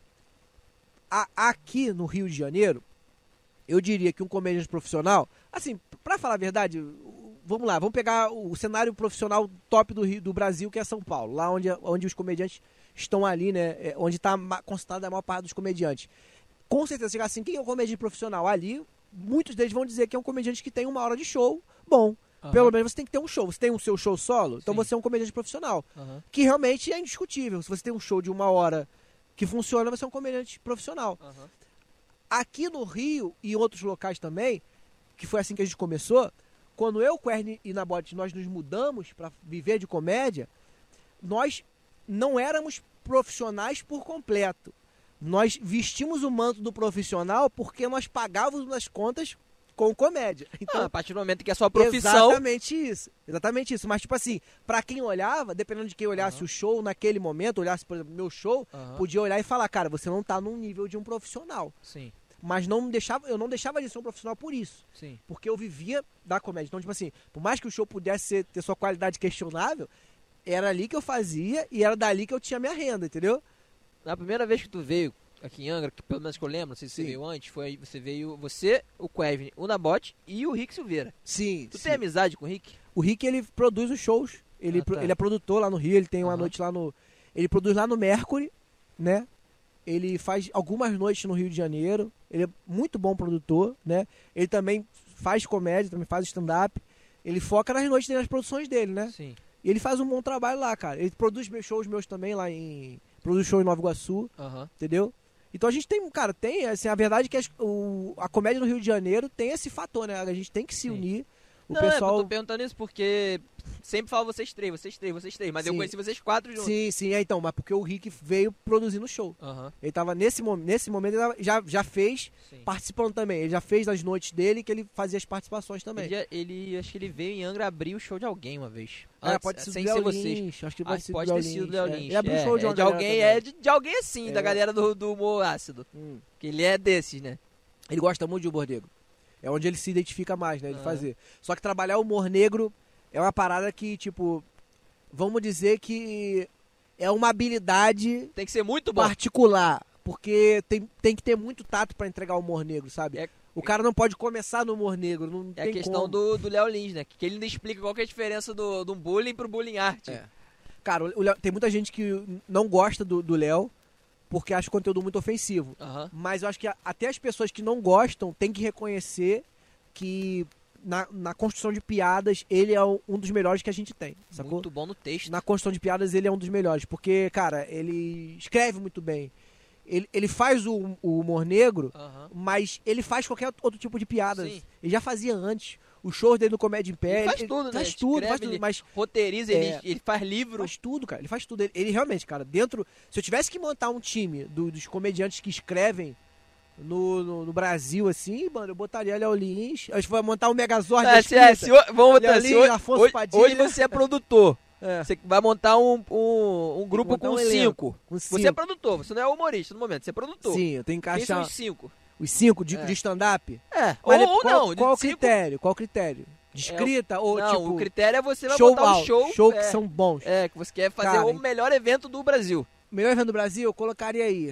aqui no Rio de Janeiro, eu diria que um comediante profissional, assim, pra falar a verdade, vamos lá, vamos pegar o cenário profissional top do Brasil, que é São Paulo, lá onde os comediantes estão ali, né, onde está concentrada a maior parte dos comediantes. Com certeza, chegar assim, quem é um comediante profissional ali, muitos deles vão dizer que é um comediante que tem 1 hora de show bom. Pelo menos você tem que ter um show. Você tem o seu show solo, então você é um comediante profissional. Que realmente é indiscutível. Se você tem um show de 1 hora que funciona, você é um comediante profissional. Aqui no Rio e em outros locais também, que foi assim que a gente começou, quando eu, Querny e Nabote, nós nos mudamos para viver de comédia, nós não éramos profissionais por completo. Nós vestimos o manto do profissional porque nós pagávamos as contas com comédia. Então, a partir do momento que é sua profissão... Exatamente isso. Mas, tipo assim, pra quem olhava, dependendo de quem olhasse o show naquele momento, olhasse, por exemplo, meu show, podia olhar e falar, cara, você não tá num nível de um profissional. Sim. Mas eu não deixava de ser um profissional por isso. Sim. Porque eu vivia da comédia. Então, tipo assim, por mais que o show pudesse ter sua qualidade questionável, era ali que eu fazia e era dali que eu tinha minha renda, entendeu? Na primeira vez que tu veio aqui em Angra, que pelo menos que eu lembro, não sei se você veio antes, você, o Kevin, o Nabote e o Rick Silveira. Sim. Tu tem amizade com o Rick? O Rick, ele produz os shows. Ele é produtor lá no Rio, ele tem uma noite lá no... Ele produz lá no Mercury, né? Ele faz algumas noites no Rio de Janeiro. Ele é muito bom produtor, né? Ele também faz comédia, também faz stand-up. Ele foca nas noites dele, nas produções dele, né? Sim. E ele faz um bom trabalho lá, cara. Ele produz shows meus também lá em... Produz show em Nova Iguaçu, entendeu? Então a gente tem, cara, assim, a verdade é que a comédia no Rio de Janeiro tem esse fator, né? A gente tem que se unir. O pessoal... eu tô perguntando isso porque sempre falo vocês três, mas eu conheci vocês 4 juntos. Sim, então, mas porque o Rick veio produzindo o show. Ele tava nesse momento, ele já fez, participando também. Ele já fez as noites dele, que ele fazia as participações também. Acho que ele veio em Angra abrir o show de alguém uma vez. Pode ser sem do ser Léo vocês. Lins. Acho que pode ter sido do Léo Lins. Ele abriu o show de alguém, de alguém assim, da galera do humor ácido. Que ele é desses, né? Ele gosta muito de humor negro. É onde ele se identifica mais, né? Ele fazer. Só que trabalhar o humor negro é uma parada que, tipo, vamos dizer que é uma habilidade... Tem que ser muito bom. Particular. Porque tem que ter muito tato pra entregar o humor negro, sabe? O cara não pode começar no humor negro, não tem a questão do Léo Lins, né? Que ele ainda explica qual que é a diferença do bullying pro bullying art. Cara, tem muita gente que não gosta do Léo, porque acha o conteúdo muito ofensivo. Mas eu acho que até as pessoas que não gostam têm que reconhecer que na construção de piadas ele é um dos melhores que a gente tem, sacou? Muito bom no texto. Na construção de piadas ele é um dos melhores, porque, cara, ele escreve muito bem. Ele faz o humor negro, mas ele faz qualquer outro tipo de piadas. Sim. Ele já fazia antes. O show dele no Comédia em Pé. Ele faz tudo, né? Faz tudo, mas roteiriza, ele faz livro. Faz tudo, cara. Ele faz tudo. Ele realmente, cara, se eu tivesse que montar um time dos comediantes que escrevem no Brasil, assim, mano, eu botaria Léo Lins. A gente vai montar um Megazord da escrita. Vamos botar assim. Hoje Padilha. você é produtor. Você vai montar um grupo com 5. Você é produtor, você não é humorista no momento, você é produtor. Sim, eu tenho que Quem são encaixar... os 5? Os 5 de stand-up? Ou não. Qual o critério? Qual o critério? De escrita ou não, tipo... o critério é você vai show botar um show... Show que são bons. Que você quer fazer o melhor evento do Brasil. O melhor evento do Brasil, eu colocaria aí...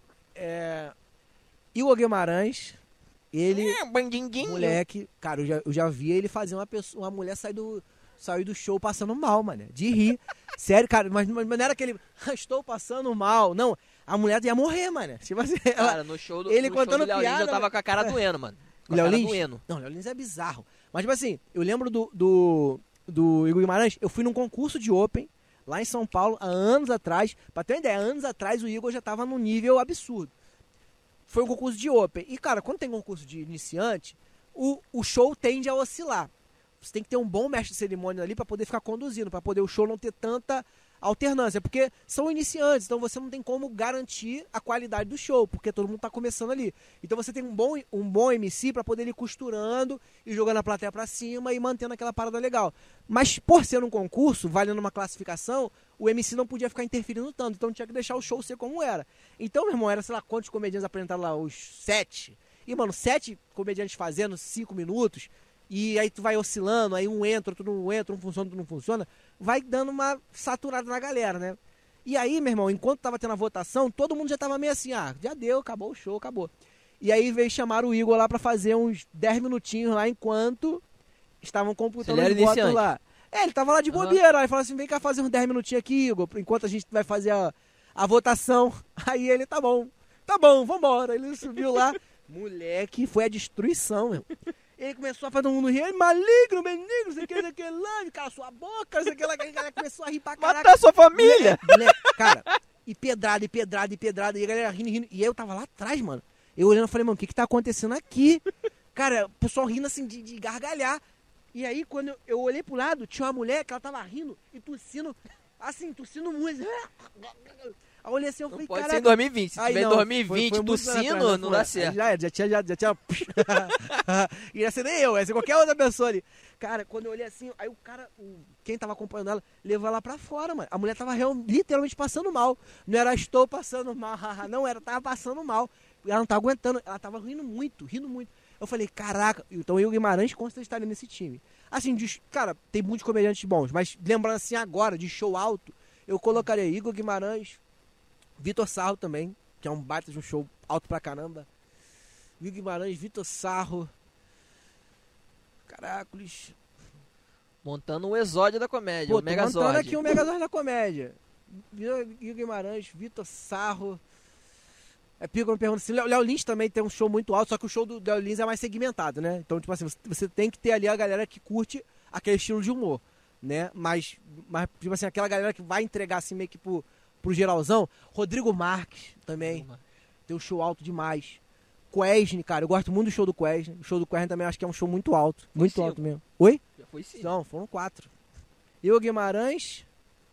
Igor Guimarães, ele... Bandinguinho. Moleque, cara, eu já vi ele fazer uma mulher sair do show passando mal, mano, de rir. Sério, cara, mas não era aquele... Estou passando mal, não. A mulher ia morrer, mano. Tipo assim, cara, no show do ele contando Léo Lins, eu tava com a cara doendo, mano. Léo Lins? Não, Léo Lins é bizarro. Mas, tipo assim, eu lembro do Igor Guimarães, eu fui num concurso de Open, lá em São Paulo, há anos atrás. Pra ter uma ideia, anos atrás o Igor já tava num nível absurdo. Foi um concurso de Open. E, cara, quando tem concurso de iniciante, o show tende a oscilar. Você tem que ter um bom mestre de cerimônia ali pra poder ficar conduzindo, pra poder o show não ter tanta alternância, porque são iniciantes, então você não tem como garantir a qualidade do show, porque todo mundo tá começando ali. Então você tem um bom MC pra poder ir costurando e jogando a plateia pra cima e mantendo aquela parada legal. Mas por ser um concurso, valendo uma classificação, o MC não podia ficar interferindo tanto, então tinha que deixar o show ser como era. Então, meu irmão, era, sei lá, quantos comediantes apresentaram lá? Os 7. E, mano, 7 comediantes fazendo 5 minutos, e aí tu vai oscilando, aí um entra, outro não entra, um funciona, outro não funciona, vai dando uma saturada na galera, né? E aí, meu irmão, enquanto tava tendo a votação, todo mundo já tava meio assim, já deu, acabou o show, acabou. E aí veio chamar o Igor lá pra fazer uns 10 minutinhos lá, enquanto estavam computando os votos lá. Ele tava lá de bobeira, aí falou assim, vem cá fazer uns 10 minutinhos aqui, Igor, enquanto a gente vai fazer a votação. Aí ele, tá bom, vambora. Ele subiu lá, moleque, foi a destruição, meu. Ele começou a fazer todo mundo rir, maligno, menino, não sei o que lá, cala sua boca, não sei o que lá, a galera começou a rir pra caralho. Matar sua família! Moleque, cara, e pedrada, e a galera rindo, e aí eu tava lá atrás, mano. Eu olhando, eu falei, mano, o que tá acontecendo aqui? Cara, o pessoal rindo assim, de gargalhar. E aí, quando eu olhei pro lado, tinha uma mulher que ela tava rindo e tossindo, assim, tossindo muito. Aí eu olhei assim, eu Não falei, pode caraca. ser em 2020. Se Aí tiver em não, 2020 foi muito lá tossindo, atrás, não foi. dá certo. Já tinha. Ia ser nem eu, ia ser qualquer outra pessoa ali. Cara, quando eu olhei assim, aí o cara, quem tava acompanhando ela, levou ela pra fora, mano. A mulher tava literalmente passando mal. Não era estou passando mal, não, tava passando mal. Ela não tava aguentando, ela tava rindo muito. Eu falei, caraca, então eu e o Guimarães com certeza estaria nesse time. Assim, cara, tem muitos comediantes bons, mas lembrando assim agora, de show alto, eu colocaria Igor Guimarães, Vitor Sarro também, que é um baita de um show alto pra caramba. Igor Guimarães, Vitor Sarro. Caracoles. Montando um exódio da comédia, Pô, o Megazord. montando aqui um Megazord da comédia. Igor Guimarães, Vitor Sarro. É Pico me pergunta assim, Léo Lins também tem um show muito alto, só que o show do Léo Lins é mais segmentado, né? Então, tipo assim, você tem que ter ali a galera que curte aquele estilo de humor, né? Mas tipo assim, aquela galera que vai entregar assim meio que pro geralzão. Rodrigo Marques também. Tem um show alto demais. Quesne, cara, eu gosto muito do show do Quesne. O show do Quesne também acho que é um show muito alto. Muito alto mesmo. Oi? Já foi sim. Não, foram 4. Igor Guimarães.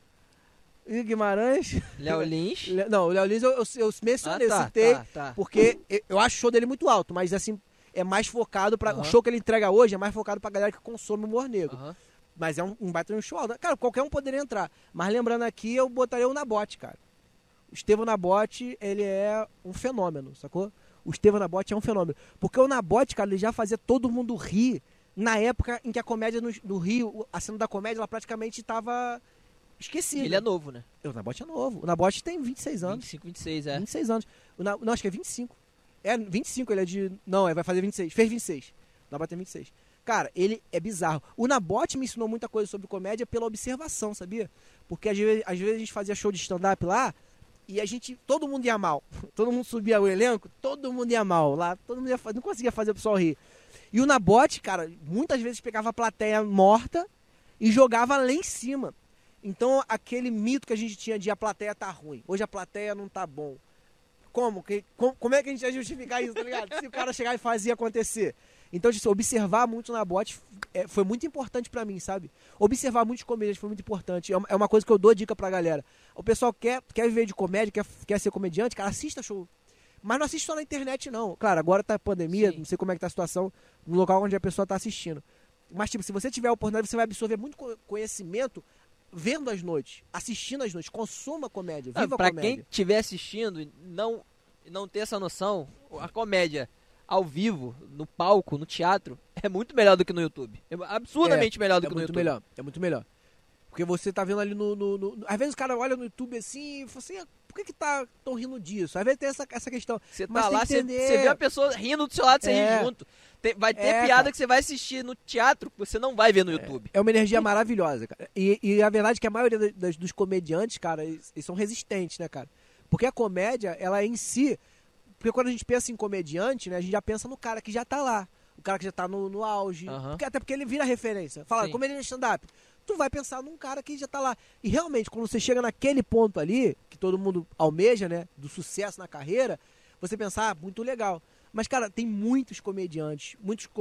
Léo Lins. Não, o Léo Lins eu mencionei, eu citei, porque eu acho o show dele muito alto, mas assim, é mais focado para o show que ele entrega hoje é mais focado pra galera que consome humor negro. Mas é um baita de um show alto. Cara, qualquer um poderia entrar. Mas lembrando aqui, eu botaria o Nabote, cara. O Estevão Nabote, ele é um fenômeno, sacou? O Estevão Nabote é um fenômeno. Porque o Nabote, cara, ele já fazia todo mundo rir na época em que a comédia no Rio, a cena da comédia, ela praticamente tava esquecida. Ele é novo, né? O Nabote é novo. O Nabote tem 26 anos. 25, 26, é. 26 anos. Não, acho que é 25. É, 25, ele é de... Não, vai fazer 26. Fez 26. O Nabote tem 26. Cara, ele é bizarro. O Nabote me ensinou muita coisa sobre comédia pela observação, sabia? Porque às vezes a gente fazia show de stand-up lá e todo mundo ia mal. Todo mundo subia o elenco, todo mundo ia mal. Lá, todo mundo não conseguia fazer o pessoal rir. E o Nabote, cara, muitas vezes pegava a plateia morta e jogava lá em cima. Então, aquele mito que a gente tinha de a plateia tá ruim, hoje a plateia não tá bom. Como é que a gente ia justificar isso, tá ligado? Se o cara chegar e fazia acontecer. Então, observar muito na Nabote foi muito importante pra mim, sabe? Observar muitos comediantes foi muito importante. É uma coisa que eu dou dica pra galera. O pessoal quer viver de comédia, quer ser comediante, cara, assista show. Mas não assiste só na internet, não. Claro, agora tá a pandemia, Não sei como é que tá a situação no local onde a pessoa tá assistindo. Mas, tipo, se você tiver a oportunidade, você vai absorver muito conhecimento vendo as noites, assistindo as noites, consuma comédia, viva pra comédia. Quem estiver assistindo e não ter essa noção, a comédia ao vivo, no palco, no teatro, é muito melhor do que no YouTube. É absurdamente melhor do que no YouTube. É muito melhor. Porque você tá vendo ali às vezes o cara olha no YouTube assim e fala assim, por que tão rindo disso? Às vezes tem essa questão. Você tá mas lá, você vê a pessoa rindo do seu lado, você ri junto. Vai ter piada, cara, que você vai assistir no teatro que você não vai ver no YouTube. É uma energia maravilhosa, cara. E a verdade é que a maioria dos comediantes, cara, eles são resistentes, né, cara? Porque a comédia, ela em si... Porque quando a gente pensa em comediante, né, a gente já pensa no cara que já tá lá. O cara que já tá no auge. Até porque ele vira referência. Fala, comediante stand-up. Tu vai pensar num cara que já tá lá. E realmente, quando você chega naquele ponto ali, que todo mundo almeja, né, do sucesso na carreira, você pensa, muito legal. Mas, cara, tem muitos comediantes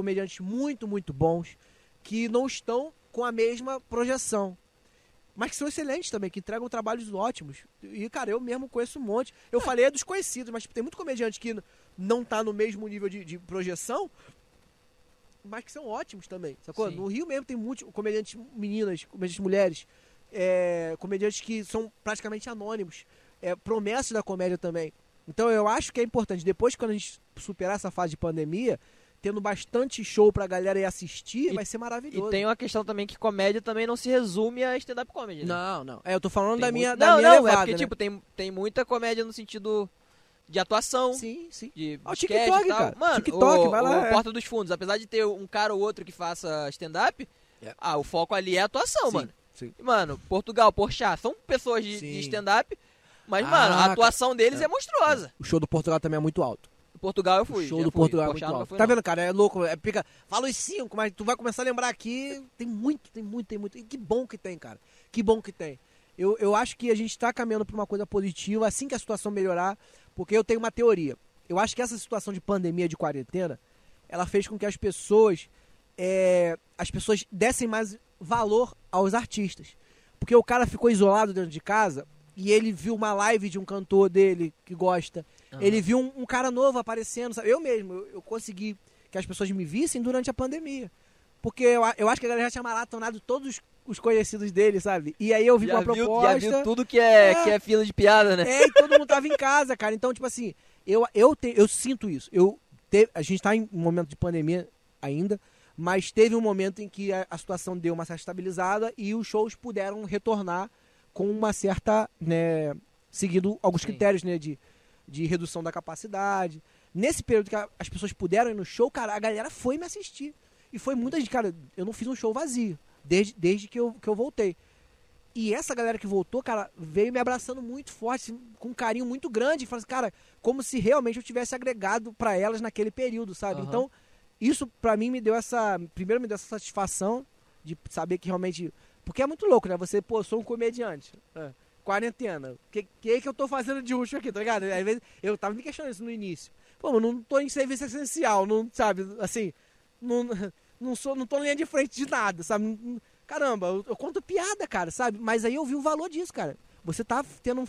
muito, muito bons, que não estão com a mesma projeção. Mas que são excelentes também, que entregam trabalhos ótimos. E, cara, eu mesmo conheço um monte. Eu falei dos conhecidos, mas tipo, tem muito comediante que não tá no mesmo nível de projeção, mas que são ótimos também, sacou? No Rio mesmo tem muitos comediantes meninas, comediantes mulheres, comediantes que são praticamente anônimos, promessas da comédia também. Então eu acho que é importante, depois que quando a gente superar essa fase de pandemia, tendo bastante show pra galera ir assistir, vai ser maravilhoso. E tem uma questão também que comédia também não se resume a stand-up comedy, né? Não. Eu tô falando da minha levada, é porque, né? tipo, tem muita comédia no sentido de atuação. Sim. De o TikTok, e tal. cara. Mano, TikTok, vai lá. O Porta dos Fundos, apesar de ter um cara ou outro que faça stand-up, o foco ali é atuação, mano. Sim. Mano, Portugal, Porchat, são pessoas de stand-up, mas, mano, a atuação deles é monstruosa. O show do Portugal também é muito alto. Portugal eu fui. O show do Portugal é muito alto. Tá vendo, cara? É louco. Fala os 5, mas tu vai começar a lembrar aqui. Tem muito. E que bom que tem, cara. Que bom que tem. Eu acho que a gente tá caminhando pra uma coisa positiva assim que a situação melhorar, porque eu tenho uma teoria. Eu acho que essa situação de pandemia, de quarentena, ela fez com que as pessoas dessem mais valor aos artistas. Porque o cara ficou isolado dentro de casa e ele viu uma live de um cantor dele que gosta. Ele viu um cara novo aparecendo, sabe? Eu mesmo, eu consegui que as pessoas me vissem durante a pandemia. Porque eu acho que a galera já tinha maratonado todos os conhecidos dele, sabe? E aí eu vi uma proposta... Já viu tudo que é fila de piada, né? E todo mundo tava em casa, cara. Então, tipo assim, eu sinto isso. A gente tá em um momento de pandemia ainda, mas teve um momento em que a situação deu uma certa estabilizada e os shows puderam retornar com uma certa, né, seguindo alguns critérios, né, de redução da capacidade. Nesse período que as pessoas puderam ir no show, cara, a galera foi me assistir. E foi muita gente, cara, eu não fiz um show vazio, desde que eu voltei. E essa galera que voltou, cara, veio me abraçando muito forte, assim, com um carinho muito grande, falando assim, cara, como se realmente eu tivesse agregado pra elas naquele período, sabe? Então, isso pra mim primeiro me deu essa satisfação de saber que realmente, porque é muito louco, né? Você, pô, sou um comediante, quarentena, o que eu tô fazendo de útil aqui, tá ligado? Às vezes, eu tava me questionando isso no início. Pô, eu não tô em serviço essencial, não, sabe, assim, não tô na linha de frente de nada, sabe? Caramba, eu conto piada, cara, sabe? Mas aí eu vi o valor disso, cara. Você tá tendo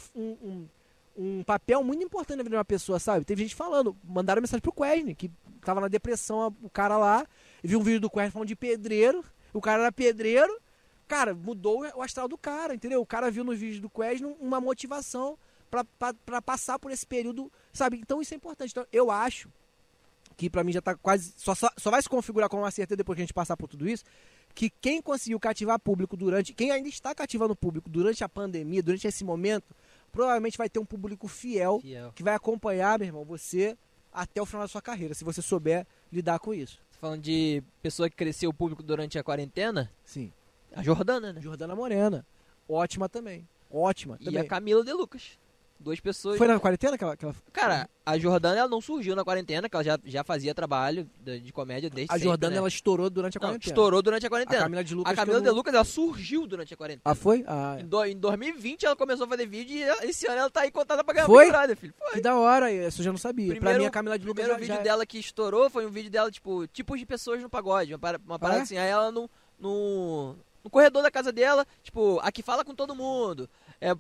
um papel muito importante na vida de uma pessoa, sabe? Teve gente falando, mandaram mensagem pro Quesne, que tava na depressão, o cara lá, viu um vídeo do Quesne falando de pedreiro, o cara era pedreiro, cara, mudou o astral do cara, entendeu? O cara viu nos vídeos do Quesne uma motivação pra passar por esse período, sabe? Então isso é importante. Então eu acho que pra mim já tá quase... Só vai se configurar como uma certeza depois que a gente passar por tudo isso, que quem conseguiu cativar público quem ainda está cativando público durante a pandemia, durante esse momento, provavelmente vai ter um público fiel. Que vai acompanhar, meu irmão, você até o final da sua carreira, se você souber lidar com isso. Você falando de pessoa que cresceu o público durante a quarentena? Sim. A Jordana, né? Jordana Morena. Ótima também. E a Camila De Lucas. Duas pessoas... Foi na quarentena que ela... Cara, a Jordana, ela não surgiu na quarentena, que ela já fazia trabalho de comédia desde sempre, Jordana, né? Ela estourou durante a quarentena. Estourou durante a quarentena. A Camila De Lucas, ela surgiu durante a quarentena. Ah, foi? Em 2020 ela começou a fazer vídeo e esse ano ela tá aí contada pra ganhar Foi? Big Brother, filho. Foi. Que da hora, isso eu já não sabia. Pra mim, a Camila de Lucas O primeiro vídeo dela que estourou foi um vídeo dela, tipo, tipos de pessoas no pagode. Uma parada assim, aí ela no corredor da casa dela, tipo, a que fala com todo mundo.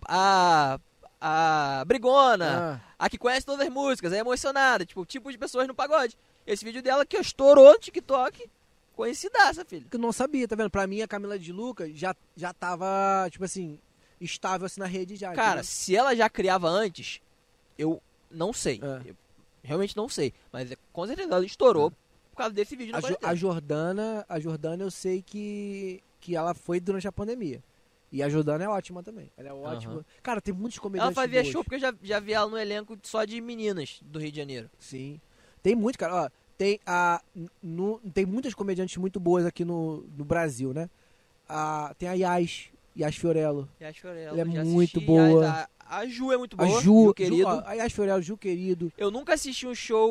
A brigona, a que conhece todas as músicas, é emocionada, tipo de pessoas no pagode. Esse vídeo dela que estourou no TikTok, conhecidaça, filho. Que eu não sabia, tá vendo? Pra mim, a Camila de Lucas já tava, tipo assim, estável assim na rede já. Cara, entendeu? se ela já criava antes, eu não sei. Eu realmente não sei. Mas com certeza ela estourou por causa desse vídeo na quarentena. A Jordana eu sei que ela foi durante a pandemia. E a Jordana é ótima também. Ela é ótima. Cara, tem muitos comediantes. Ela fazia show porque eu já vi ela no elenco só de meninas do Rio de Janeiro. Sim. Tem muito, cara. Ó, tem muitas comediantes muito boas aqui no Brasil, né? Tem a Yas Fiorello. Ela é muito boa. A Ju é muito boa. A Ju querido. A Yas Fiorello, Ju querido. Eu nunca assisti um show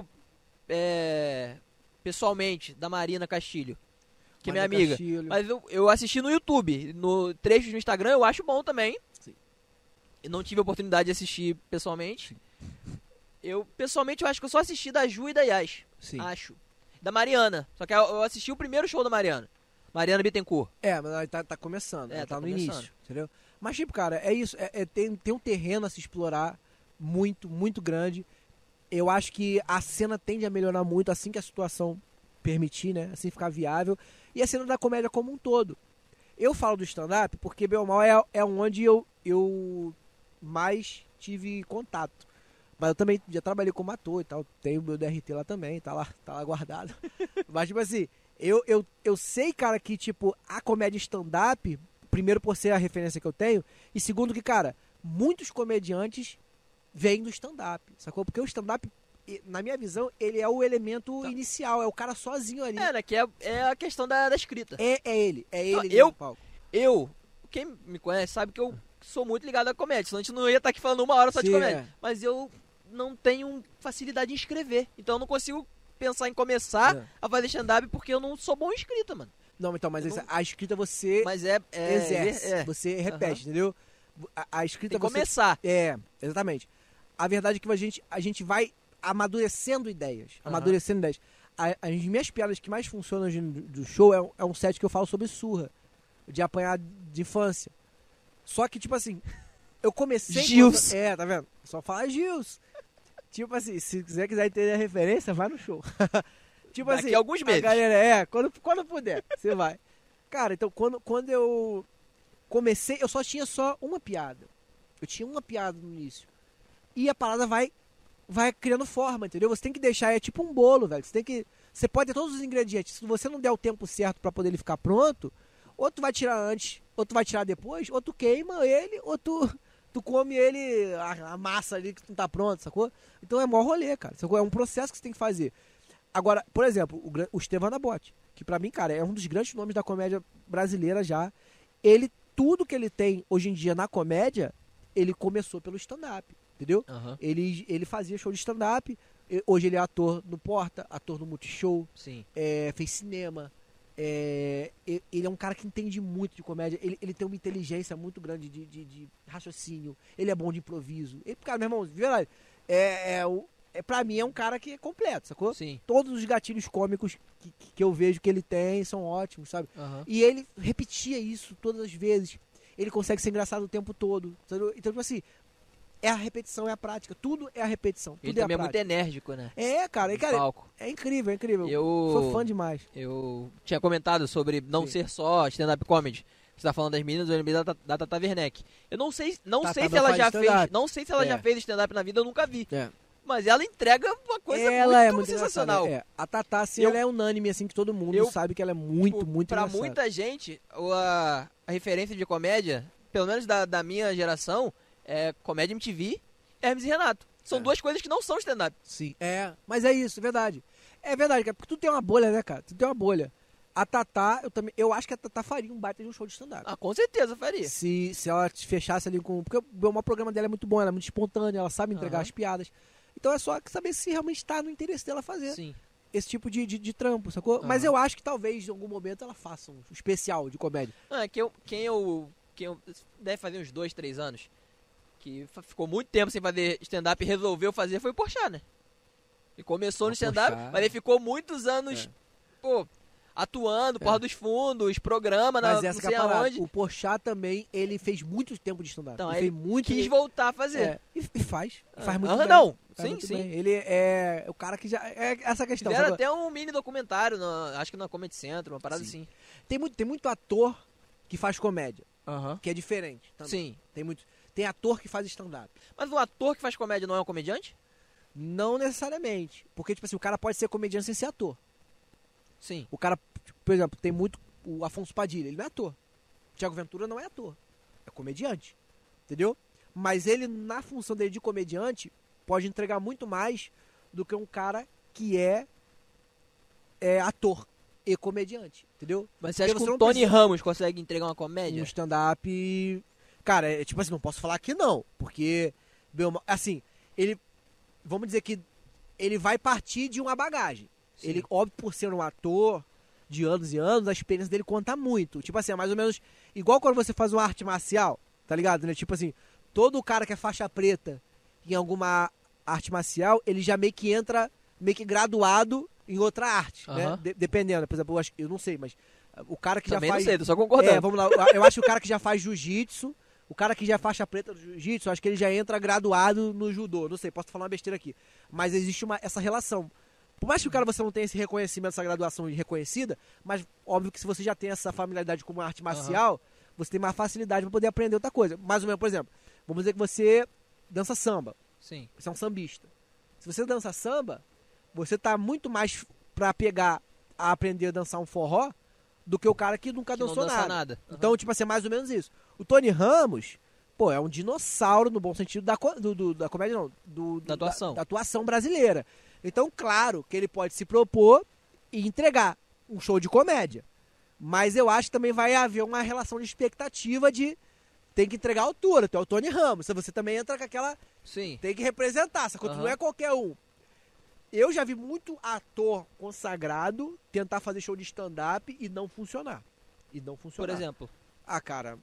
pessoalmente da Marina Castilho. Que é minha amiga. Castilho. Mas eu assisti no YouTube. No trechos no Instagram eu acho bom também. Sim. Eu não tive a oportunidade de assistir pessoalmente. Pessoalmente, eu acho que eu só assisti da Ju e da Yas. Sim. Acho. Da Mariana. Só que eu assisti o primeiro show da Mariana. Mariana Bittencourt. Mas ela tá começando. Ela tá no início. Entendeu? Mas, tipo, cara, é isso. Tem um terreno a se explorar muito, muito grande. Eu acho que a cena tende a melhorar muito assim que a situação permitir, né? Assim ficar viável. E a cena da comédia como um todo. Eu falo do stand-up porque, bem ou mal, é onde eu mais tive contato. Mas eu também já trabalhei como ator e tal. Tenho o meu DRT lá também, tá lá guardado. Mas, tipo assim, eu sei, cara, que, tipo, a comédia stand-up, primeiro por ser a referência que eu tenho, e segundo que, cara, muitos comediantes vêm do stand-up, sacou? Porque o stand-up, na minha visão, ele é o elemento inicial, é o cara sozinho ali. Né? Que é a questão da escrita. É ele então, no palco. Quem me conhece sabe que eu sou muito ligado à comédia, senão a gente não ia estar aqui falando uma hora só de comédia. Mas eu não tenho facilidade em escrever, então eu não consigo pensar em começar a fazer stand-up porque eu não sou bom em escrita, mano. Não, então, mas a escrita você exerce, você repete, entendeu? A escrita tem que começar. Exatamente. A verdade é que a gente vai amadurecendo ideias. As minhas piadas que mais funcionam do show é um set que eu falo sobre surra, de apanhar de infância. Só que, tipo assim, eu comecei... Gils. Tá vendo? Só fala Gils. Tipo assim, se quiser entender a referência, vai no show. Tipo Daqui assim, a alguns meses. A galera, quando puder, você vai. Cara, então quando eu comecei, eu só tinha uma piada. Eu tinha uma piada no início. E a parada vai criando forma, entendeu? Você tem que deixar, é tipo um bolo, velho. Você pode ter todos os ingredientes. Se você não der o tempo certo pra poder ele ficar pronto, ou tu vai tirar antes, ou tu vai tirar depois, ou tu queima ele, ou tu come ele, a massa ali que não tá pronto, sacou? Então é mó rolê, cara. Sacou? É um processo que você tem que fazer. Agora, por exemplo, o Estevão Nabote, que pra mim, cara, é um dos grandes nomes da comédia brasileira já. Tudo que ele tem hoje em dia na comédia, ele começou pelo stand-up, entendeu? Uhum. Ele fazia show de stand-up, hoje ele é ator no Porta, ator no Multishow, Sim. fez cinema. Ele é um cara que entende muito de comédia, ele tem uma inteligência muito grande de raciocínio, ele é bom de improviso. Cara, meu irmão, de verdade, pra mim é um cara que é completo, sacou? Sim. Todos os gatilhos cômicos que eu vejo que ele tem são ótimos, sabe? Uhum. E ele repetia isso todas as vezes. Ele consegue ser engraçado o tempo todo. Sabe? Então, tipo assim, é a repetição, é a prática. Tudo é a repetição. Tudo Ele é também a é muito prática. enérgico, né? Cara. E, cara, palco. é incrível, é incrível. Eu Sou fã demais. Eu tinha comentado sobre não Sim. ser só stand-up comedy. Você tá falando das meninas, eu lembrei da Tata Werneck. Eu não sei Tata se não ela faz já stand-up. fez, não sei se ela já fez stand-up na vida, eu nunca vi. É. Mas ela entrega uma coisa Ela é muito sensacional. A Tatá, assim, ela é unânime, assim, que todo mundo sabe que ela é muito Pra engraçada. muita gente, a referência de comédia, pelo menos da minha geração, é Comédia MTV, Hermes e Renato. São duas coisas que não são stand-up. Sim. Mas é isso, é verdade. É verdade, cara, porque tu tem uma bolha, né, cara? Tu tem uma bolha. A Tatá, eu acho que a Tatá faria um baita de um show de stand-up. Ah, com certeza faria. Se ela fechasse ali com... Porque o programa dela é muito bom, ela é muito espontânea, ela sabe entregar as piadas. Então é só saber se realmente está no interesse dela fazer Sim. esse tipo de trampo, sacou? Mas eu acho que talvez em algum momento ela faça um especial de comédia. Quem eu deve fazer uns 2, 3 anos, que ficou muito tempo sem fazer stand-up e resolveu fazer, foi o Porchat, né? Ele começou no stand-up, mas ele ficou muitos anos, atuando, Porra dos Fundos, programa, mas não essa sei aonde. O Porchat também, ele fez muito tempo de stand-up. Então, ele quis voltar a fazer. E faz. Faz muito bem. Não, Faz sim, muito sim. bem. Ele é o cara que já... É essa questão. Fizeram sabe? até um mini documentário, acho que na Comedy Central, uma parada assim. Tem muito ator que faz comédia, Uhum. que é diferente. Também. Sim. Tem ator que faz stand-up. Mas o ator que faz comédia não é um comediante? Não necessariamente. Porque, tipo assim, o cara pode ser comediante sem ser ator. Sim. O cara, por exemplo, tem muito... O Afonso Padilha, ele não é ator. O Thiago Ventura não é ator. É comediante. Entendeu? Mas ele, na função dele de comediante, pode entregar muito mais do que um cara que é ator e comediante. Entendeu? Mas você acha Porque que você o não Tony precisa- Ramos consegue entregar uma comédia? Um stand-up... Cara, tipo assim, não posso falar que não. Porque, assim, ele... Vamos dizer que ele vai partir de uma bagagem. Sim. Ele, óbvio, por ser um ator de anos e anos, a experiência dele conta muito. Tipo assim, é mais ou menos igual quando você faz uma arte marcial, tá ligado? Né? Tipo assim, todo cara que é faixa preta em alguma arte marcial, ele já meio que entra meio que graduado em outra arte, né? Aham. Dependendo. Por exemplo, eu não sei, mas o cara que Também já faz... não sei, tô só concordando. vamos lá. Eu acho que o cara que já faz jiu-jitsu, o cara que já é faixa preta no jiu-jitsu, acho que ele já entra graduado no judô. Não sei, posso falar uma besteira aqui. Mas existe essa relação. Por mais que o cara você não tenha esse reconhecimento, essa graduação reconhecida, mas óbvio que se você já tem essa familiaridade com uma arte marcial, você tem mais facilidade para poder aprender outra coisa. Mais ou menos, por exemplo, vamos dizer que você dança samba. Sim. Você é um sambista. Se você dança samba, você tá muito mais pra pegar a aprender a dançar um forró do que o cara que nunca Que não dançou dança nada. nada. Uhum. Então, tipo assim, é mais ou menos isso. O Tony Ramos, pô, é um dinossauro no bom sentido da comédia, não. Da atuação. Da atuação brasileira. Então, claro que ele pode se propor e entregar um show de comédia. Mas eu acho que também vai haver uma relação de expectativa de tem que entregar a altura. Tu é o Tony Ramos. Você também entra com aquela... Sim. Tem que representar. Só que não é qualquer um. Eu já vi muito ator consagrado tentar fazer show de stand-up e não funcionar. Por exemplo. Ah, cara...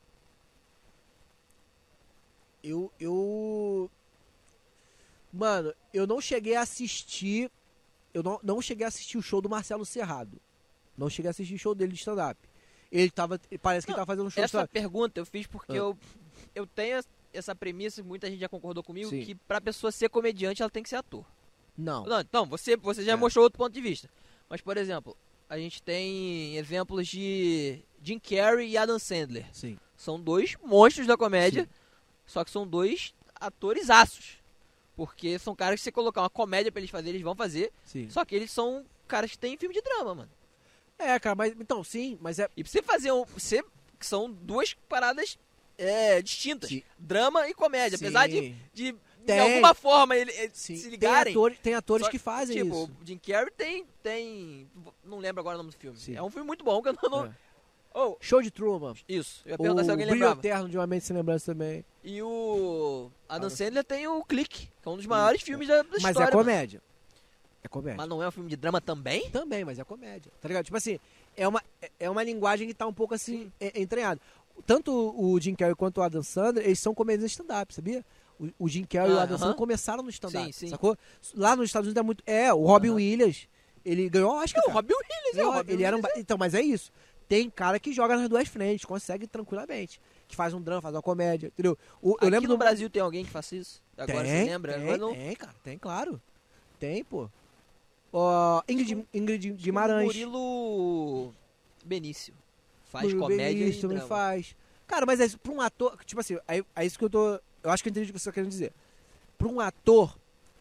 Mano, eu não cheguei a assistir... Eu não cheguei a assistir o show do Marcelo Serrado. Não cheguei a assistir o show dele de stand-up. Parece que ele tava fazendo um show de Essa stand-up. pergunta eu fiz porque eu tenho essa premissa, muita gente já concordou comigo, Sim. que pra pessoa ser comediante, ela tem que ser ator. Não. Não, então, você já mostrou outro ponto de vista. Mas, por exemplo, a gente tem exemplos de Jim Carrey e Adam Sandler. Sim. São dois monstros da comédia, só que são dois atores aços. Porque são caras que você colocar uma comédia pra eles fazerem, eles vão fazer. Sim. Só que eles são caras que têm filme de drama, mano. Cara, mas então, sim, mas é. E pra você fazer são duas paradas distintas. Sim. Drama e comédia. Sim. Apesar de Tem. de alguma forma Sim. se ligarem. Tem atores Só que fazem tipo, isso. o Jim Carrey tem. Não lembro agora o nome do filme. Sim. É um filme muito bom que eu não. É. Oh, Show de Truman. isso. Eu ia O perguntar se alguém Brilho lembrava. Eterno de Uma Mente Sem Lembrança também. E o Adam Sandler tem o Clique, que é um dos maiores filmes da Mas história. é comédia. É comédia. Mas não é um filme de drama também? Também, mas é comédia. Tá ligado? Tipo assim, é uma linguagem que tá um pouco assim, entranhada. Tanto o Jim Carrey quanto o Adam Sandler, eles são comediantes de stand-up, sabia? O Jim Carrey e o Adam Sandler começaram no stand-up, Sim. sacou? Lá nos Estados Unidos é muito... o Robin Aham. Williams, ele ganhou Oscar, Não, o cara. Robin Williams, o Robin Ele era Williams. Então, mas é isso. Tem cara que joga nas duas frentes, consegue tranquilamente. Que faz um drama, faz uma comédia, entendeu? Eu Aqui lembro no Brasil tem alguém que faça isso? Agora você lembra? Agora não... Tem, cara, tem, claro. Tem, pô. Ó, Ingrid Guimarães. Murilo Benício. Faz Murilo comédia Benício e também drama. faz. Cara, mas é isso, pra um ator... Tipo assim, é isso que eu tô... Eu acho que eu entendi o que você tá querendo dizer. Pra um ator...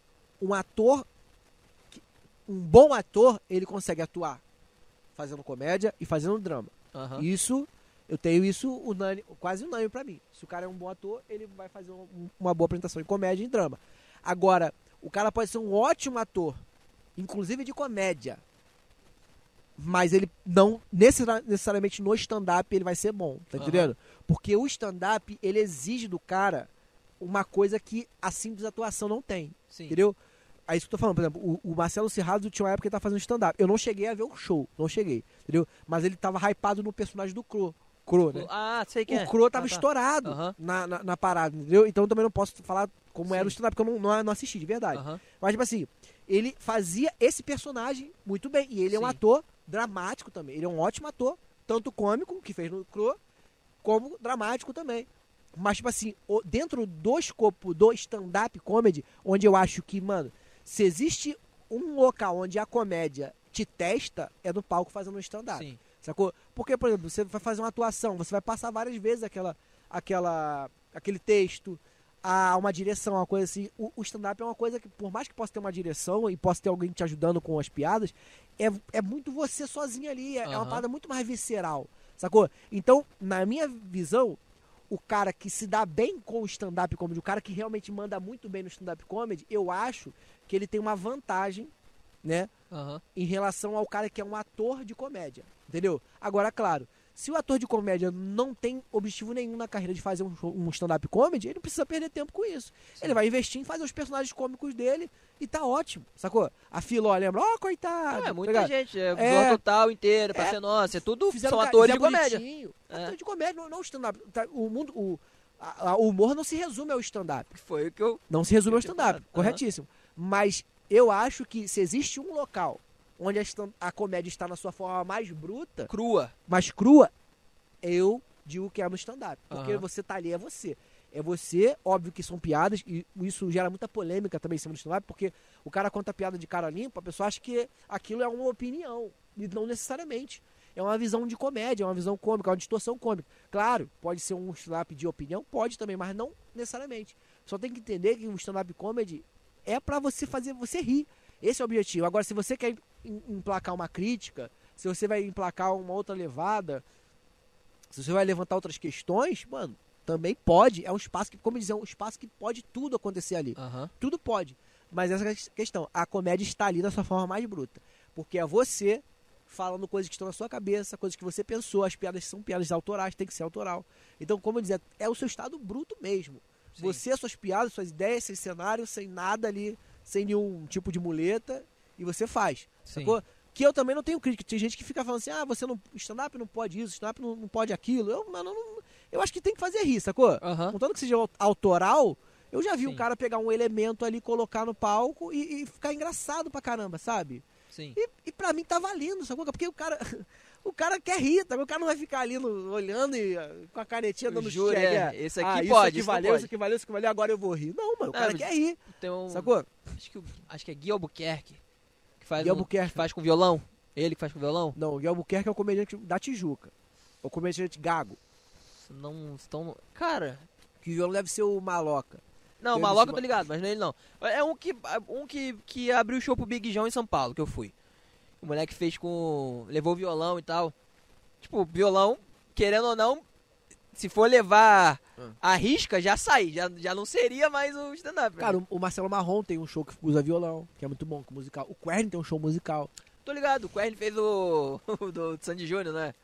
Um bom ator, ele consegue atuar fazendo comédia e fazendo drama. Aham. Isso... Eu tenho isso quase unânime pra mim. Se o cara é um bom ator, ele vai fazer uma boa apresentação em comédia e em drama. Agora, o cara pode ser um ótimo ator, inclusive de comédia, mas ele não necessariamente no stand-up ele vai ser bom, tá entendendo? Porque o stand-up, ele exige do cara uma coisa que a simples atuação não tem, Sim. entendeu? É isso que eu tô falando, por exemplo, o Marcelo Serrado tinha uma época que ele tava fazendo stand-up. Eu não cheguei a ver o show, não cheguei, entendeu? Mas ele tava hypado no personagem do Crow, né? Ah, sei quem é. O Crow tava tá. estourado Aham. na parada, entendeu? Então eu também não posso falar como era o stand-up, porque eu não assisti, de verdade. Aham. Mas, tipo assim, ele fazia esse personagem muito bem. E ele é um Sim. ator dramático também. Ele é um ótimo ator, tanto cômico, que fez no Crow, como dramático também. Mas, tipo assim, dentro do escopo do stand-up comedy, onde eu acho que, mano, se existe um local onde a comédia te testa, é no palco fazendo um stand-up. Sim. Sacou? Porque, por exemplo, você vai fazer uma atuação, você vai passar várias vezes aquele texto, uma direção, uma coisa assim. O stand-up é uma coisa que, por mais que possa ter uma direção e possa ter alguém te ajudando com as piadas, é muito você sozinho ali. É uma parada muito mais visceral, sacou? Então, na minha visão, o cara que se dá bem com o stand-up comedy, o cara que realmente manda muito bem no stand-up comedy, eu acho que ele tem uma vantagem, né? Aham. Em relação ao cara que é um ator de comédia, entendeu? Agora, claro, se o ator de comédia não tem objetivo nenhum na carreira de fazer um stand-up comedy, ele não precisa perder tempo com isso. Sim. Ele vai investir em fazer os personagens cômicos dele e tá ótimo, sacou? A Filó lembra, coitado. Não, é tá muita ligado? gente. Zorra Total inteira, pra ser nossa. É tudo Fizeram são atores de Zé comédia. Bonitinho. É. Ator de comédia, não stand-up. Tá, o humor não se resume ao stand-up. Foi o que eu... Não se resume ao Eu tinha stand-up, falado. corretíssimo. Mas eu acho que se existe um local onde a comédia está na sua forma mais bruta, Crua. mais crua, eu digo que é no stand-up. Porque Aham. você tá ali, é você. É você, óbvio que são piadas, e isso gera muita polêmica também em cima do stand-up, porque o cara conta piada de cara limpa, a pessoa acha que aquilo é uma opinião, e não necessariamente. É uma visão de comédia, é uma visão cômica, é uma distorção cômica. Claro, pode ser um stand-up de opinião, pode também, mas não necessariamente. Só tem que entender que o stand-up comedy é pra você fazer você rir. Esse é o objetivo. Agora, se você quer emplacar uma crítica, se você vai emplacar uma outra levada, se você vai levantar outras questões, mano, também pode. É um espaço que, como dizer, é um espaço que pode tudo acontecer ali. Aham. Tudo pode. Mas essa é a questão. A comédia está ali da sua forma mais bruta. Porque é você falando coisas que estão na sua cabeça, coisas que você pensou. As piadas são piadas autorais, tem que ser autoral. Então, como eu dizia, é o seu estado bruto mesmo. Sim. Você, suas piadas, suas ideias, sem cenário, sem nada ali, sem nenhum tipo de muleta, e você faz. Sim. Sacou? Que eu também não tenho crítica. Tem gente que fica falando assim, você não. Stand-up não pode isso, stand-up não pode aquilo. Eu acho que tem que fazer rir, sacou? Aham. Contanto que seja autoral, eu já vi Sim. um cara pegar um elemento ali, colocar no palco e ficar engraçado pra caramba, sabe? Sim. E pra mim tá valendo, sacou? Porque o cara O cara quer rir, também o cara não vai ficar ali olhando e com a canetinha dando Juro, cheque. esse aqui isso pode, aqui isso valeu, não isso aqui valeu, isso aqui valeu, agora eu vou rir. Não, mano, o Não, cara mas quer rir, Tem um, sacou? acho que é Gui Albuquerque, que faz, Gui Albuquerque. que faz com violão. Ele que faz com violão. Não, o Gui Albuquerque é o comediante da Tijuca. É o comediante gago. Não estão... Cara... Que o violão deve ser o Maloca. Não, o Maloca eu tô ligado, mas não é ele não. É um que abriu o show pro Big João em São Paulo, que eu fui. O moleque fez com... Levou violão e tal. Tipo, violão, querendo ou não, se for levar a risca, já sai. Já não seria mais o stand-up. Cara, o Marcelo Marrom tem um show que usa violão, que é muito bom, com musical. O Quern tem um show musical. Tô ligado, o Quern fez o do Sandy Júnior, né?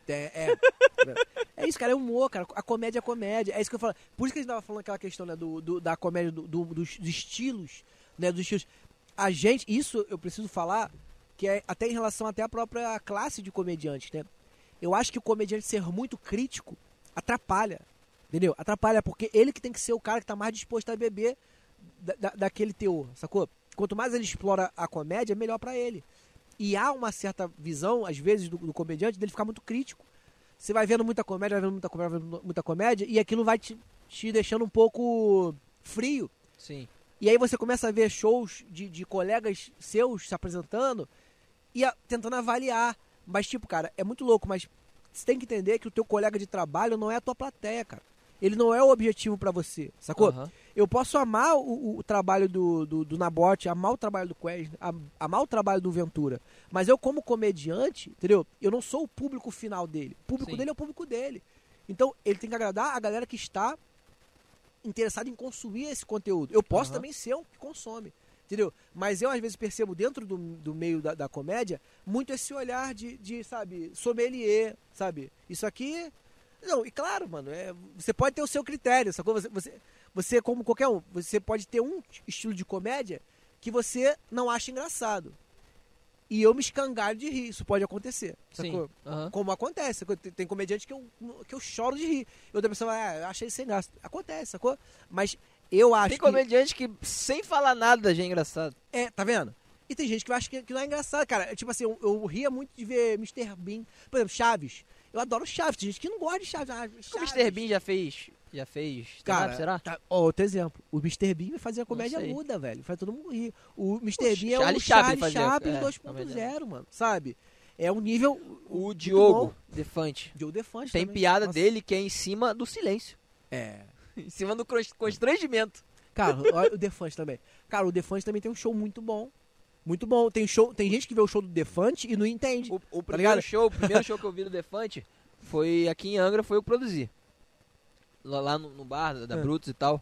É isso, cara, é humor, cara. A comédia é comédia. É isso que eu falo. Por isso que a gente tava falando aquela questão, né, da comédia, dos estilos, né, dos estilos. A gente, isso eu preciso falar, que é até em relação até à própria classe de comediantes, né? Eu acho que o comediante ser muito crítico atrapalha, entendeu? Atrapalha, porque ele que tem que ser o cara que tá mais disposto a beber daquele teor, sacou? Quanto mais ele explora a comédia, melhor pra ele. E há uma certa visão, às vezes, do comediante, dele ficar muito crítico. Você vai vendo muita comédia, muita comédia, e aquilo vai te deixando um pouco frio. Sim. E aí você começa a ver shows de colegas seus se apresentando e tentando avaliar. Mas, tipo, cara, é muito louco, mas você tem que entender que o teu colega de trabalho não é a tua plateia, cara. Ele não é o objetivo pra você, sacou? Uhum. Eu posso amar o trabalho do Nabote, amar o trabalho do Quest, amar o trabalho do Ventura, mas eu como comediante, entendeu? Eu não sou o público final dele. O público dele é o público dele. Então, ele tem que agradar a galera que está interessada em consumir esse conteúdo. Eu posso também ser um que consome, entendeu? Mas eu, às vezes, percebo dentro do meio da comédia muito esse olhar de, sabe, sommelier, sabe? Isso aqui... Não, e claro, mano, você pode ter o seu critério, sacou? Você, como qualquer um, você pode ter um estilo de comédia que você não acha engraçado. E eu me escangalho de rir, isso pode acontecer, sacou? Como acontece, tem comediante que eu choro de rir. E outra pessoa vai, achei isso sem graça. Acontece, sacou? Mas eu acho Tem comediante que sem falar nada já é engraçado. Tá vendo? E tem gente que acha que não é engraçado, cara. Tipo assim, eu ria muito de ver Mr. Bean. Por exemplo, Chaves. Eu adoro Chaves. Tem gente que não gosta de Chaves. O Mr. Bean já fez cara, será? Outro exemplo. O Mr. Bean fazia comédia muda, velho. Faz todo mundo rir. O Mr. Bean é o Charlie Chaplin 2.0, mano. Sabe? É um nível... O Diogo Defante. Diogo Defante tem também. piada dele que é em cima do silêncio. Em cima do constrangimento. Cara, olha o Defante também. Cara, o Defante também tem um show muito bom. Muito bom. Tem gente que vê o show do Defante e não entende. O primeiro show que eu vi do Defante foi aqui em Angra, foi eu que produzi. Lá no bar da Brutus e tal.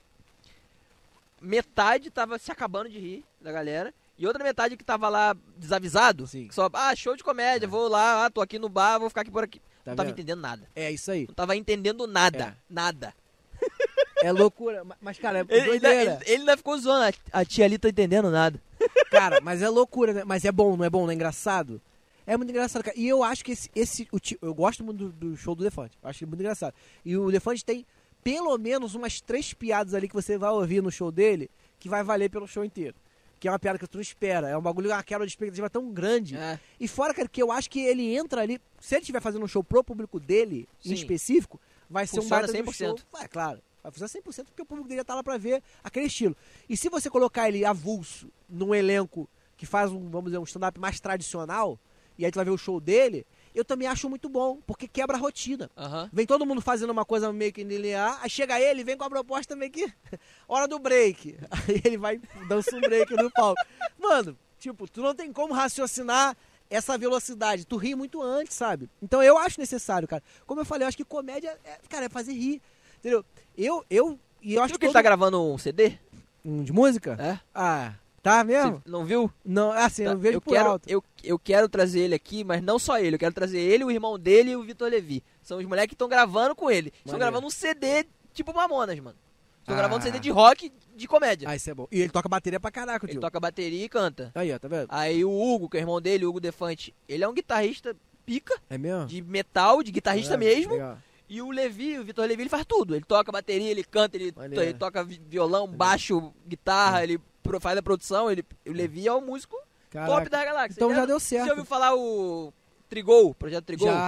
Metade tava se acabando de rir da galera. E outra metade que tava lá desavisado. Sim. Que só, show de comédia, vou lá, tô aqui no bar, vou ficar aqui por aqui. Tá não tava vendo? entendendo nada. É isso aí. Não tava entendendo nada. Nada. É loucura. Mas, cara, é doideira. Ele ainda ficou zoando. A tia ali tá entendendo nada. Cara, mas é loucura, né? Mas é bom, não é bom? Não é engraçado? É muito engraçado, cara. E eu acho que eu gosto muito do show do Defante. Eu acho ele muito engraçado. E o Defante tem pelo menos umas 3 piadas ali que você vai ouvir no show dele que vai valer pelo show inteiro. Que é uma piada que tu não espera. É um bagulho, uma quebra de expectativa tão grande. E fora, cara, que eu acho que ele entra ali... Se ele estiver fazendo um show pro público dele, em específico, vai ser um baita 100%. show. É claro. Vai funcionar 100% porque o público dele já tá lá pra ver aquele estilo. E se você colocar ele avulso num elenco que faz vamos dizer, um stand-up mais tradicional, e aí tu vai ver o show dele, eu também acho muito bom, porque quebra a rotina. Vem todo mundo fazendo uma coisa meio que linear, aí chega ele, vem com a proposta meio que hora do break. Aí ele vai, dança um break no palco. Mano, tipo, tu não tem como raciocinar essa velocidade, tu ri muito antes, sabe? Então eu acho necessário, cara. Como eu falei, eu acho que comédia, é fazer rir, entendeu? Eu acho que ele tá gravando um CD? De música? Tá mesmo? Você não viu? Não, assim, eu vejo por alto. Eu quero trazer ele aqui, mas não só ele. Eu quero trazer ele, o irmão dele e o Vitor Levi. São os moleques que estão gravando com ele. Estão gravando um CD tipo Mamonas, mano. Estão gravando um CD de rock de comédia. Isso é bom. E ele toca bateria pra caraca, tio. Ele toca bateria e canta. Aí, ó, tá vendo? Aí o Hugo, que é o irmão dele, o Hugo Defante, ele é um guitarrista pica. É mesmo? De metal, de guitarrista mesmo. Legal. E o Levi, o Vitor Levi, ele faz tudo. Ele toca bateria, ele canta, ele toca violão, baixo, guitarra, ele faz a produção. O Levi é um músico top da galáxia. Então já deu certo. Você ouviu falar o Trigol, Projeto Trigol? Já.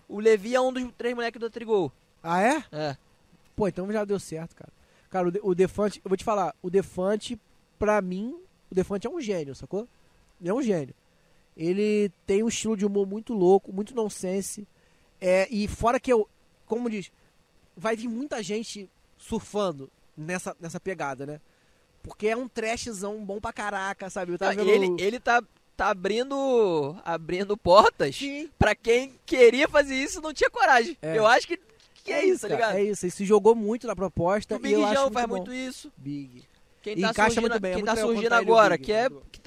O Levi é um dos 3 moleques do Trigol. Ah, é? É. Pô, então já deu certo, cara. Cara, o Defante, eu vou te falar, o Defante, pra mim, o Defante é um gênio, sacou? Ele é um gênio. Ele tem um estilo de humor muito louco, muito nonsense. E fora que como diz, vai vir muita gente surfando nessa pegada, né? Porque é um trashzão bom pra caraca, sabe? Eu tava vendo... Ele tá abrindo portas. Sim. Pra quem queria fazer isso não tinha coragem. Eu acho que é isso, tá ligado? É isso, ele se jogou muito na proposta. O Big João faz muito isso. Big. Quem tá surgindo agora, que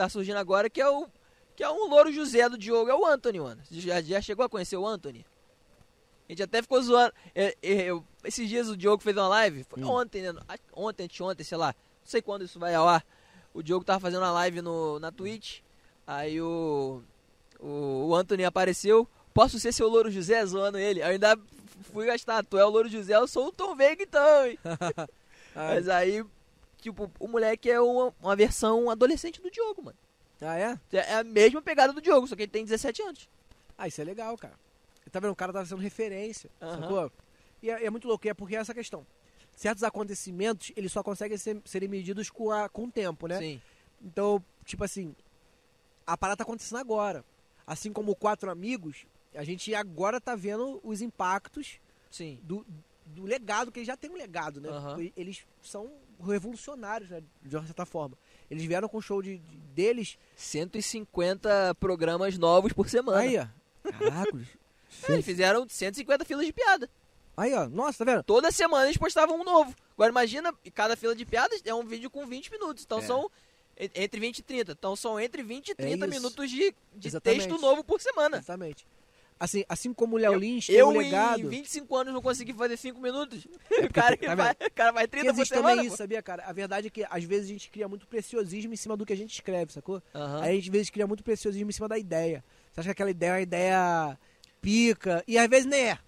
é um louro José do Diogo, é o Anthony, mano. Já chegou a conhecer o Anthony? A gente até ficou zoando. Esses dias o Diogo fez uma live, foi ontem, né? Anteontem, sei lá. Não sei quando isso vai ao ar. O Diogo tava fazendo uma live na Twitch. Aí o Anthony apareceu. Posso ser seu louro José? Zoando ele. Eu ainda fui gastar. Tu é o louro José, eu sou o Tom Veiga então, hein? Mas aí, tipo, o moleque é uma versão adolescente do Diogo, mano. Ah, é? É a mesma pegada do Diogo, só que ele tem 17 anos. Ah, isso é legal, cara. Tá vendo? O cara tá sendo referência, sacou? E é muito louco, porque é essa questão. Certos acontecimentos, eles só conseguem serem medidos com o tempo, né? Sim. Então, tipo assim, a parada tá acontecendo agora. Assim como 4 Amigos, a gente agora tá vendo os impactos Sim. do legado, que eles já têm um legado, né? Eles são revolucionários, né? De uma certa forma. Eles vieram com o show deles... 150 programas novos por semana. Aí, ó. Caraca. Eles fizeram 150 filas de piada. Aí, ó. Nossa, tá vendo? Toda semana eles postavam um novo. Agora imagina, cada fila de piadas é um vídeo com 20 minutos. Então são entre 20 e 30. Então são entre 20 e 30 minutos de texto novo por semana. Exatamente. Assim como o Léo Lins tem um legado... Eu em 25 anos não consegui fazer 5 minutos. O cara vai 30 por semana. Também isso, sabia, cara? A verdade é que às vezes a gente cria muito preciosismo em cima do que a gente escreve, sacou? Aí a gente às vezes cria muito preciosismo em cima da ideia. Você acha que aquela ideia é uma ideia pica, e às vezes nem é.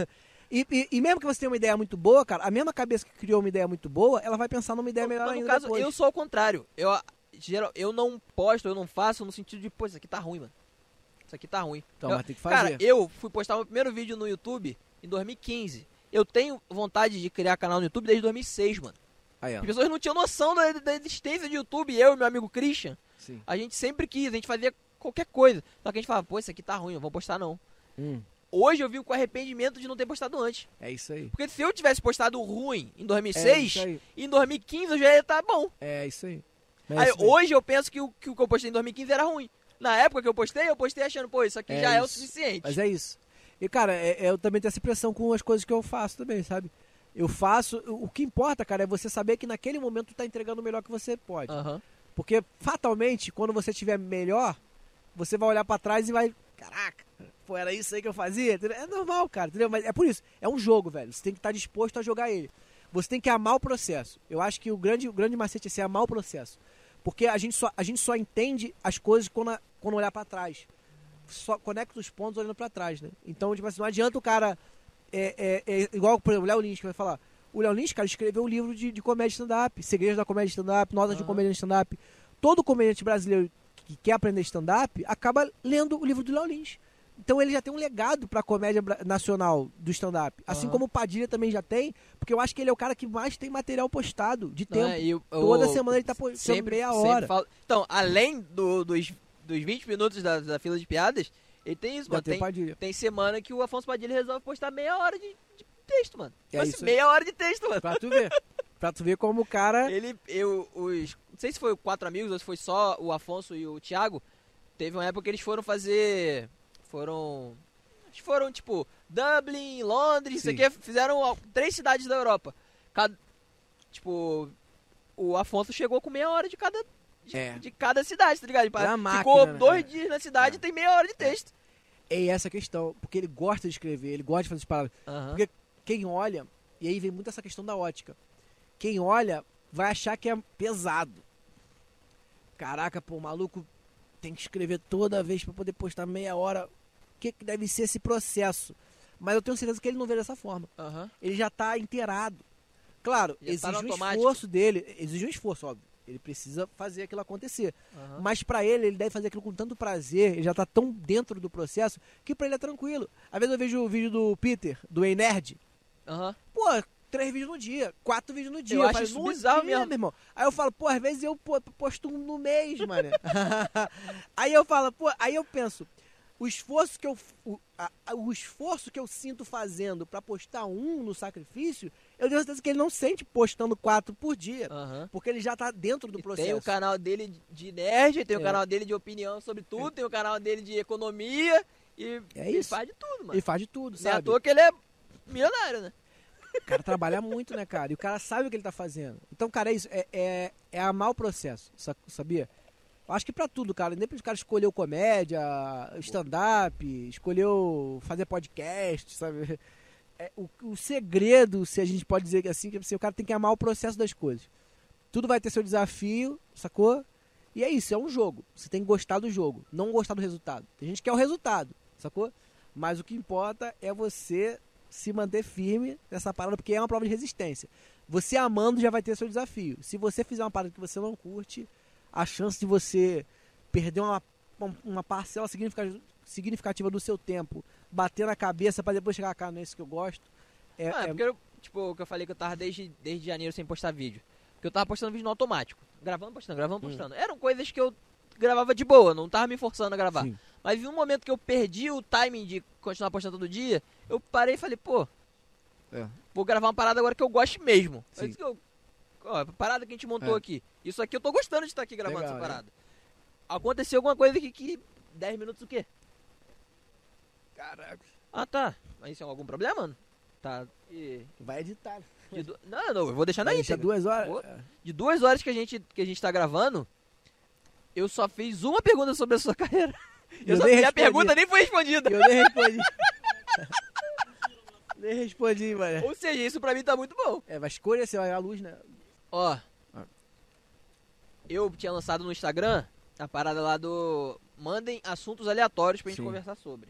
E mesmo que você tenha uma ideia muito boa, cara, a mesma cabeça que criou uma ideia muito boa, ela vai pensar numa ideia melhor ainda. No caso, eu sou ao contrário. Eu não posto, eu não faço no sentido de, pô, isso aqui tá ruim, mano. Isso aqui tá ruim. Então, mas tem que fazer. Cara, eu fui postar o meu primeiro vídeo no YouTube em 2015. Eu tenho vontade de criar canal no YouTube desde 2006, mano. Aí, ó. As pessoas não tinham noção da existência de YouTube. Eu e meu amigo Christian, Sim. A gente sempre quis, a gente fazia qualquer coisa. Só que a gente falava, pô, isso aqui tá ruim, não vou postar não. Hoje eu vivo com arrependimento de não ter postado antes. É isso aí. Porque se eu tivesse postado ruim em 2006, em 2015 eu já ia estar bom. É isso aí. Aí, hoje eu penso que o que eu postei em 2015 era ruim. Na época que eu postei achando, pô, isso aqui já é o suficiente. Mas é isso. E, cara, eu também tenho essa impressão com as coisas que eu faço também, sabe? Eu faço... O que importa, cara, é você saber que naquele momento tu tá entregando o melhor que você pode. Porque, fatalmente, quando você estiver melhor, você vai olhar pra trás e vai... Caraca, pô, era isso aí que eu fazia? É normal, cara, entendeu? Mas é por isso. É um jogo, velho. Você tem que estar disposto a jogar ele. Você tem que amar o processo. Eu acho que o grande macete é ser amar o processo. Porque a gente só entende as coisas quando olhar pra trás. Só conecta os pontos olhando pra trás, né? Então, tipo assim, não adianta o cara... igual, por exemplo, o Léo Lins, que vai falar. O Léo Lins, cara, escreveu um livro de comédia stand-up, segredos da comédia stand-up, notas de comédia stand-up. Todo comediante brasileiro que quer aprender stand-up acaba lendo o livro do Léo Lins. Então ele já tem um legado pra comédia nacional do stand-up. Assim como o Padilha também já tem, porque eu acho que ele é o cara que mais tem material postado de tempo. Toda semana ele tá postando meia hora. Então, além dos 20 minutos da fila de piadas, ele tem isso, mano. Tem semana que o Afonso Padilha resolve postar meia hora de texto, mano. Meia hora de texto, mano. Pra tu ver. Pra tu ver como o cara... Não sei se foi 4 Amigos ou se foi só o Afonso e o Thiago. Teve uma época que eles foram fazer... Foram, tipo, Dublin, Londres, isso aqui. Fizeram 3 cidades da Europa. Tipo, o Afonso chegou com meia hora de cada cidade, tá ligado? Ficou 2 dias na cidade e tem meia hora de texto. É essa questão, porque ele gosta de escrever, ele gosta de fazer as palavras. Porque quem olha, e aí vem muito essa questão da ótica. Quem olha vai achar que é pesado. Caraca, pô, o maluco tem que escrever toda vez pra poder postar meia hora. O que deve ser esse processo? Mas eu tenho certeza que ele não vê dessa forma. Ele já tá inteirado. Claro, exige um esforço dele. Exige um esforço, óbvio. Ele precisa fazer aquilo acontecer. Aham. Mas pra ele deve fazer aquilo com tanto prazer, ele já tá tão dentro do processo, que pra ele é tranquilo. Às vezes eu vejo o vídeo do Peter, do Ei Nerd. Aham. Pô, 3 vídeos no dia, 4 vídeos no dia. Eu acho falo, isso "No bizarro dia, mesmo." meu irmão. Aí eu falo, pô, às vezes eu posto um no mês, mano. Aí eu falo, pô, aí eu penso, o esforço que eu sinto fazendo pra postar um no sacrifício, eu tenho certeza que ele não sente postando 4 por dia. Aham. Porque ele já tá dentro do E processo. tem o canal dele de nerd, tem o É. canal dele de opinião sobre tudo, tem o canal dele de economia e É ele isso. faz de tudo, mano. Ele faz de tudo, Não é à sabe? toa que ele é milionário, né? O cara trabalha muito, né, cara? E o cara sabe o que ele tá fazendo. Então, cara, é isso. É amar o processo, sabia? Eu acho que pra tudo, cara. Independente do cara escolheu comédia, stand-up, escolheu fazer podcast, sabe? O segredo, se a gente pode dizer que assim, que o cara tem que amar o processo das coisas. Tudo vai ter seu desafio, sacou? E é isso, é um jogo. Você tem que gostar do jogo, não gostar do resultado. Tem gente que quer o resultado, sacou? Mas o que importa é você se manter firme nessa parada, porque é uma prova de resistência. Você amando já vai ter seu desafio. Se você fizer uma parada que você não curte, a chance de você perder uma parcela significativa do seu tempo, bater na cabeça pra depois chegar, cara, não é isso que eu gosto. Porque eu, tipo, o que eu falei que eu tava desde janeiro sem postar vídeo. Porque eu tava postando vídeo no automático. Gravando, postando. Eram coisas que eu gravava de boa, não tava me forçando a gravar. Sim. Mas em um momento que eu perdi o timing de continuar postando todo dia, eu parei e falei, pô, vou gravar uma parada agora que eu gosto mesmo. Sim. É isso que a parada que a gente montou É. aqui. Isso aqui eu tô gostando de estar aqui gravando Legal, essa parada. Aconteceu alguma coisa aqui que 10 minutos o quê? Caraca. Ah, tá. Mas isso é algum problema, mano? Tá. Vai editar. Não, eu vou deixar na Vai deixar íntegra. 2 horas? Vou- De 2 horas que a gente tá gravando, eu só fiz uma pergunta sobre a sua carreira. Eu Minha nem respondi. pergunta nem foi respondida. Eu nem respondi. Nem respondi, mano. Ou seja, isso pra mim tá muito bom. Vai escurecer a luz, né? Ó, eu tinha lançado no Instagram a parada lá do mandem assuntos aleatórios pra gente Sim. conversar sobre.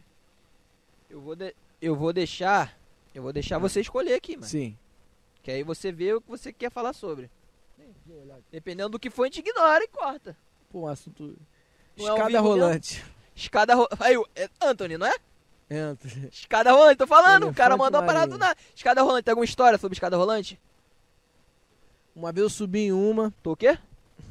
Eu vou deixar você escolher aqui, mano. Sim. Que aí você vê o que você quer falar sobre. Dependendo do que for, a gente ignora e corta. Pô, um assunto... Não é um Escada vivo rolante. Escada rolante. Aí, Anthony, não é? Entra. Escada rolante, tô falando. O cara Elefante mandou uma parada do marinho. nada. Escada rolante, tem alguma história sobre escada rolante? Uma vez eu subi em uma. Tô o quê?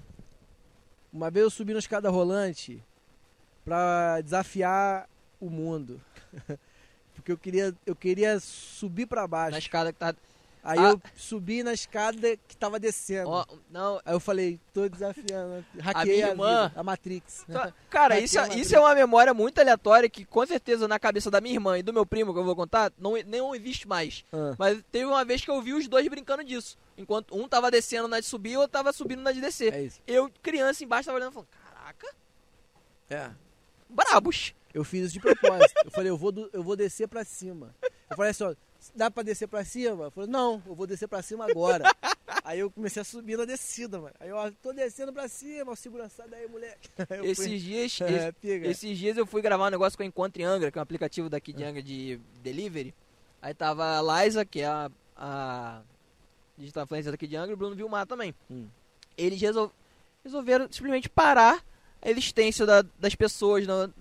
Uma vez eu subi na escada rolante pra desafiar o mundo. Porque eu queria subir pra baixo. Na escada que tá. Aí eu subi na escada que tava descendo. Ó, não. Aí eu falei, tô desafiando. A Hackei minha a irmã- vida, a Matrix. Cara, Aqui isso, é uma isso é uma memória muito aleatória que com certeza na cabeça da minha irmã e do meu primo, que eu vou contar, não existe mais. Ah. Mas teve uma vez que eu vi os dois brincando disso. Enquanto um tava descendo na de subir e o outro tava subindo na de descer. É isso. Eu, criança, embaixo, tava olhando e falando, caraca, É. brabos. Eu fiz isso de propósito. Eu falei, eu vou descer pra cima. Eu falei assim, ó, dá pra descer pra cima? Eu falei, não, eu vou descer pra cima agora. Aí eu comecei a subir na descida, mano. Aí eu, ó, tô descendo pra cima, ó, segurança daí, moleque. Aí eu fui- Esses dias, pega. esses dias eu fui gravar um negócio com a Encontro em Angra, que é um aplicativo daqui de Angra de delivery. Aí tava a Liza, que é a digital influencer daqui de Angra, e o Bruno Vilmar também. Eles resolveram simplesmente parar a existência das pessoas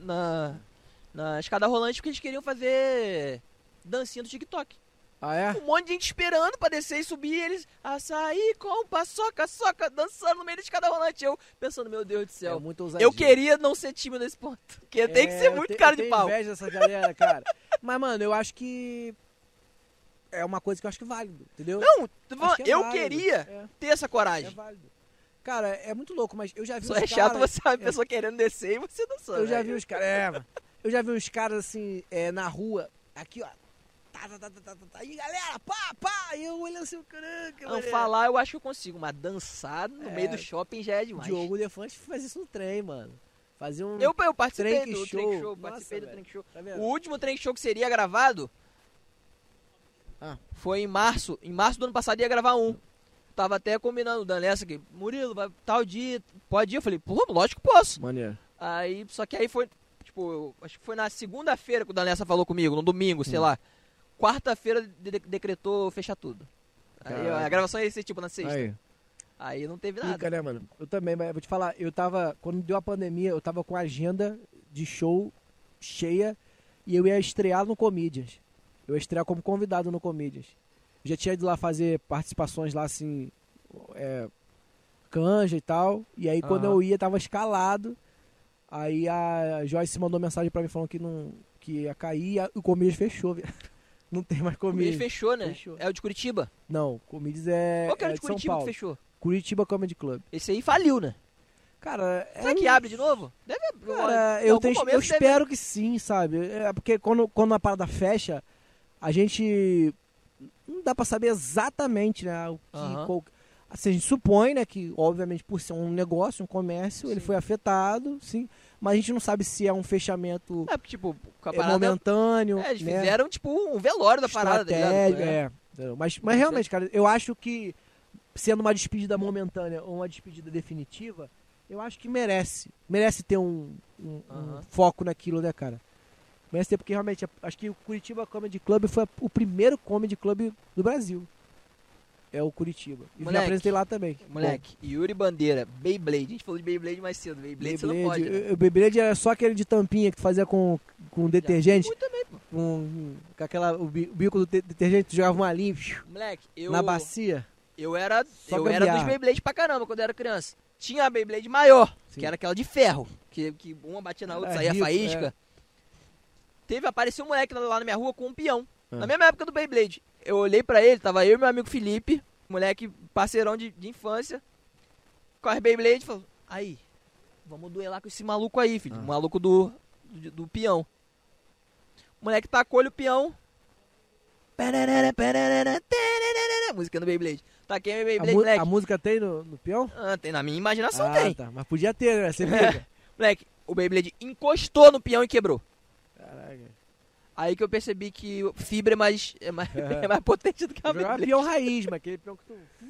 na escada rolante porque eles queriam fazer dancinha do TikTok. Ah, é? Um monte de gente esperando pra descer e subir e eles açaí com paçoca, soca, dançando no meio da escada rolante. Eu pensando, meu Deus do céu. É muito ousadia. Eu queria não ser tímido nesse ponto. Porque tem que ser muito cara de pau. Eu tenho inveja dessa galera, cara. Mas, mano, eu acho que é uma coisa que eu acho que é válido, entendeu? Não, tô Acho falando, que é eu válido. queria ter essa É coragem. válido. Cara, é muito louco, mas eu já vi Só uns é chato caras- você ver a pessoa querendo descer e você dançando. Eu já né? vi uns caras. Mano. Eu já vi uns caras assim, na rua, aqui, ó. Aí, galera, pá! E eu olhando assim, caraca, Não, mano. falar eu acho que eu consigo, mas dançar no meio do shopping já é demais. Diogo Defante faz isso no trem, mano. Fazia um. Eu participei Trank do show. Trank Show, Nossa, participei do velho. Trank Show. Tá O vendo? último Trank Show que seria gravado foi em março. Em março do ano passado ia gravar um. Tava até combinando o Danessa que Murilo, vai tal dia, pode ir? Eu falei, pô, lógico que posso. Maneiro. Aí, só que aí foi, tipo, acho que foi na segunda-feira que o Danessa falou comigo, no domingo, sei lá. Quarta-feira decretou fechar tudo. Aí Caraca. a gravação ia ser tipo na sexta. Aí. Aí não teve nada. Fica, né, mano? Eu também, mas vou te falar, quando deu a pandemia, eu tava com a agenda de show cheia e eu ia estrear no Comedians. Eu ia estrear como convidado no Comedians. Eu já tinha ido lá fazer participações lá, assim, canja e tal. E aí quando eu ia, tava escalado. Aí a Joyce mandou mensagem pra mim falando que ia cair e o Comedians fechou, velho. Não tem mais Comedians. Ele fechou, né? Fechou. É o de Curitiba? Não, Comedians é. Qual que era é de São Curitiba Paulo. que fechou? Curitiba Comedy Club. Esse aí faliu, né? Cara, Será que abre de novo? Deve Cara, em eu algum momento eu deve- espero que sim, sabe? É porque quando a parada fecha, a gente não dá pra saber exatamente, né? O que, Aham. assim, a gente supõe, né, que obviamente por ser um negócio, um comércio, ele Sim. foi afetado, sim. Mas a gente não sabe se é um fechamento É, porque, tipo, com a parada... momentâneo, eles né? fizeram, tipo, um velório da parada, tá ligado? Estratégico, Entendeu? Mas realmente, cara, eu acho que sendo uma despedida momentânea ou uma despedida definitiva, eu acho que merece ter um Aham. foco naquilo, né, cara? Merece ter, porque realmente, acho que o Curitiba Comedy Club foi o primeiro comedy club do Brasil. É o Curitiba. E me Moleque, apresentei lá também. Moleque, Yuri Bandeira, Beyblade. A gente falou de Beyblade mais cedo. Beyblade você não pode, né? O Beyblade era só aquele de tampinha que tu fazia com detergente. Muito também, pô. Com o bico do detergente, tu jogava uma linha Moleque, na bacia. eu era Só dos gambiarra. Beyblade pra caramba quando eu era criança. Tinha a Beyblade maior, Sim. que era aquela de ferro, que uma batia na outra, Era saía rico, faísca. Apareceu um moleque lá na minha rua com um peão, Ah. na mesma época do Beyblade. Eu olhei pra ele, tava eu e meu amigo Felipe, moleque parceirão de infância, com as Beyblade, falou, aí, vamos duelar com esse maluco aí, filho, Ah. o maluco do peão. O moleque tacou-lhe o peão, música no Beyblade. Taquei meu Beyblade, moleque. A música tem no peão? Tem, na minha imaginação tem. Tá. Mas podia ter, né? Você fica. Moleque, o Beyblade encostou no peão e quebrou. Caraca. Aí que eu percebi que fibra é mais potente do que a Jogava Beyblade. peão raiz, mas aquele peão que tu...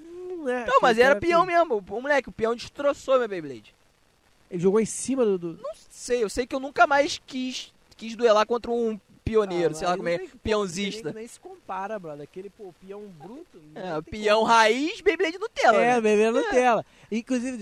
né? Não, mas Aquele era cara peão que- mesmo. O moleque, o peão destroçou meu Beyblade. Ele jogou em cima do... Não sei, eu sei que eu nunca mais quis duelar contra um pioneiro, sei lá aí como é, não tem- peãozista. Nem se compara, brother. Aquele, peão bruto... É, peão raiz, Beyblade Nutella. É, né? bebendo Nutella. Inclusive,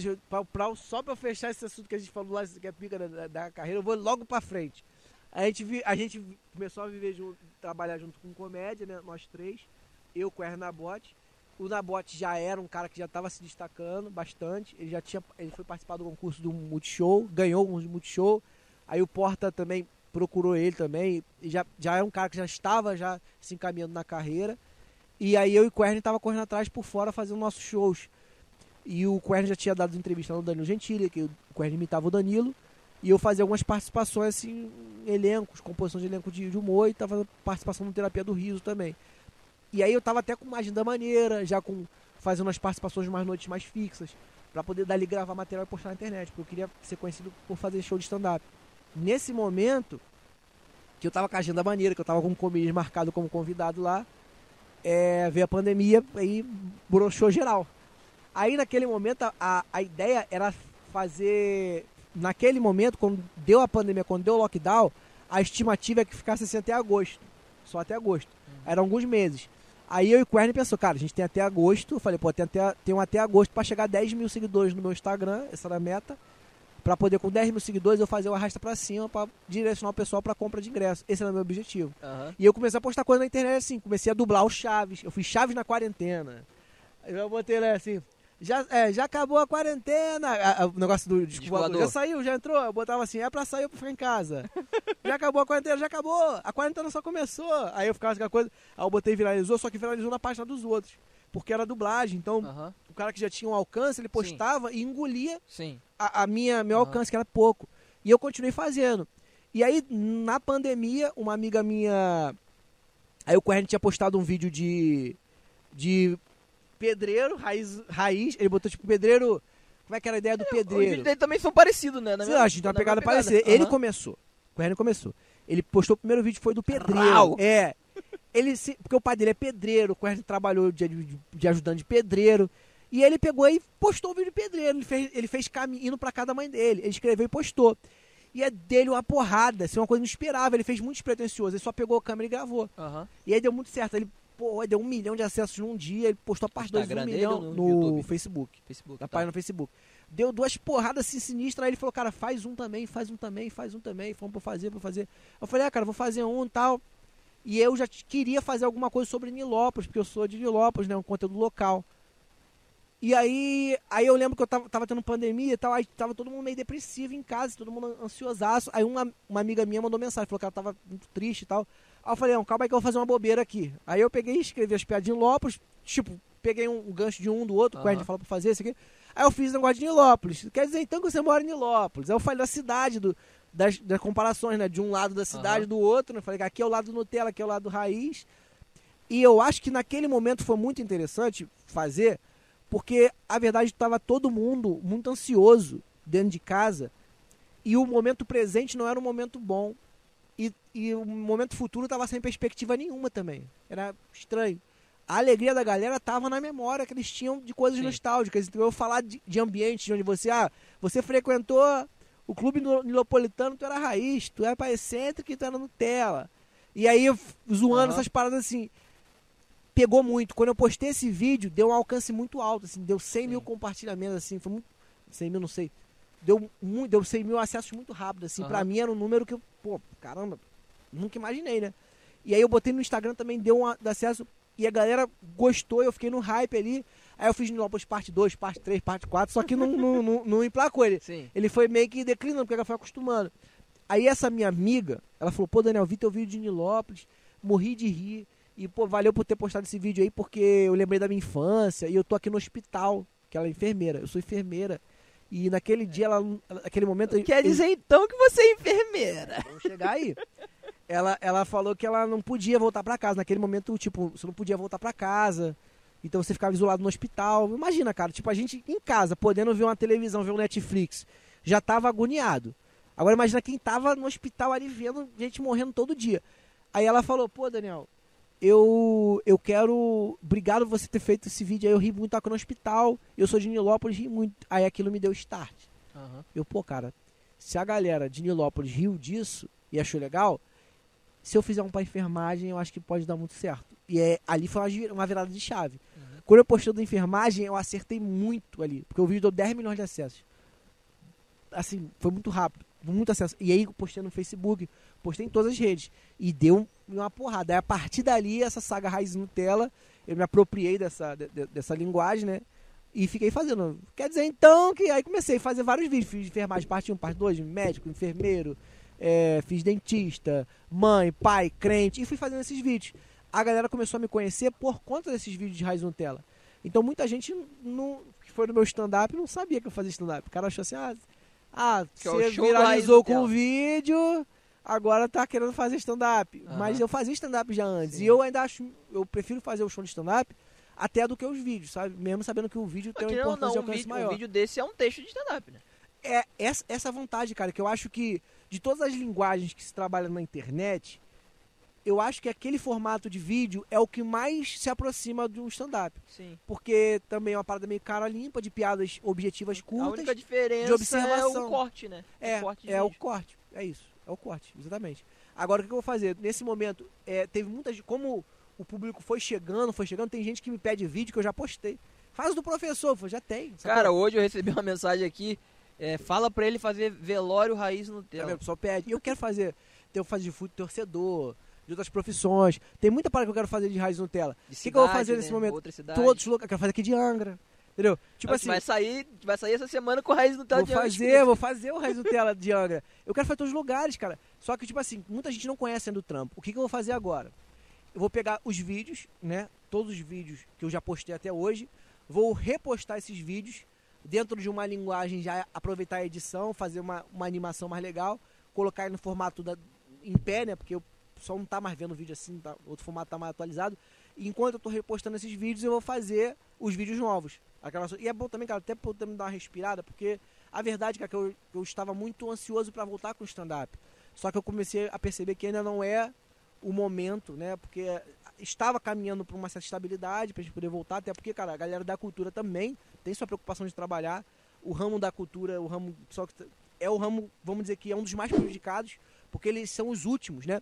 só pra fechar esse assunto que a gente falou lá, que é pica da carreira, eu vou logo pra frente. A gente começou a viver junto, trabalhar junto com comédia, né? Nós três. Eu com o Ernabote. O Nabote já era um cara que já estava se destacando bastante. Ele foi participar do concurso do Multishow, ganhou um Multishow. Aí o Porta também procurou ele também. E já era um cara que já estava se encaminhando na carreira. E aí eu e o Quern tava correndo atrás por fora fazendo nossos shows. E o Quern já tinha dado entrevista no Danilo Gentili, que o Quern imitava o Danilo. E eu fazia algumas participações assim, em elencos, composição de elenco de humor, e tava fazendo participação no Terapia do Riso também. E aí eu tava até com uma agenda maneira, já fazendo as participações de umas noites mais fixas, pra poder dali gravar material e postar na internet, porque eu queria ser conhecido por fazer show de stand-up. Nesse momento, que eu tava com a agenda maneira, que eu tava com o Comedians marcado como convidado lá, veio a pandemia, aí broxou geral. Aí naquele momento, a ideia era fazer... Naquele momento, quando deu a pandemia, quando deu o lockdown, a estimativa é que ficasse assim até agosto. Só até agosto. Eram alguns meses. Aí eu e o Quern pensou, cara, a gente tem até agosto. Eu falei, tem até agosto pra chegar a 10 mil seguidores no meu Instagram, essa era a meta. Pra poder, com 10 mil seguidores, eu fazer o arrasta pra cima pra direcionar o pessoal pra compra de ingresso. Esse era o meu objetivo. Aham. E eu comecei a postar coisa na internet assim, comecei a dublar o Chaves. Eu fiz Chaves na quarentena. Aí eu botei lá assim, já acabou a quarentena. O negócio do disco voador. Já saiu, já entrou. Eu botava assim, é pra sair ou pra ficar em casa. Já acabou a quarentena, já acabou. A quarentena só começou. Aí eu ficava com aquela coisa. Aí eu botei viralizou, só que viralizou na página dos outros. Porque era dublagem. Então, Aham. o cara que já tinha um alcance, ele postava e engolia Sim. meu alcance, que era pouco. E eu continuei fazendo. E aí, na pandemia, uma amiga minha... Aí o Quern tinha postado um vídeo de pedreiro, raiz. Ele botou tipo pedreiro... Como é que era a ideia do Os pedreiro? vídeos dele também são parecidos, né? Sei lá, a gente tem uma pegada parecida. Aham. Ele começou. O Quern começou. Ele postou o primeiro vídeo, foi do pedreiro. Rau. Porque o pai dele é pedreiro, o Quern trabalhou de ajudante de pedreiro. E ele pegou e postou o vídeo de pedreiro. Ele fez indo pra casa da mãe dele. Ele escreveu e postou. E é dele uma porrada, assim, uma coisa inesperável. Ele fez muito despretensioso. Ele só pegou a câmera e gravou. Aham. E aí deu muito certo. Ele pô, deu 1 milhão de acessos num dia, ele postou a parte 2 de 1 milhão no Facebook. Na página no Facebook. Deu 2 porradas assim sinistras, aí ele falou, cara, faz um também, faz um também, vamos pra fazer. Eu falei, cara, vou fazer um e tal. E eu já queria fazer alguma coisa sobre Nilópolis, porque eu sou de Nilópolis, né, um conteúdo local. E aí eu lembro que eu tava tendo pandemia e tal, aí tava todo mundo meio depressivo em casa, todo mundo ansiosaço. Aí uma amiga minha mandou mensagem, falou que ela tava muito triste e tal. Aí eu falei, não, calma aí que eu vou fazer uma bobeira aqui. Aí eu peguei e escrevi as piadas de Nilópolis, tipo, peguei um gancho de um do outro, que a gente falou pra fazer isso aqui. Aí eu fiz um negócio de Nilópolis. Quer dizer, então que você mora em Nilópolis. Aí eu falei da cidade, das comparações, né, de um lado da cidade do outro, né? Falei que aqui é o lado do Nutella, aqui é o lado do Raiz. E eu acho que naquele momento foi muito interessante fazer, porque a verdade estava todo mundo muito ansioso dentro de casa e o momento presente não era um momento bom e o momento futuro estava sem perspectiva nenhuma também. Era estranho. A alegria da galera estava na memória que eles tinham de coisas nostálgicas. Então eu falar de ambiente de onde você frequentou o clube nilopolitano, tu era raiz, tu era excêntrico e tu era Nutella. E aí zoando essas paradas assim. Pegou muito. Quando eu postei esse vídeo, deu um alcance muito alto, assim, deu 100 mil compartilhamentos, assim, foi muito... 100 mil, não sei. Deu 100 mil acessos muito rápido, assim. Pra mim era um número que eu, pô, caramba, nunca imaginei, né? E aí eu botei no Instagram também, deu um acesso, e a galera gostou, eu fiquei no hype ali. Aí eu fiz Nilópolis parte 2, parte 3, parte 4, só que não emplacou ele. Sim. Ele foi meio que declinando, porque ela foi acostumando. Aí essa minha amiga, ela falou, pô, Daniel, vi teu vídeo de Nilópolis, morri de rir. E, pô, valeu por ter postado esse vídeo aí, porque eu lembrei da minha infância e eu tô aqui no hospital, que ela é enfermeira. Eu sou enfermeira. E naquele dia, naquele momento... Quer dizer, então, que você é enfermeira. Vamos chegar aí. Ela falou que ela não podia voltar pra casa. Naquele momento, tipo, você não podia voltar pra casa. Então você ficava isolado no hospital. Imagina, cara, tipo, a gente em casa, podendo ver uma televisão, ver um Netflix, já tava agoniado. Agora imagina quem tava no hospital ali vendo gente morrendo todo dia. Aí ela falou, pô, Daniel... Eu quero... Obrigado por você ter feito esse vídeo aí. Eu ri muito aqui no hospital. Eu sou de Nilópolis, ri muito. Aí aquilo me deu start. Eu, pô, cara, se a galera de Nilópolis riu disso e achou legal, se eu fizer um pra enfermagem, eu acho que pode dar muito certo. E ali foi uma virada de chave. Quando eu postei da enfermagem, eu acertei muito ali. Porque o vídeo deu 10 milhões de acessos. Assim, foi muito rápido. Muito acesso. E aí eu postei no Facebook, postei em todas as redes. E deu uma porrada. Aí a partir dali, essa saga Raiz Nutella, eu me apropriei dessa linguagem, né? E fiquei fazendo. Quer dizer, então, que aí comecei a fazer vários vídeos. Fiz enfermagem parte 1, parte 2, médico, enfermeiro, fiz dentista, mãe, pai, crente. E fui fazendo esses vídeos. A galera começou a me conhecer por conta desses vídeos de Raiz Nutella. Então muita gente que foi no meu stand-up não sabia que eu fazia stand-up. O cara achou assim, você viralizou com o vídeo, agora tá querendo fazer stand-up. Mas eu fazia stand-up já antes. Sim. E eu ainda acho, eu prefiro fazer o show de stand-up até do que os vídeos, sabe? Mesmo sabendo que o vídeo tem uma importância de alcance maior. O vídeo desse é um texto de stand-up, né? É essa vontade, cara, que eu acho que de todas as linguagens que se trabalha na internet, eu acho que aquele formato de vídeo é o que mais se aproxima de um stand-up. Sim. Porque também é uma parada meio cara limpa, de piadas objetivas curtas. A única diferença de observação. é o corte, né? O corte. É isso. É o corte, exatamente. Agora, o que eu vou fazer? Nesse momento, teve muita gente... Como o público foi chegando, tem gente que me pede vídeo que eu já postei. Faz o do professor, já tem. Cara, hoje eu recebi uma mensagem aqui, fala pra ele fazer velório Raiz Nutella. O pessoal pede. E eu quero fazer. Eu faço de futebol torcedor, de outras profissões. Tem muita parada que eu quero fazer de Raiz Nutella. O que eu vou fazer nesse momento? Todos os locais. Eu quero fazer aqui de Angra. Entendeu? Tipo assim. Vai sair essa semana com o Raiz Nutella de Angra. Vou fazer o Raiz Nutella de Angra. Eu quero fazer todos os lugares, cara. Só que, tipo assim, muita gente não conhece ainda o trampo. O que eu vou fazer agora? Eu vou pegar os vídeos, né? Todos os vídeos que eu já postei até hoje. Vou repostar esses vídeos dentro de uma linguagem, já aproveitar a edição, fazer uma animação mais legal, colocar no formato em pé, né? Porque o pessoal não tá mais vendo o vídeo assim, outro formato tá mais atualizado. E enquanto eu tô repostando esses vídeos, eu vou fazer os vídeos novos. E é bom também, cara, até pra eu me dar uma respirada, porque a verdade, cara, que eu estava muito ansioso para voltar com o stand-up. Só que eu comecei a perceber que ainda não é o momento, né? Porque estava caminhando para uma certa estabilidade, pra gente poder voltar, até porque, cara, a galera da cultura também tem sua preocupação de trabalhar. O ramo da cultura, o ramo, vamos dizer que é um dos mais prejudicados, porque eles são os últimos, né?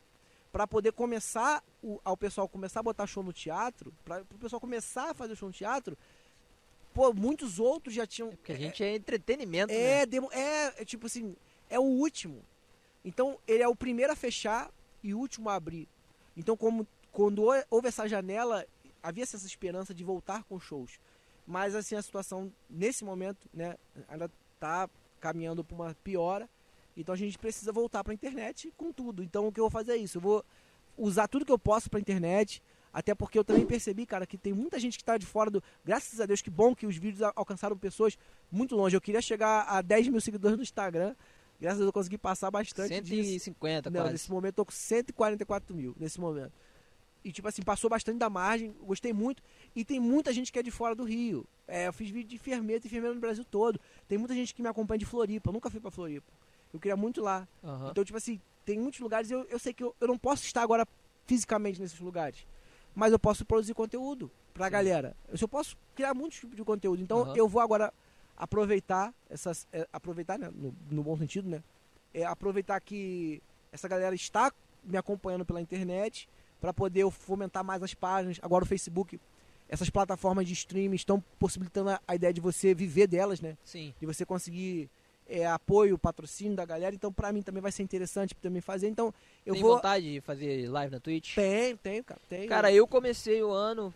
pra poder começar, ao pessoal começar a botar show no teatro, pra o pessoal começar a fazer show no teatro, pô, muitos outros já tinham... Porque a gente é entretenimento, né? Tipo assim, é o último. Então, ele é o primeiro a fechar e o último a abrir. Então, quando houve essa janela, havia essa esperança de voltar com shows. Mas, assim, a situação, nesse momento, né, ainda tá caminhando para uma piora. Então, a gente precisa voltar para a internet com tudo. Então, o que eu vou fazer é isso. Eu vou usar tudo que eu posso para a internet. Até porque eu também percebi, cara, que tem muita gente que tá de fora do... Graças a Deus, que bom que os vídeos alcançaram pessoas muito longe. Eu queria chegar a 10 mil seguidores no Instagram. Graças a Deus eu consegui passar bastante 150 disso. Não, quase. nesse momento eu tô com 144 mil, nesse momento. E tipo assim, passou bastante da margem, gostei muito. E tem muita gente que é de fora do Rio. Eu fiz vídeo de enfermeira no Brasil todo. Tem muita gente que me acompanha de Floripa, eu nunca fui pra Floripa. Eu queria muito ir lá. Uhum. Então, tipo assim, tem muitos lugares, eu sei que eu não posso estar agora fisicamente nesses lugares. Mas eu posso produzir conteúdo pra galera. Eu posso criar muitos tipos de conteúdo. Então eu vou agora aproveitar aproveitar, né, no bom sentido, né? Aproveitar que essa galera está me acompanhando pela internet para poder fomentar mais as páginas. Agora o Facebook, essas plataformas de streaming estão possibilitando a ideia de você viver delas, né? Sim. De você conseguir apoio, patrocínio da galera. Então, pra mim também vai ser interessante também fazer. Então, Tem vontade de fazer live na Twitch? Tenho, cara. Tenho. Cara, eu comecei o ano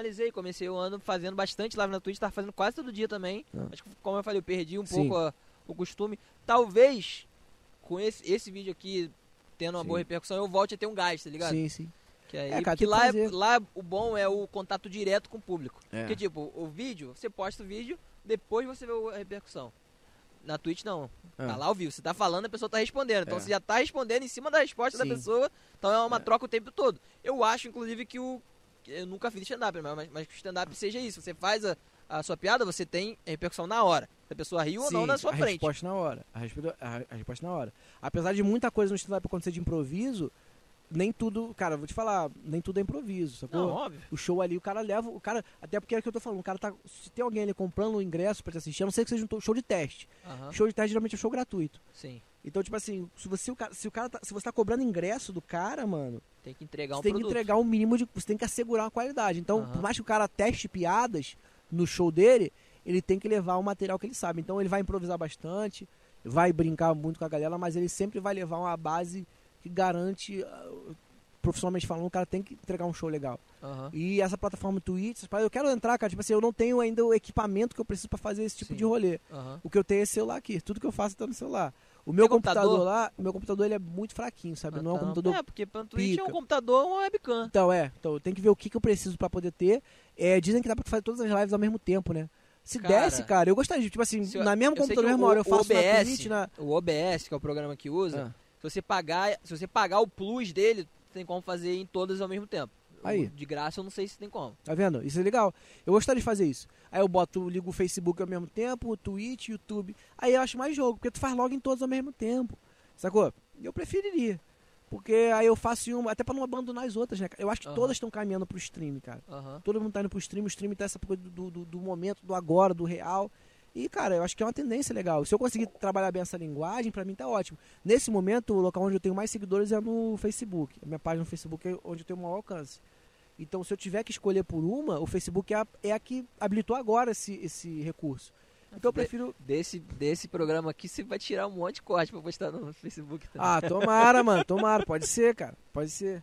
fazendo bastante live na Twitch, tava fazendo quase todo dia também. Acho que, como eu falei, eu perdi um pouco o costume. Talvez, com esse vídeo aqui tendo uma boa repercussão, eu volte a ter um gás, tá ligado? Sim. Que aí, cara, porque lá o bom é o contato direto com o público. Porque, tipo, o vídeo, você posta o vídeo, depois você vê a repercussão. Na Twitch não, tá lá ao vivo. Você tá falando, a pessoa tá respondendo. Então você já tá respondendo em cima da resposta da pessoa. Então é uma troca o tempo todo. Eu acho, inclusive, que eu nunca fiz stand-up, mas que o stand-up seja isso. Você faz a sua piada, você tem repercussão na hora. Se a pessoa riu ou não na sua frente. Resposta na hora. A resposta na hora. Apesar de muita coisa no stand-up acontecer de improviso, nem tudo, cara, vou te falar, nem tudo é improviso, sacou? Não, óbvio. O show ali, o cara leva, até porque é o que eu tô falando, o cara tá, se tem alguém ali comprando o ingresso pra te assistir, a não ser que seja um show de teste. Show de teste geralmente é show gratuito. Sim. Então, tipo assim, se você tá cobrando ingresso do cara, mano, tem que entregar você tem que entregar um mínimo de, você tem que assegurar uma qualidade. Então, por mais que o cara teste piadas no show dele, ele tem que levar o material que ele sabe. Então, ele vai improvisar bastante, vai brincar muito com a galera, mas ele sempre vai levar uma base que garante, profissionalmente falando, o cara tem que entregar um show legal. E essa plataforma Twitch, eu quero entrar, cara, tipo assim, eu não tenho ainda o equipamento que eu preciso pra fazer esse tipo de rolê. O que eu tenho é celular aqui, tudo que eu faço tá no celular. O meu computador lá, o meu computador ele é muito fraquinho, sabe? Não é um computador. Porque pra Twitch é um computador, uma webcam. Então tem que ver o que eu preciso pra poder ter. Dizem que dá pra fazer todas as lives ao mesmo tempo, né? Se desse, cara, eu gostaria de, tipo assim, na mesma computador, na mesma hora, eu faço OBS, na Twitch, o OBS, que é o programa que usa, se você pagar o plus dele, tem como fazer em todas ao mesmo tempo. Aí. De graça eu não sei se tem como. Tá vendo? Isso é legal. Eu gostaria de fazer isso. Aí eu ligo o Facebook ao mesmo tempo, o Twitch, o YouTube. Aí eu acho mais jogo, porque tu faz login todos ao mesmo tempo. Sacou? Eu preferiria. Porque aí eu faço uma, até pra não abandonar as outras, né? Eu acho que todas estão caminhando pro stream, cara. Todo mundo tá indo pro stream, o stream tá essa coisa do momento, do agora, do real. E, cara, eu acho que é uma tendência legal. Se eu conseguir trabalhar bem essa linguagem, pra mim tá ótimo. Nesse momento, o local onde eu tenho mais seguidores é no Facebook. A minha página no Facebook é onde eu tenho o maior alcance. Então, se eu tiver que escolher por uma, o Facebook é a que habilitou agora esse recurso. Então, eu prefiro... Desse programa aqui, você vai tirar um monte de corte pra postar no Facebook também. Ah, tomara, mano, tomara. Pode ser, cara. Pode ser.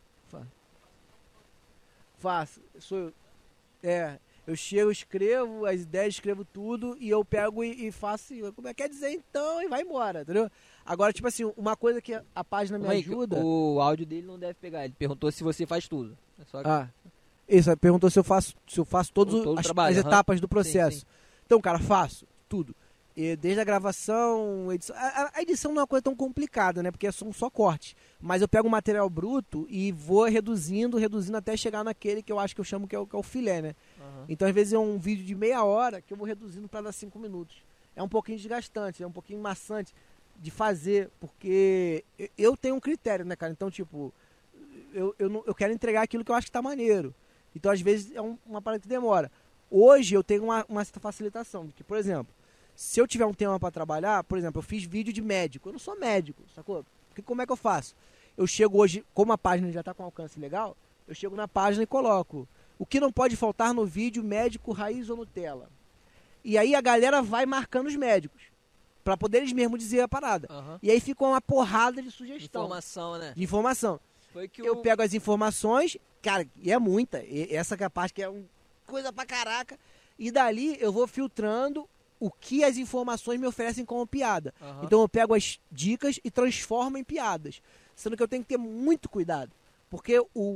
Faço. Eu chego, escrevo as ideias, escrevo tudo e eu pego e faço, como é que quer dizer então, e vai embora, entendeu? Agora, tipo assim, uma coisa que a página me ajuda... O áudio dele não deve pegar, ele perguntou se você faz tudo. É só que... Isso, perguntou se eu faço todas as etapas do processo. Sim. Então, cara, faço tudo. Desde a gravação, edição. A edição não é uma coisa tão complicada, né? Porque são só cortes. Mas eu pego o material bruto e vou reduzindo até chegar naquele que eu acho que eu chamo que é o filé, né? Então, às vezes, é um vídeo de meia hora que eu vou reduzindo para dar 5 minutos. É um pouquinho desgastante, é um pouquinho maçante de fazer, porque eu tenho um critério, né, cara? Então, tipo, eu quero entregar aquilo que eu acho que tá maneiro. Então, às vezes, é uma parada que demora. Hoje, eu tenho uma facilitação, que, por exemplo, se eu tiver um tema para trabalhar, por exemplo, eu fiz vídeo de médico. Eu não sou médico, sacou? Como é que eu faço? eu chego hoje, como a página já tá com alcance legal, eu chego na página e coloco: o que não pode faltar no vídeo, médico, raiz ou Nutella. E aí a galera vai marcando os médicos, pra poder eles mesmos dizer a parada. Aham. E aí fica uma porrada de sugestão. Informação, né? De informação. Foi que Eu pego as informações, cara, e é muita. Essa que é a parte que é coisa pra caraca. E dali eu vou filtrando o que as informações me oferecem como piada. Aham. Então eu pego as dicas e transformo em piadas. Sendo que eu tenho que ter muito cuidado. Porque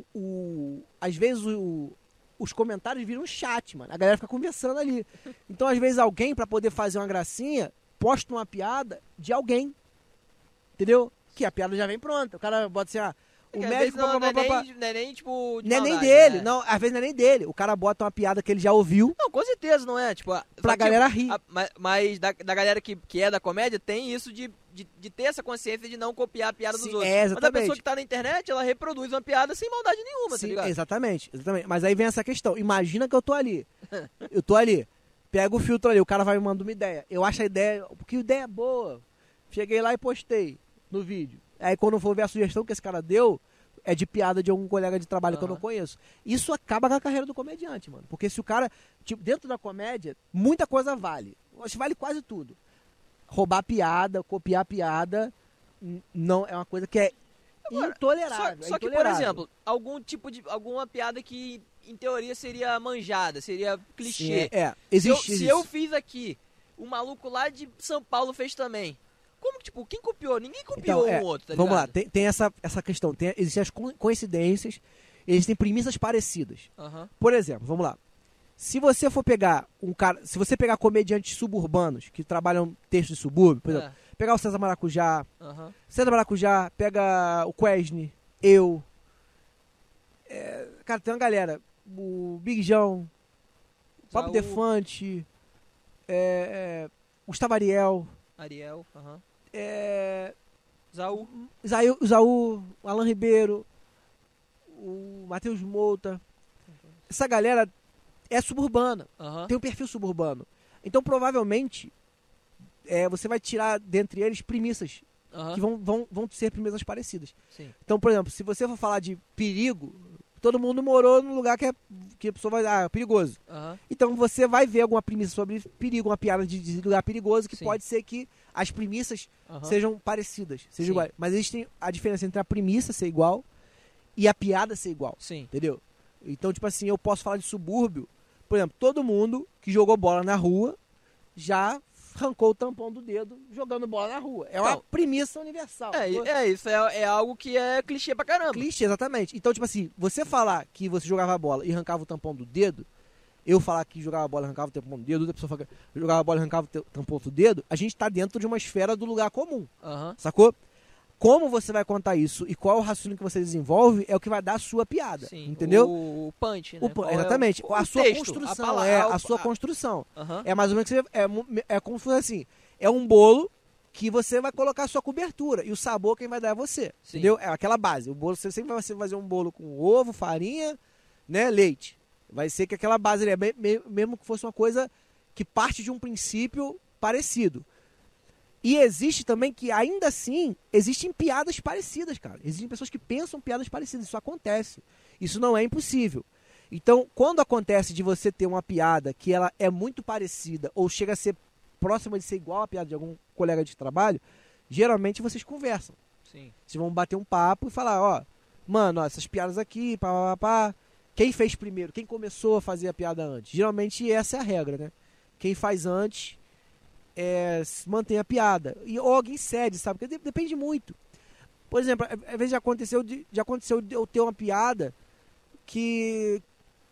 às vezes os comentários viram um chat, mano. A galera fica conversando ali. Então, às vezes, alguém, pra poder fazer uma gracinha, posta uma piada de alguém. Entendeu? Que a piada já vem pronta. O cara bota assim, o Às médico... vezes não é nem, tipo, de Não é nem maldade, dele. né? Não, às vezes não é nem dele. O cara bota uma piada que ele já ouviu Não, com certeza, não é? Tipo, pra galera rir. Mas da galera que é da comédia tem isso de ter essa consciência de não copiar a piada dos Sim, outros. é, Mas a exatamente. pessoa que tá na internet, ela reproduz uma piada sem maldade nenhuma, tá Sim, ligado? exatamente. Mas aí vem essa questão. Imagina que eu tô ali. Eu tô ali. Pega o filtro ali. O cara vai me mandar uma ideia. Eu acho a ideia... Porque ideia é boa. Cheguei lá e postei no vídeo. Aí quando eu for ver a sugestão que esse cara deu, é de piada de algum colega de trabalho que eu não conheço. Isso acaba com a carreira do comediante, mano. Porque se o cara... Tipo, dentro da comédia, muita coisa vale. Acho que vale quase tudo. Roubar piada, copiar piada... Não, é uma coisa que é intolerável. Só que, por exemplo, alguma piada que em teoria seria manjada, seria clichê. Sim, existe Se eu fiz aqui, o maluco lá de São Paulo fez também. Como que, tipo, quem copiou? Ninguém copiou um outro, tá ligado? Vamos lá, tem essa questão. Existem as coincidências, existem premissas parecidas. Aham. Por exemplo, vamos lá. Se você for pegar se você pegar comediantes suburbanos que trabalham texto de subúrbio, por exemplo, pegar o César Maracujá, César Maracujá, pega o Quesne, eu. Cara, tem uma galera. O Big João, o Pablo Defante, Gustavo Ariel, Zaú, Alan Ribeiro, o Matheus Mouta. Essa galera é suburbana, tem um perfil suburbano. Então, provavelmente, você vai tirar dentre eles premissas que vão ser premissas parecidas. Sim. Então, por exemplo, se você for falar de perigo, todo mundo morou num lugar que a pessoa vai... perigoso. Então, você vai ver alguma premissa sobre perigo, uma piada de lugar perigoso, que pode ser que as premissas sejam parecidas, sejam iguais. Mas existe a diferença entre a premissa ser igual e a piada ser igual. Sim. Entendeu? Então, tipo assim, eu posso falar de subúrbio. Por exemplo, todo mundo que jogou bola na rua já arrancou o tampão do dedo jogando bola na rua. É uma premissa universal. Isso é algo que é clichê pra caramba. Clichê, exatamente. Então, tipo assim, você falar que você jogava bola e arrancava o tampão do dedo, eu falar que jogava bola e arrancava o tampão do dedo, outra pessoa falar que jogava bola e arrancava o tampão do dedo, a gente tá dentro de uma esfera do lugar comum. Sacou? Como você vai contar isso e qual é o raciocínio que você desenvolve é o que vai dar a sua piada. Sim, entendeu? O punch, né? Exatamente. A sua texto, construção. a sua construção. É mais ou menos que é como se fosse assim. É um bolo que você vai colocar a sua cobertura. E o sabor quem vai dar é você. Sim. Entendeu? É aquela base. O bolo, você sempre vai fazer um bolo com ovo, farinha, né, leite. Vai ser que aquela base ali, mesmo que fosse uma coisa que parte de um princípio parecido. E existe também que, ainda assim, existem piadas parecidas, cara. Existem pessoas que pensam piadas parecidas. Isso acontece. Isso não é impossível. Então, quando acontece de você ter uma piada que ela é muito parecida ou chega a ser próxima de ser igual a piada de algum colega de trabalho, geralmente vocês conversam. Sim. Vocês vão bater um papo e falar, mano, essas piadas aqui, pá. Quem fez primeiro? Quem começou a fazer a piada antes? Geralmente essa é a regra, né? Quem faz antes... mantém a piada. Ou alguém cede, sabe? Porque depende muito. Por exemplo, às vezes já aconteceu de eu ter uma piada que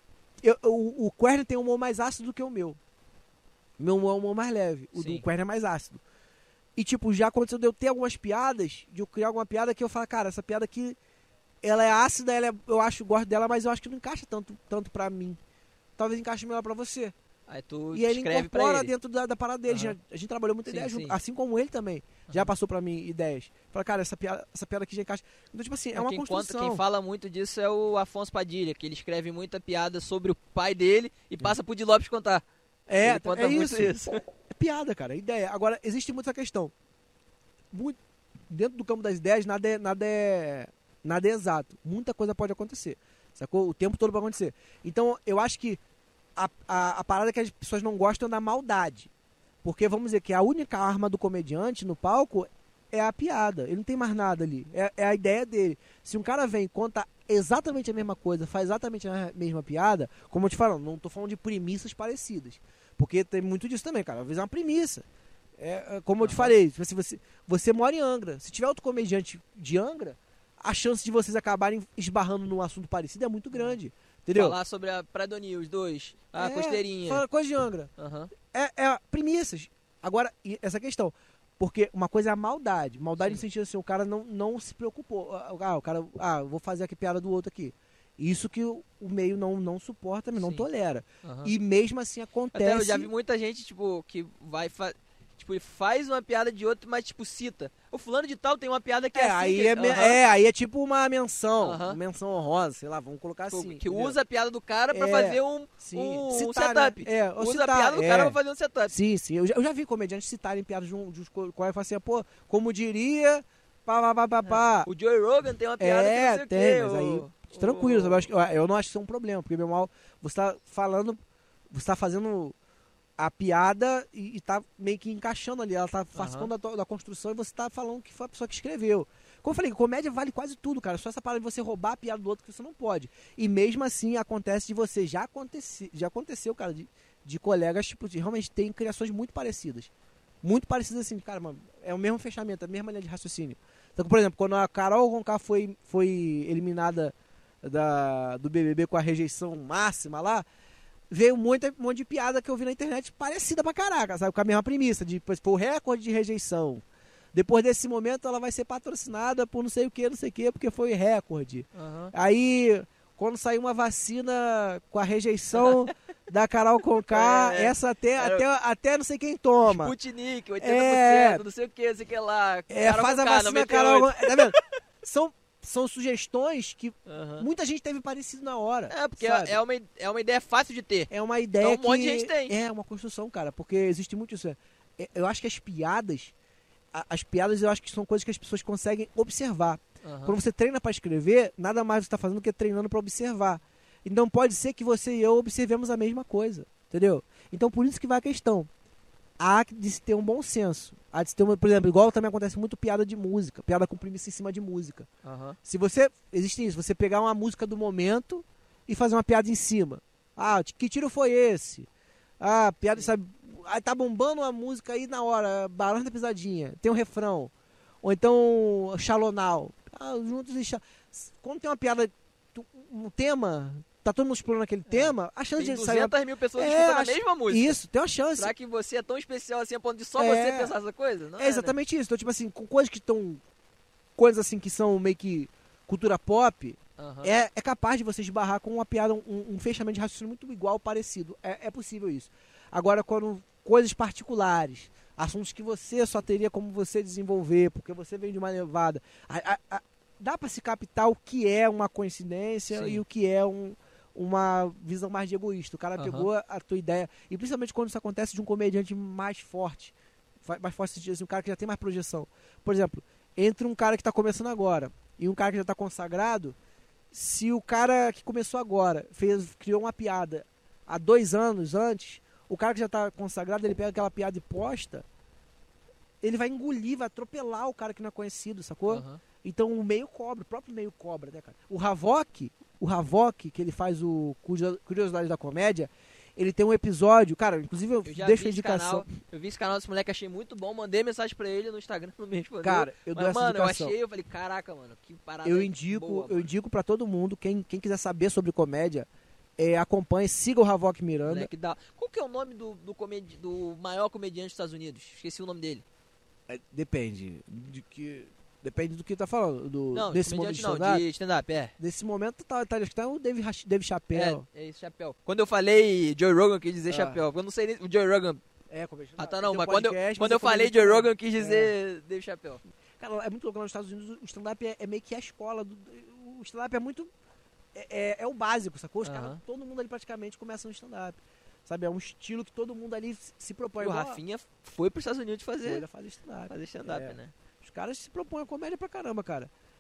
o Querner tem um humor mais ácido do que o meu. Meu humor é um humor mais leve. O do Querner é mais ácido. E tipo, já aconteceu de eu ter algumas piadas, de eu criar alguma piada que eu falo, cara, essa piada aqui, ela é ácida, eu gosto dela, mas eu acho que não encaixa tanto pra mim. Talvez encaixe melhor pra você. Aí tu e ele escreve incorpora pra ele. dentro da parada dele. A gente trabalhou muita ideia junto, assim como ele também. Já passou pra mim ideias. Fala, cara, essa piada aqui já encaixa. Então, tipo assim, é uma construção. Quem fala muito disso é o Afonso Padilha, que ele escreve muita piada sobre o pai dele e passa pro Di Lopes contar. Ele conta muito isso. É piada, cara, é ideia. Agora, existe muita questão. Dentro do campo das ideias, nada é Nada é exato. Muita coisa pode acontecer. Sacou? O tempo todo pode acontecer. Então, eu acho que a parada que as pessoas não gostam é da maldade. Porque, vamos dizer, que a única arma do comediante no palco é a piada. Ele não tem mais nada ali. É a ideia dele. Se um cara vem e conta exatamente a mesma coisa, faz exatamente a mesma piada, como eu te falo, não tô falando de premissas parecidas. Porque tem muito disso também, cara. Às vezes é uma premissa. Como eu te falei, se você mora em Angra. Se tiver outro comediante de Angra, a chance de vocês acabarem esbarrando num assunto parecido é muito grande. Entendeu? Falar sobre a Praia do Anil, os dois. A Costeirinha. Fala coisa de Angra. Premissas. Agora, essa questão. Porque uma coisa é a maldade. Maldade no sentido assim, o cara não se preocupou. O cara, vou fazer aqui piada do outro aqui. Isso que o meio não suporta, não tolera. E mesmo assim acontece... Até eu já vi muita gente, tipo, que vai... Tipo, ele faz uma piada de outro, mas, tipo, cita. O fulano de tal tem uma piada que é assim. Aí é tipo uma menção. Uma menção honrosa, sei lá, vamos colocar assim. Que usa a piada do cara pra fazer um setup. Né? Usa a piada do cara pra fazer um setup. Sim. Eu já vi comediantes citarem piadas de uns colegas e falar assim, pô, como diria... Pá. O Joe Rogan tem uma piada que não sei o quê. Mas aí, tranquilo, eu não acho que isso é um problema, porque, meu mal, você tá fazendo a piada e tá meio que encaixando ali, ela tá participando da construção e você tá falando que foi a pessoa que escreveu. Como eu falei, comédia vale quase tudo, cara, só essa parada de você roubar a piada do outro que você não pode. E mesmo assim acontece de você, já aconteceu, cara, de colegas, tipo, de realmente tem criações muito parecidas. Muito parecidas assim, cara, mano, é o mesmo fechamento, a mesma linha de raciocínio. Então, por exemplo, quando a Carol Conká foi eliminada do BBB com a rejeição máxima lá, veio um monte de piada que eu vi na internet parecida pra caraca, sabe? Com a mesma premissa, de o recorde de rejeição. Depois desse momento ela vai ser patrocinada por não sei o que, porque foi recorde. Aí, quando sair uma vacina com a rejeição da Carol Conká, essa até não sei quem toma. Sputnik, 80%, não sei o que, lá. Faz a vacina Carol Conká. Tá vendo? São sugestões que muita gente teve parecido na hora. Porque é uma ideia fácil de ter. É uma ideia então, um monte de gente tem. É uma construção, cara, porque existe muito isso. Eu acho que as piadas eu acho que são coisas que as pessoas conseguem observar. Quando você treina pra escrever, nada mais você está fazendo do que treinando pra observar. Então pode ser que você e eu observemos a mesma coisa, entendeu? Então por isso que vai a questão. Há de se ter um bom senso. Há de se ter por exemplo, igual também acontece muito piada de música, piada com premissa em cima de música. Existe isso, você pegar uma música do momento e fazer uma piada em cima. Que tiro foi esse? Piada, sabe? Aí tá bombando uma música aí na hora, Barões da Pisadinha, tem um refrão. Ou então, Xalonal. Juntos e quando tem uma piada, um tema, tá todo mundo explorando aquele tema, a chance tem de sair... 200 mil pessoas escutando a mesma música. Isso, tem uma chance. Será que você é tão especial assim a ponto de só você pensar essa coisa? Não é exatamente isso. Então, tipo assim, com coisas que estão... Coisas assim que são meio que cultura pop, é capaz de você esbarrar com uma piada, um fechamento de raciocínio muito igual, parecido. É possível isso. Agora, quando coisas particulares, assuntos que você só teria como você desenvolver, porque você vem de uma levada, dá para se captar o que é uma coincidência e o que é uma visão mais de egoísta. O cara pegou a tua ideia, e principalmente quando isso acontece de um comediante mais forte assim, um cara que já tem mais projeção. Por exemplo, entre um cara que está começando agora e um cara que já está consagrado, se o cara que começou agora criou uma piada há 2 anos antes, o cara que já está consagrado, ele pega aquela piada e posta, ele vai engolir, vai atropelar o cara que não é conhecido, sacou? Então o meio cobra, o próprio meio cobra, né, cara? O Havok, que ele faz o Curiosidade da Comédia, ele tem um episódio, cara, inclusive eu deixo a indicação. Eu vi esse canal desse moleque, achei muito bom, mandei mensagem pra ele no Instagram, no mesmo. Cara, eu dou essa indicação. Eu falei, caraca, mano, que parada eu boa, indico pra todo mundo, quem quiser saber sobre comédia, acompanhe, siga o Havok Miranda. Qual que é o nome do maior comediante dos Estados Unidos? Esqueci o nome dele. Depende do que tá falando. Desse momento de stand-up, Nesse momento acho que tá o Dave Chappelle. É esse Chappelle. Quando eu falei Joe Rogan, eu quis dizer Chappelle. Eu não sei o Joe Rogan. Mas quando eu falei Joe Rogan, eu quis dizer Dave Chappelle. Cara, é muito louco lá nos Estados Unidos, o stand-up é meio que a escola. O stand-up é muito... É o básico, sacou? Os caras, todo mundo ali praticamente começa no stand-up. Sabe, é um estilo que todo mundo ali se propõe. O Rafinha foi pros Estados Unidos fazer stand-up. Fazer stand-up, né? Os caras se propõem a comédia pra caramba, cara.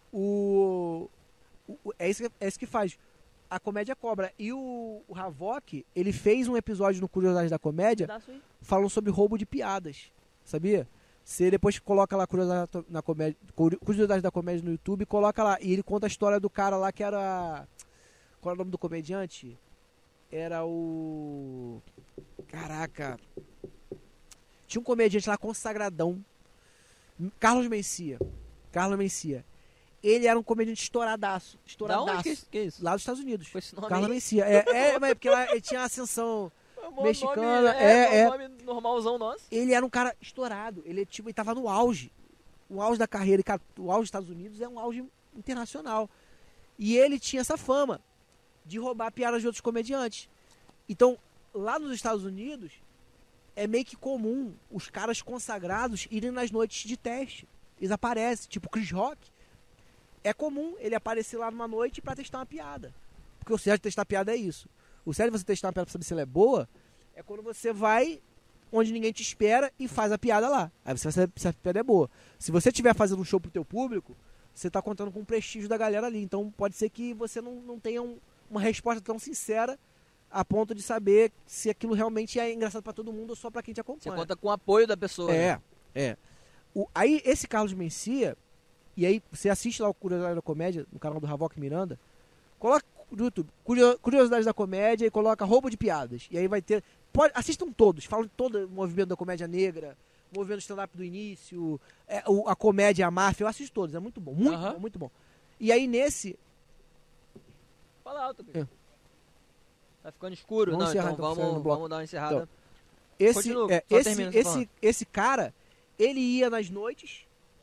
É isso que faz. A comédia cobra. E o Havok, ele fez um episódio no Curiosidades da Comédia falando sobre roubo de piadas. Sabia? Você depois coloca lá Curiosidades da Comédia no YouTube, coloca lá. E ele conta a história do cara lá que era... Qual é o nome do comediante? Era o... Caraca. Tinha um comediante lá consagradão. Carlos Mencia. Ele era um comediante estouradaço. Da onde que é isso? Lá dos Estados Unidos. Com esse nome Carlos aí? Mencia. Mas porque lá ele tinha ascensão mexicana. É um nome normalzão nosso. Ele era um cara estourado. Ele tava no auge. O auge da carreira. O auge dos Estados Unidos é um auge internacional. E ele tinha essa fama de roubar piadas de outros comediantes. Então, lá nos Estados Unidos, é meio que comum os caras consagrados irem nas noites de teste. Eles aparecem. Tipo, Chris Rock. É comum ele aparecer lá numa noite pra testar uma piada. Porque o certo de testar piada é isso. O certo de você testar uma piada pra saber se ela é boa é quando você vai onde ninguém te espera e faz a piada lá. Aí você vai saber se a piada é boa. Se você estiver fazendo um show pro teu público, você tá contando com o prestígio da galera ali. Então pode ser que você não tenha uma resposta tão sincera a ponto de saber se aquilo realmente é engraçado pra todo mundo ou só pra quem te acompanha. Você conta com o apoio da pessoa. Né? Aí esse Carlos Mencia... E aí você assiste lá o Curiosidade da Comédia, no canal do Havok Miranda, coloca no YouTube, Curiosidades da Comédia e coloca roubo de piadas. E aí vai ter... assistam todos, falam de todo o movimento da comédia negra, o movimento stand-up do início, a comédia, a máfia, eu assisto todos, é muito bom, muito bom. E aí nesse... Fala alto, Pedro. Tá ficando escuro? Vamos encerrar, então vamos dar uma encerrada. Então, esse cara, ele ia nas noites...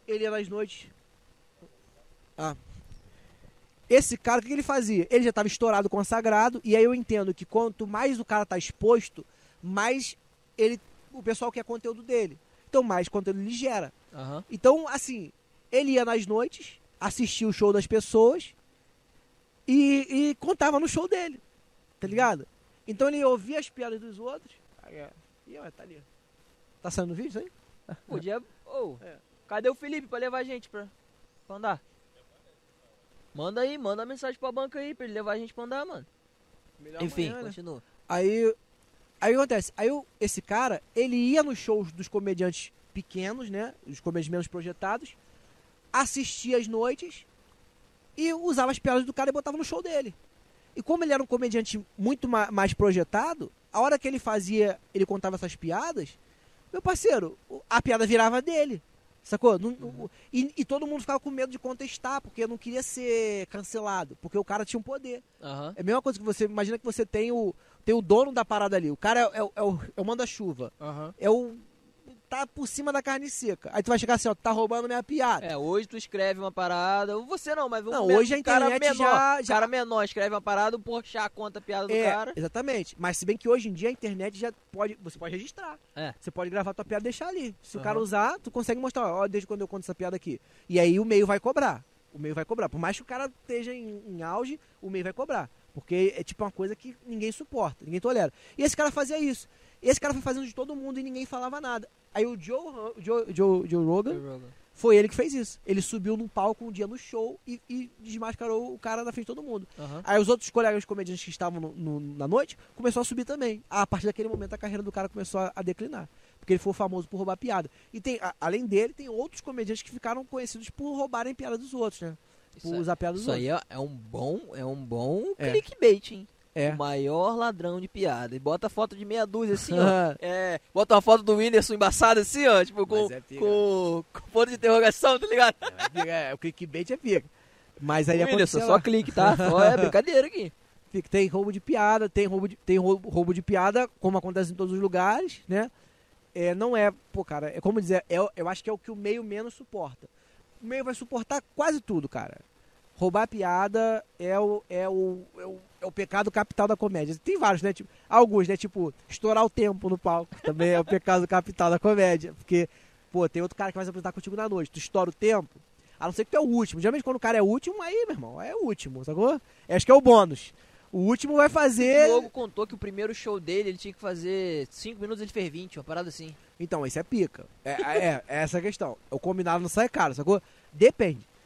Esse cara, o que ele fazia? Ele já estava estourado, consagrado, e aí eu entendo que quanto mais o cara tá exposto, mais o pessoal quer conteúdo dele. Então mais conteúdo ele gera. Então, assim, ele ia nas noites, assistia o show das pessoas e contava no show dele, tá ligado? Então ele ouvia as piadas dos outros. Tá ali. Tá saindo vídeo isso aí? Podia... Cadê o Felipe pra levar a gente pra andar? Manda aí, manda a mensagem pra banca aí, pra ele levar a gente pra andar, mano. Enfim, amanhã, continua. Aí acontece, esse cara, ele ia nos shows dos comediantes pequenos, né, os comediantes menos projetados, assistia às noites e usava as piadas do cara e botava no show dele. E como ele era um comediante muito mais projetado, a hora que ele contava essas piadas, meu parceiro, a piada virava dele. Sacou? E todo mundo ficava com medo de contestar, porque não queria ser cancelado, porque o cara tinha um poder. É a mesma coisa que você imagina que você tem o dono da parada ali. O cara é o manda-chuva. Tá por cima da carne seca. Aí tu vai chegar assim, ó, tá roubando minha piada. Hoje tu escreve uma parada, você não, mas hoje a internet cara menor escreve uma parada, o Porchat conta a piada do cara. Exatamente. Mas se bem que hoje em dia a internet você pode registrar. Você pode gravar tua piada e deixar ali. Se o cara usar, tu consegue mostrar, ó, desde quando eu conto essa piada aqui. E aí o meio vai cobrar. Por mais que o cara esteja em auge, o meio vai cobrar. Porque é tipo uma coisa que ninguém suporta, ninguém tolera. E esse cara fazia isso. Esse cara foi fazendo de todo mundo e ninguém falava nada. Aí o Joe Rogan foi ele que fez isso. Ele subiu num palco um dia no show e desmascarou o cara na frente de todo mundo. Aí os outros colegas comediantes que estavam na noite começaram a subir também. A partir daquele momento a carreira do cara começou a declinar. Porque ele foi famoso por roubar piada. E além dele, tem outros comediantes que ficaram conhecidos por roubarem piada dos outros, né? Por usar piada dos outros. Isso aí é um bom clickbait, hein? É. O maior ladrão de piada. E bota foto de meia dúzia assim, ó. Bota uma foto do Whindersson embaçado assim, ó. Tipo, com ponto de interrogação, tá ligado? O clickbait é pica. Mas aí Whindersson, só clique, tá? Só é brincadeira aqui. Tem roubo de piada, tem roubo de piada, como acontece em todos os lugares, né? Não é, cara, é como dizer, eu acho que é o que o meio menos suporta. O meio vai suportar quase tudo, cara. Roubar piada é o pecado capital da comédia. Tem vários, né? Tipo, alguns, né? Tipo, estourar o tempo no palco. Também é o pecado capital da comédia. Porque, tem outro cara que vai se apresentar contigo na noite. Tu estoura o tempo, a não ser que tu é o último. Geralmente quando o cara é o último, aí, meu irmão, é o último, sacou? Acho que é o bônus. O último vai fazer... O Diogo contou que o primeiro show dele, ele tinha que fazer 5 minutos, ele fez 20, uma parada assim. Então, isso é pica. Essa é a questão. O combinado não sai caro, sacou? Depende.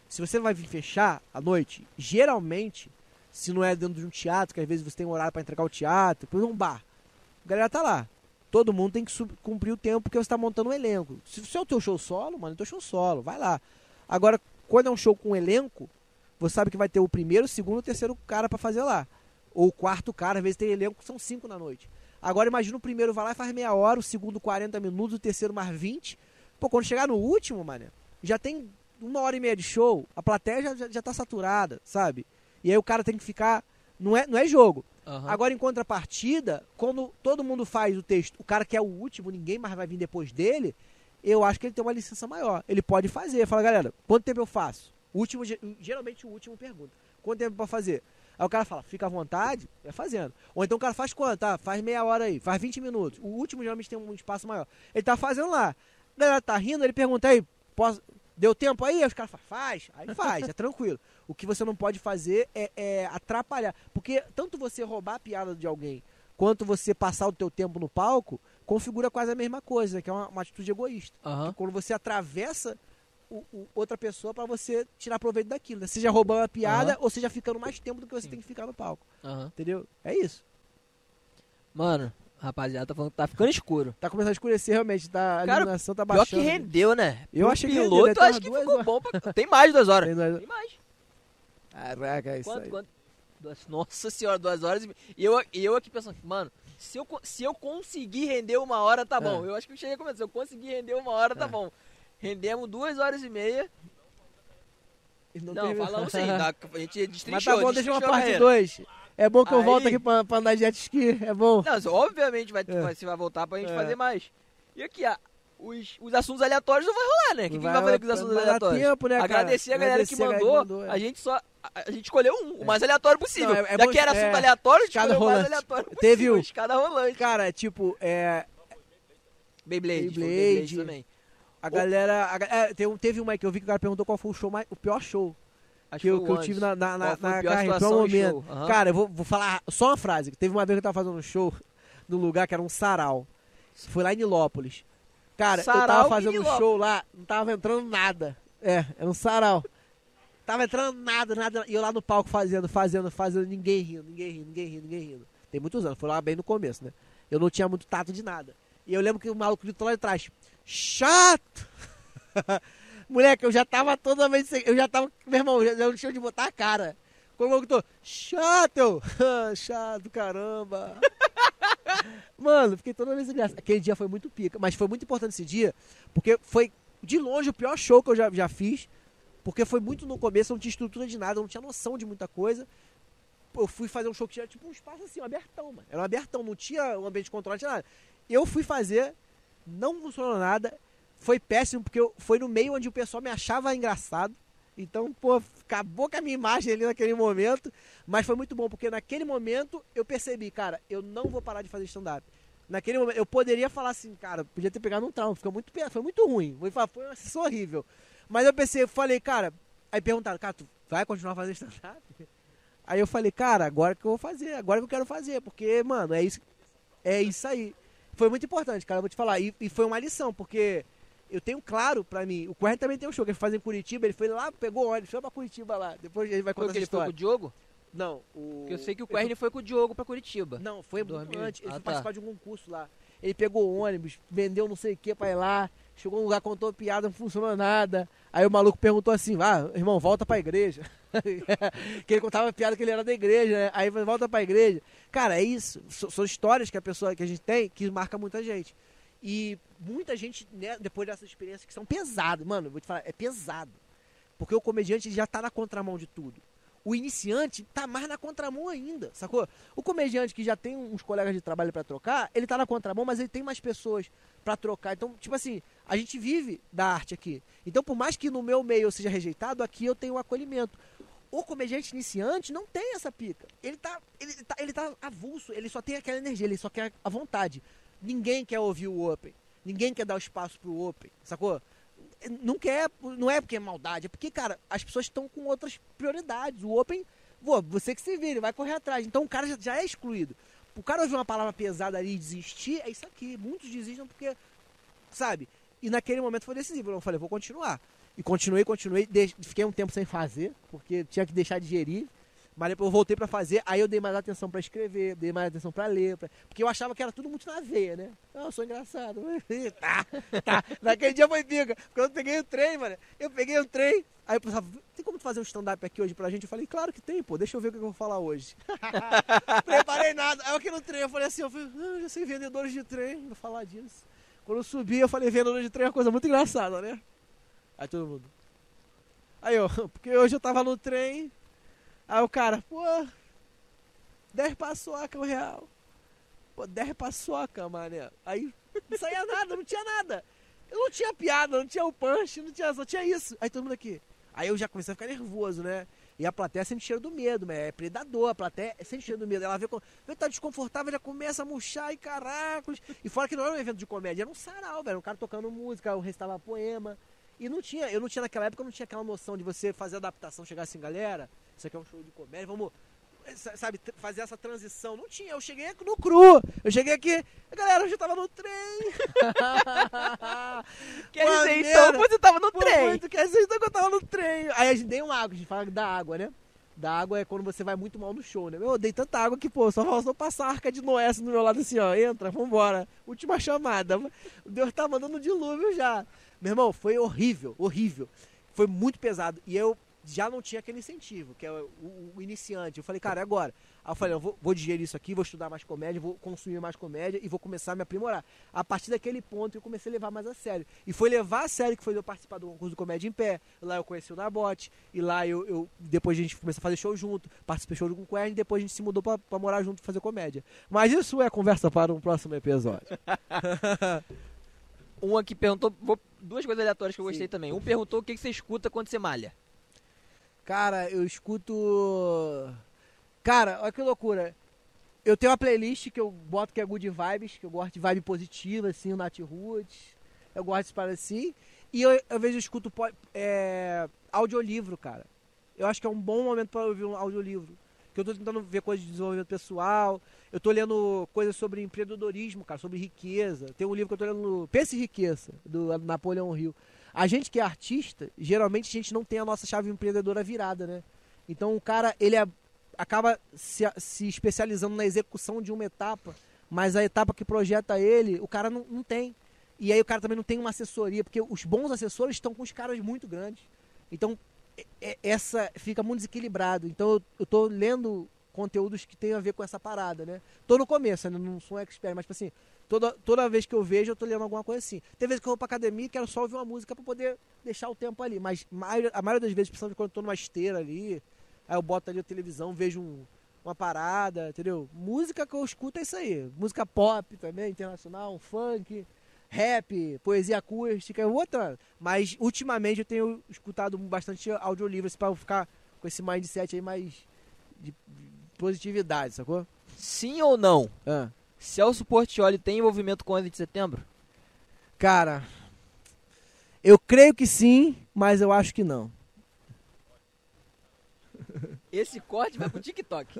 se você vai vir fechar à noite, geralmente, se não é dentro de um teatro, que às vezes você tem um horário pra entregar o teatro, por um bar, a galera tá lá. Todo mundo tem que cumprir o tempo porque você tá montando um elenco. Se é o teu show solo, mano, é o teu show solo, vai lá. Agora, quando é um show com um elenco, você sabe que vai ter o primeiro, o segundo e o terceiro cara pra fazer lá. Ou o quarto cara, às vezes tem elenco, são 5 na noite. Agora imagina o primeiro vai lá e faz meia hora, o segundo 40 minutos, o terceiro mais 20. Pô, quando chegar no último, mané, já tem 1h30 de show, a plateia já tá saturada, sabe? E aí o cara tem que ficar... Não é jogo. Uhum. Agora, em contrapartida, quando todo mundo faz o texto, o cara que é o último, ninguém mais vai vir depois dele, eu acho que ele tem uma licença maior. Ele pode fazer. Fala, galera, quanto tempo eu faço? Geralmente o último pergunta. Quanto tempo pra fazer? Aí o cara fala, fica à vontade, vai fazendo. Ou então o cara faz quanto? Tá, faz meia hora aí, faz 20 minutos. O último geralmente tem um espaço maior. Ele tá fazendo lá. A galera tá rindo, ele pergunta aí, deu tempo aí? Aí os caras falam, faz. Aí faz, é tranquilo. O que você não pode fazer é atrapalhar. Porque tanto você roubar a piada de alguém, quanto você passar o teu tempo no palco, configura quase a mesma coisa, que é uma atitude egoísta. Uhum. Quando você atravessa outra pessoa pra você tirar proveito daquilo, né? Seja roubando a piada ou seja ficando mais tempo do que você tem que ficar no palco. Entendeu? É isso. Mano, rapaziada, tá falando que tá ficando escuro. Tá começando a escurecer realmente, a Cara, iluminação tá Pior baixando. que rendeu, né? Eu Pro achei piloto, que rendeu, acho que ficou bom. Tem mais de 2 horas. Tem mais. Caraca, é isso aí. Quanto? Nossa senhora, 2 horas. E eu aqui pensando, mano, se eu conseguir render 1 hora, tá bom. Eu acho que eu cheguei a comentar, se eu conseguir render 1 hora, tá bom. Rendemos 2h30. Não, falamos sim, a gente destrinchou. Mas tá bom, deixa uma parte 2. É bom que eu volto aqui pra andar de jet ski, é bom. Não, obviamente você vai voltar pra gente fazer mais. E aqui, os assuntos aleatórios não vai rolar, né? O que vai fazer com os assuntos aleatórios? Tempo, né, agradecer a galera que mandou. A gente escolheu o mais aleatório possível. Não, Já que era assunto aleatório, a gente escolheu o mais aleatório possível. Teve escada rolante. Cara, tipo, Beyblade também. A galera... teve uma aí que eu vi que o cara perguntou qual foi o pior show que eu tive na carreira, por um momento. Cara, eu vou falar só uma frase. Teve uma vez que eu tava fazendo um show num lugar que era um sarau. Foi lá em Nilópolis. Cara, eu tava fazendo um show lá, não tava entrando nada. Era um sarau. Tava entrando nada. E eu lá no palco fazendo, ninguém rindo. Tem muitos anos, foi lá bem no começo, né? Eu não tinha muito tato de nada. E eu lembro que o maluco gritou lá de trás, chato! Moleque, eu já tava totalmente... Eu já tava... Meu irmão, eu não tinha de botar a cara. Quando o maluco gritou, chato! Chato, caramba! Mano, fiquei toda vez engraçado. Aquele dia foi muito pica, mas foi muito importante esse dia, porque foi, de longe, o pior show que eu já fiz, porque foi muito no começo, eu não tinha estrutura de nada, eu não tinha noção de muita coisa. Eu fui fazer um show que tinha tipo um espaço assim, um abertão, mano. Era um abertão, não tinha um ambiente de controle, não tinha nada. Eu fui fazer, não funcionou nada, foi péssimo, porque foi no meio onde o pessoal me achava engraçado. Então, pô, acabou com a minha imagem ali naquele momento, mas foi muito bom, porque naquele momento eu percebi, cara, eu não vou parar de fazer stand-up. Naquele momento, eu poderia falar assim, cara, podia ter pegado um trauma, foi muito ruim, foi uma sessão horrível. Mas eu pensei, falei, cara, aí perguntaram, cara, tu vai continuar fazendo stand-up? Aí eu falei, cara, agora que eu vou fazer, agora que eu quero fazer, porque, mano, é isso aí. Foi muito importante, cara, eu vou te falar, e foi uma lição, porque... Eu tenho claro pra mim, o Quern também tem um show que ele faz em Curitiba, ele foi lá, pegou ônibus, foi pra Curitiba lá, depois ele vai contar essa história. Ele foi com o Diogo? Não, Porque eu sei que o Quern foi com o Diogo pra Curitiba. Não, foi muito antes, ele foi participar de um concurso lá. Ele pegou ônibus, vendeu não sei o que pra ir lá, chegou num lugar, contou piada, não funcionou nada. Aí o maluco perguntou assim, irmão, volta pra igreja. Que ele contava piada que ele era da igreja, né? Aí volta pra igreja. Cara, é isso, são histórias que a gente tem que marca muita gente. E muita gente, né, depois dessas experiências que são pesadas, mano, eu vou te falar, é pesado. Porque o comediante já tá na contramão de tudo. O iniciante tá mais na contramão ainda, sacou? O comediante que já tem uns colegas de trabalho pra trocar, ele tá na contramão, mas ele tem mais pessoas pra trocar. Então, tipo assim, a gente vive da arte aqui. Então, por mais que no meu meio eu seja rejeitado, aqui eu tenho um acolhimento. O comediante iniciante não tem essa pica. Ele tá avulso, ele só tem aquela energia, ele só quer a vontade. Ninguém quer ouvir o Open. Ninguém quer dar o espaço pro Open, sacou? Não é porque é maldade, é porque, cara, as pessoas estão com outras prioridades. O Open, você que se vira, vai correr atrás. Então o cara já é excluído. O cara ouvir uma palavra pesada ali e desistir, é isso aqui. Muitos desistem porque, sabe? E naquele momento foi decisivo. Eu falei, vou continuar. E continuei, fiquei um tempo sem fazer, porque tinha que deixar de digerir. Mas depois eu voltei pra fazer, aí eu dei mais atenção pra escrever, dei mais atenção pra ler, porque eu achava que era tudo muito na veia, né? Eu sou engraçado. Tá. Naquele dia foi pica. Quando eu peguei o trem, mano, aí eu pensava, tem como fazer um stand-up aqui hoje pra gente? Eu falei, claro que tem, pô, deixa eu ver o que eu vou falar hoje. Preparei nada. Aí eu aqui no trem, eu falei assim, eu já sei vendedores de trem, vou falar disso. Quando eu subi, eu falei, vendedor de trem é uma coisa muito engraçada, né? Aí todo mundo. Aí porque hoje eu tava no trem, aí o cara, pô, 10 paçoca o real. Pô, 10 paçoca, mané. Aí não saía nada, não tinha nada. Eu não tinha piada, não tinha o punch, só tinha isso. Aí todo mundo aqui. Aí eu já comecei a ficar nervoso, né? E a plateia sente cheiro do medo, mas é predador, a plateia sente cheiro do medo. Ela vê que tá desconfortável, já começa a murchar e caracos. E fora que não era um evento de comédia, era um sarau, velho. Um cara tocando música, eu recitava poema. E eu não tinha naquela época, eu não tinha aquela noção de você fazer adaptação, chegar assim, galera, isso aqui é um show de comédia, vamos, sabe, fazer essa transição. Não tinha, eu cheguei no cru, eu cheguei aqui, galera, eu já tava no trem. Quer dizer, então você tava no trem. Quer dizer, então que eu tava no trem. Aí a gente deu uma água, a gente fala da água, né? Da água é quando você vai muito mal no show, né? Eu dei tanta água que, pô, só passar a Arca de Noé assim do meu lado assim, ó, entra, vambora. Última chamada. Deus tá mandando um dilúvio já. Meu irmão, foi horrível. Foi muito pesado. E eu já não tinha aquele incentivo, que é o iniciante. Eu falei, cara, é agora. Aí eu falei, eu vou digerir isso aqui, vou estudar mais comédia, vou consumir mais comédia e vou começar a me aprimorar. A partir daquele ponto eu comecei a levar mais a sério. E foi levar a sério que foi eu participar do concurso de comédia em pé. Lá eu conheci o Nabote, e lá depois a gente começou a fazer show junto, participei de show com o Quern, e depois a gente se mudou pra morar junto e fazer comédia. Mas isso é conversa para um próximo episódio. Um aqui perguntou, duas coisas aleatórias que eu gostei também. Um perguntou o que você escuta quando você malha. Cara, eu escuto... Cara, olha que loucura. Eu tenho uma playlist que eu boto que é Good Vibes, que eu gosto de vibe positiva, assim, o Nat Roots. Eu gosto de parar assim. E eu, às vezes, eu escuto audiolivro, cara. Eu acho que é um bom momento para ouvir um audiolivro. Porque eu tô tentando ver coisas de desenvolvimento pessoal. Eu tô lendo coisas sobre empreendedorismo, cara, sobre riqueza. Tem um livro que eu tô lendo, Pense e Riqueza, do Napoleão Hill. A gente que é artista, geralmente a gente não tem a nossa chave empreendedora virada, né? Então o cara, ele acaba se especializando na execução de uma etapa, mas a etapa que projeta ele, o cara não tem. E aí o cara também não tem uma assessoria, porque os bons assessores estão com os caras muito grandes. Então, essa fica muito desequilibrado. Então eu tô lendo conteúdos que tem a ver com essa parada, né? Tô no começo, né? Não sou um expert, mas tipo assim, toda vez que eu vejo, eu tô lendo alguma coisa assim. Tem vezes que eu vou pra academia e quero só ouvir uma música pra poder deixar o tempo ali. Mas a maioria das vezes, principalmente quando eu tô numa esteira ali, aí eu boto ali a televisão, vejo uma parada, entendeu? Música que eu escuto é isso aí. Música pop também, internacional, funk, rap, poesia acústica, outra. Mas ultimamente eu tenho escutado bastante audiolivros pra ficar com esse mindset aí mais de positividade, sacou? Sim ou não? Celso Portiolli tem envolvimento com o 11 de setembro? Cara, eu creio que sim, mas eu acho que não. Esse corte vai pro TikTok.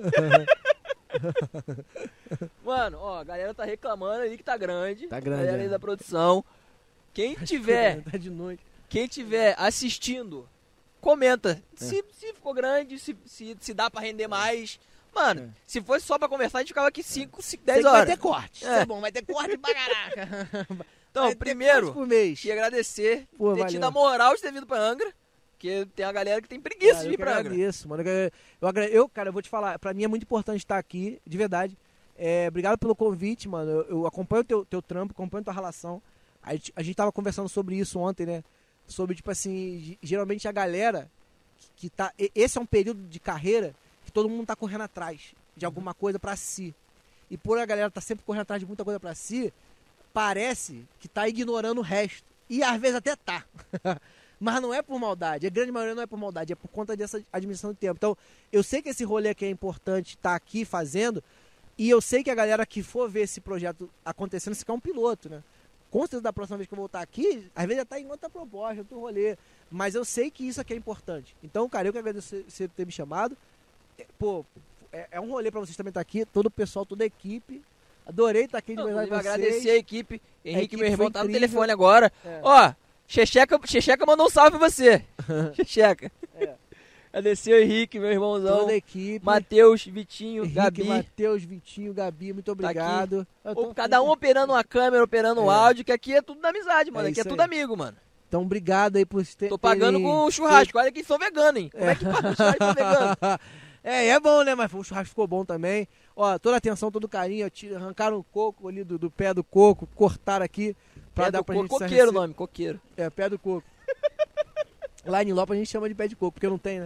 Mano, ó, a galera tá reclamando ali que tá grande. Tá grande, a galera aí da produção. Quem tiver, tá de noite. Quem tiver assistindo, comenta. Se ficou grande, se dá pra render mais. Mano, se fosse só pra conversar, a gente ficava aqui 5, 10 horas. Vai ter corte. Isso é bom, vai ter corte pra caraca. Então, primeiro, queria agradecer por ter tido a moral de ter vindo pra Angra. Porque tem a galera que tem preguiça de vir pra Angra. Agradeço, mano. Cara, eu vou te falar, pra mim é muito importante estar aqui, de verdade. Obrigado pelo convite, mano. Eu acompanho o teu trampo, acompanho a tua relação. A gente tava conversando sobre isso ontem, né? Sobre, tipo assim, geralmente a galera que tá... Esse é um período de carreira que todo mundo tá correndo atrás de alguma coisa pra si. E por a galera tá sempre correndo atrás de muita coisa pra si, parece que tá ignorando o resto. E às vezes até tá. Mas não é por maldade. A grande maioria não é por maldade, é por conta dessa administração do tempo. Então, eu sei que esse rolê aqui é importante estar aqui fazendo, e eu sei que a galera que for ver esse projeto acontecendo, você quer um piloto, né? Com certeza, da próxima vez que eu voltar aqui, às vezes já tá em outra proposta, outro rolê. Mas eu sei que isso aqui é importante. Então, cara, eu que agradeço você ter me chamado. Pô, é um rolê pra vocês também estar aqui, todo o pessoal, toda a equipe. Adorei estar aqui de verdade com vocês. Agradecer a equipe. Henrique, meu irmão, tá no incrível. telefone agora. Ó, Checheca mandou um salve pra você. Checheca. É. Agradecer o Henrique, meu irmãozão. Toda a equipe. Matheus, Vitinho, Henrique, Gabi. Matheus, Vitinho, Gabi, muito obrigado. Cada um operando uma câmera, operando o áudio, que aqui é tudo na amizade, mano. Aqui é tudo aí. amigo, mano. Então, obrigado aí por ter. Tô pagando com o churrasco. Olha que sou vegano, hein? Como é que paga o churrasco pra vegano? É bom, né? Mas o churrasco ficou bom também. Ó, toda a atenção, todo o carinho. Arrancaram o coco ali do pé do coco, cortaram aqui pra dar pra gente. Coqueiro o nome, coqueiro. É, pé do coco. Lá em Lopes a gente chama de pé de coco, porque não tem, né?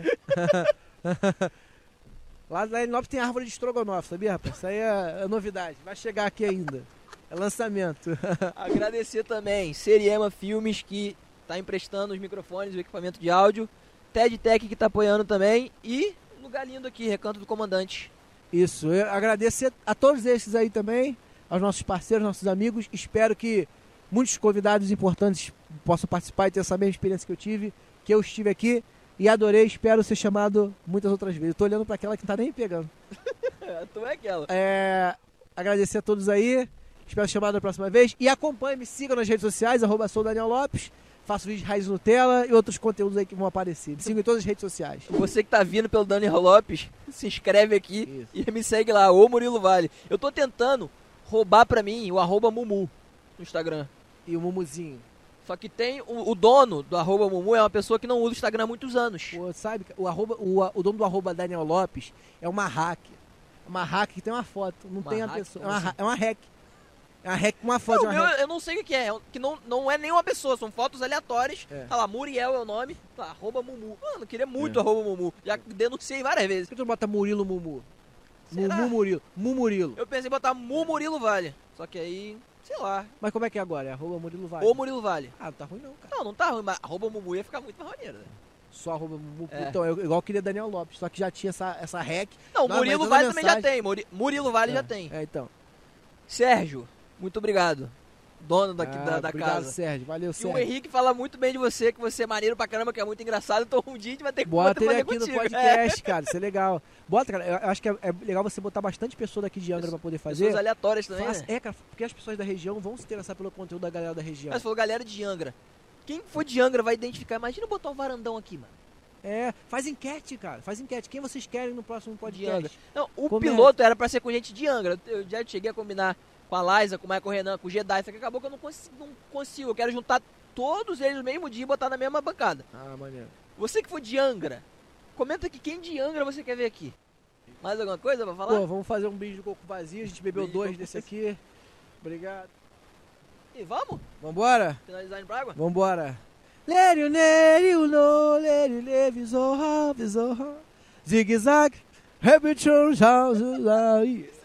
Lá em Lopes tem árvore de estrogonofe, sabia, rapaz? Isso aí é novidade. Vai chegar aqui ainda. É lançamento. Agradecer também Seriema Filmes, que tá emprestando os microfones, o equipamento de áudio. TED Tech, que tá apoiando também. E lugar lindo aqui, Recanto do Comandante. Isso. Eu agradecer a todos esses aí também, aos nossos parceiros, nossos amigos. Espero que muitos convidados importantes possam participar e ter essa mesma experiência que eu tive, que eu estive aqui e adorei. Espero ser chamado muitas outras vezes. Eu tô olhando para aquela que não tá nem me pegando. Tu é aquela. Agradecer a todos aí. Espero ser chamado da próxima vez. E acompanhe, me siga nas redes sociais, @soudaniellopes. Faço vídeo de Raiz Nutella e outros conteúdos aí que vão aparecer. Me siga em todas as redes sociais. Você que tá vindo pelo Daniel Lopes, se inscreve aqui. Isso. E me segue lá, o Murilo Vale. Eu tô tentando roubar pra mim o @Mumu no Instagram. E o Mumuzinho. Só que tem o dono do @Mumu é uma pessoa que não usa o Instagram há muitos anos. Pô, sabe, o dono do @Daniel Lopes é uma hack. Uma hack que tem uma foto, não tem a pessoa. É uma hack. É uma hack com uma foto. Não, eu não sei o que é. Que não é nenhuma pessoa, são fotos aleatórias. Tá lá, Muriel é o nome. Tá lá, @Mumu. Mano, eu queria muito @Mumu. Já denunciei várias vezes. Por que tu bota Murilo Mumu? Mumu Murilo. Murilo. Eu pensei em botar Murilo Vale. Só que aí, sei lá. Mas como é que é agora? É @Murilo Vale. Ou Murilo Vale. Ah, não tá ruim não, cara. Não tá ruim, mas @Mumu ia ficar muito mais maneiro, né? Só @Mumu. Então, eu igual queria Daniel Lopes, só que já tinha essa hack. Não, Murilo Vale também já tem. Murilo Vale já tem. Então. Sérgio, muito obrigado. Dono daqui da obrigado, casa. Sérgio. Valeu, Sérgio. E o Henrique fala muito bem de você, que você é maneiro pra caramba, que é muito engraçado. Então um dia a gente vai ter que bota ele aqui contigo. no podcast, cara. Isso é legal. Bota, cara. Eu acho que é legal você botar bastante pessoa daqui de Angra pra poder fazer. Pessoas aleatórias também, né? É, cara, porque as pessoas da região vão se interessar pelo conteúdo da galera da região. Mas falou galera de Angra. Quem for de Angra vai identificar. Imagina botar um varandão aqui, mano. Faz enquete, cara. Faz enquete. Quem vocês querem no próximo podcast? De Angra. Não, o piloto era pra ser com gente de Angra. Eu já cheguei a combinar com a Liza, com o Michael Renan, com o Jedi, só que acabou que eu não consigo. Eu quero juntar todos eles no mesmo dia e botar na mesma bancada. Ah, maneiro. Você que for de Angra, comenta aqui quem de Angra você quer ver aqui. Mais alguma coisa pra falar? Pô, vamos fazer um brinde de coco vazio. A gente bebeu 2 desse aqui. Obrigado. E vamos? Vambora? Finalizar indo pra água? Vambora. Let you know, visorra, zigue-zague, repetition,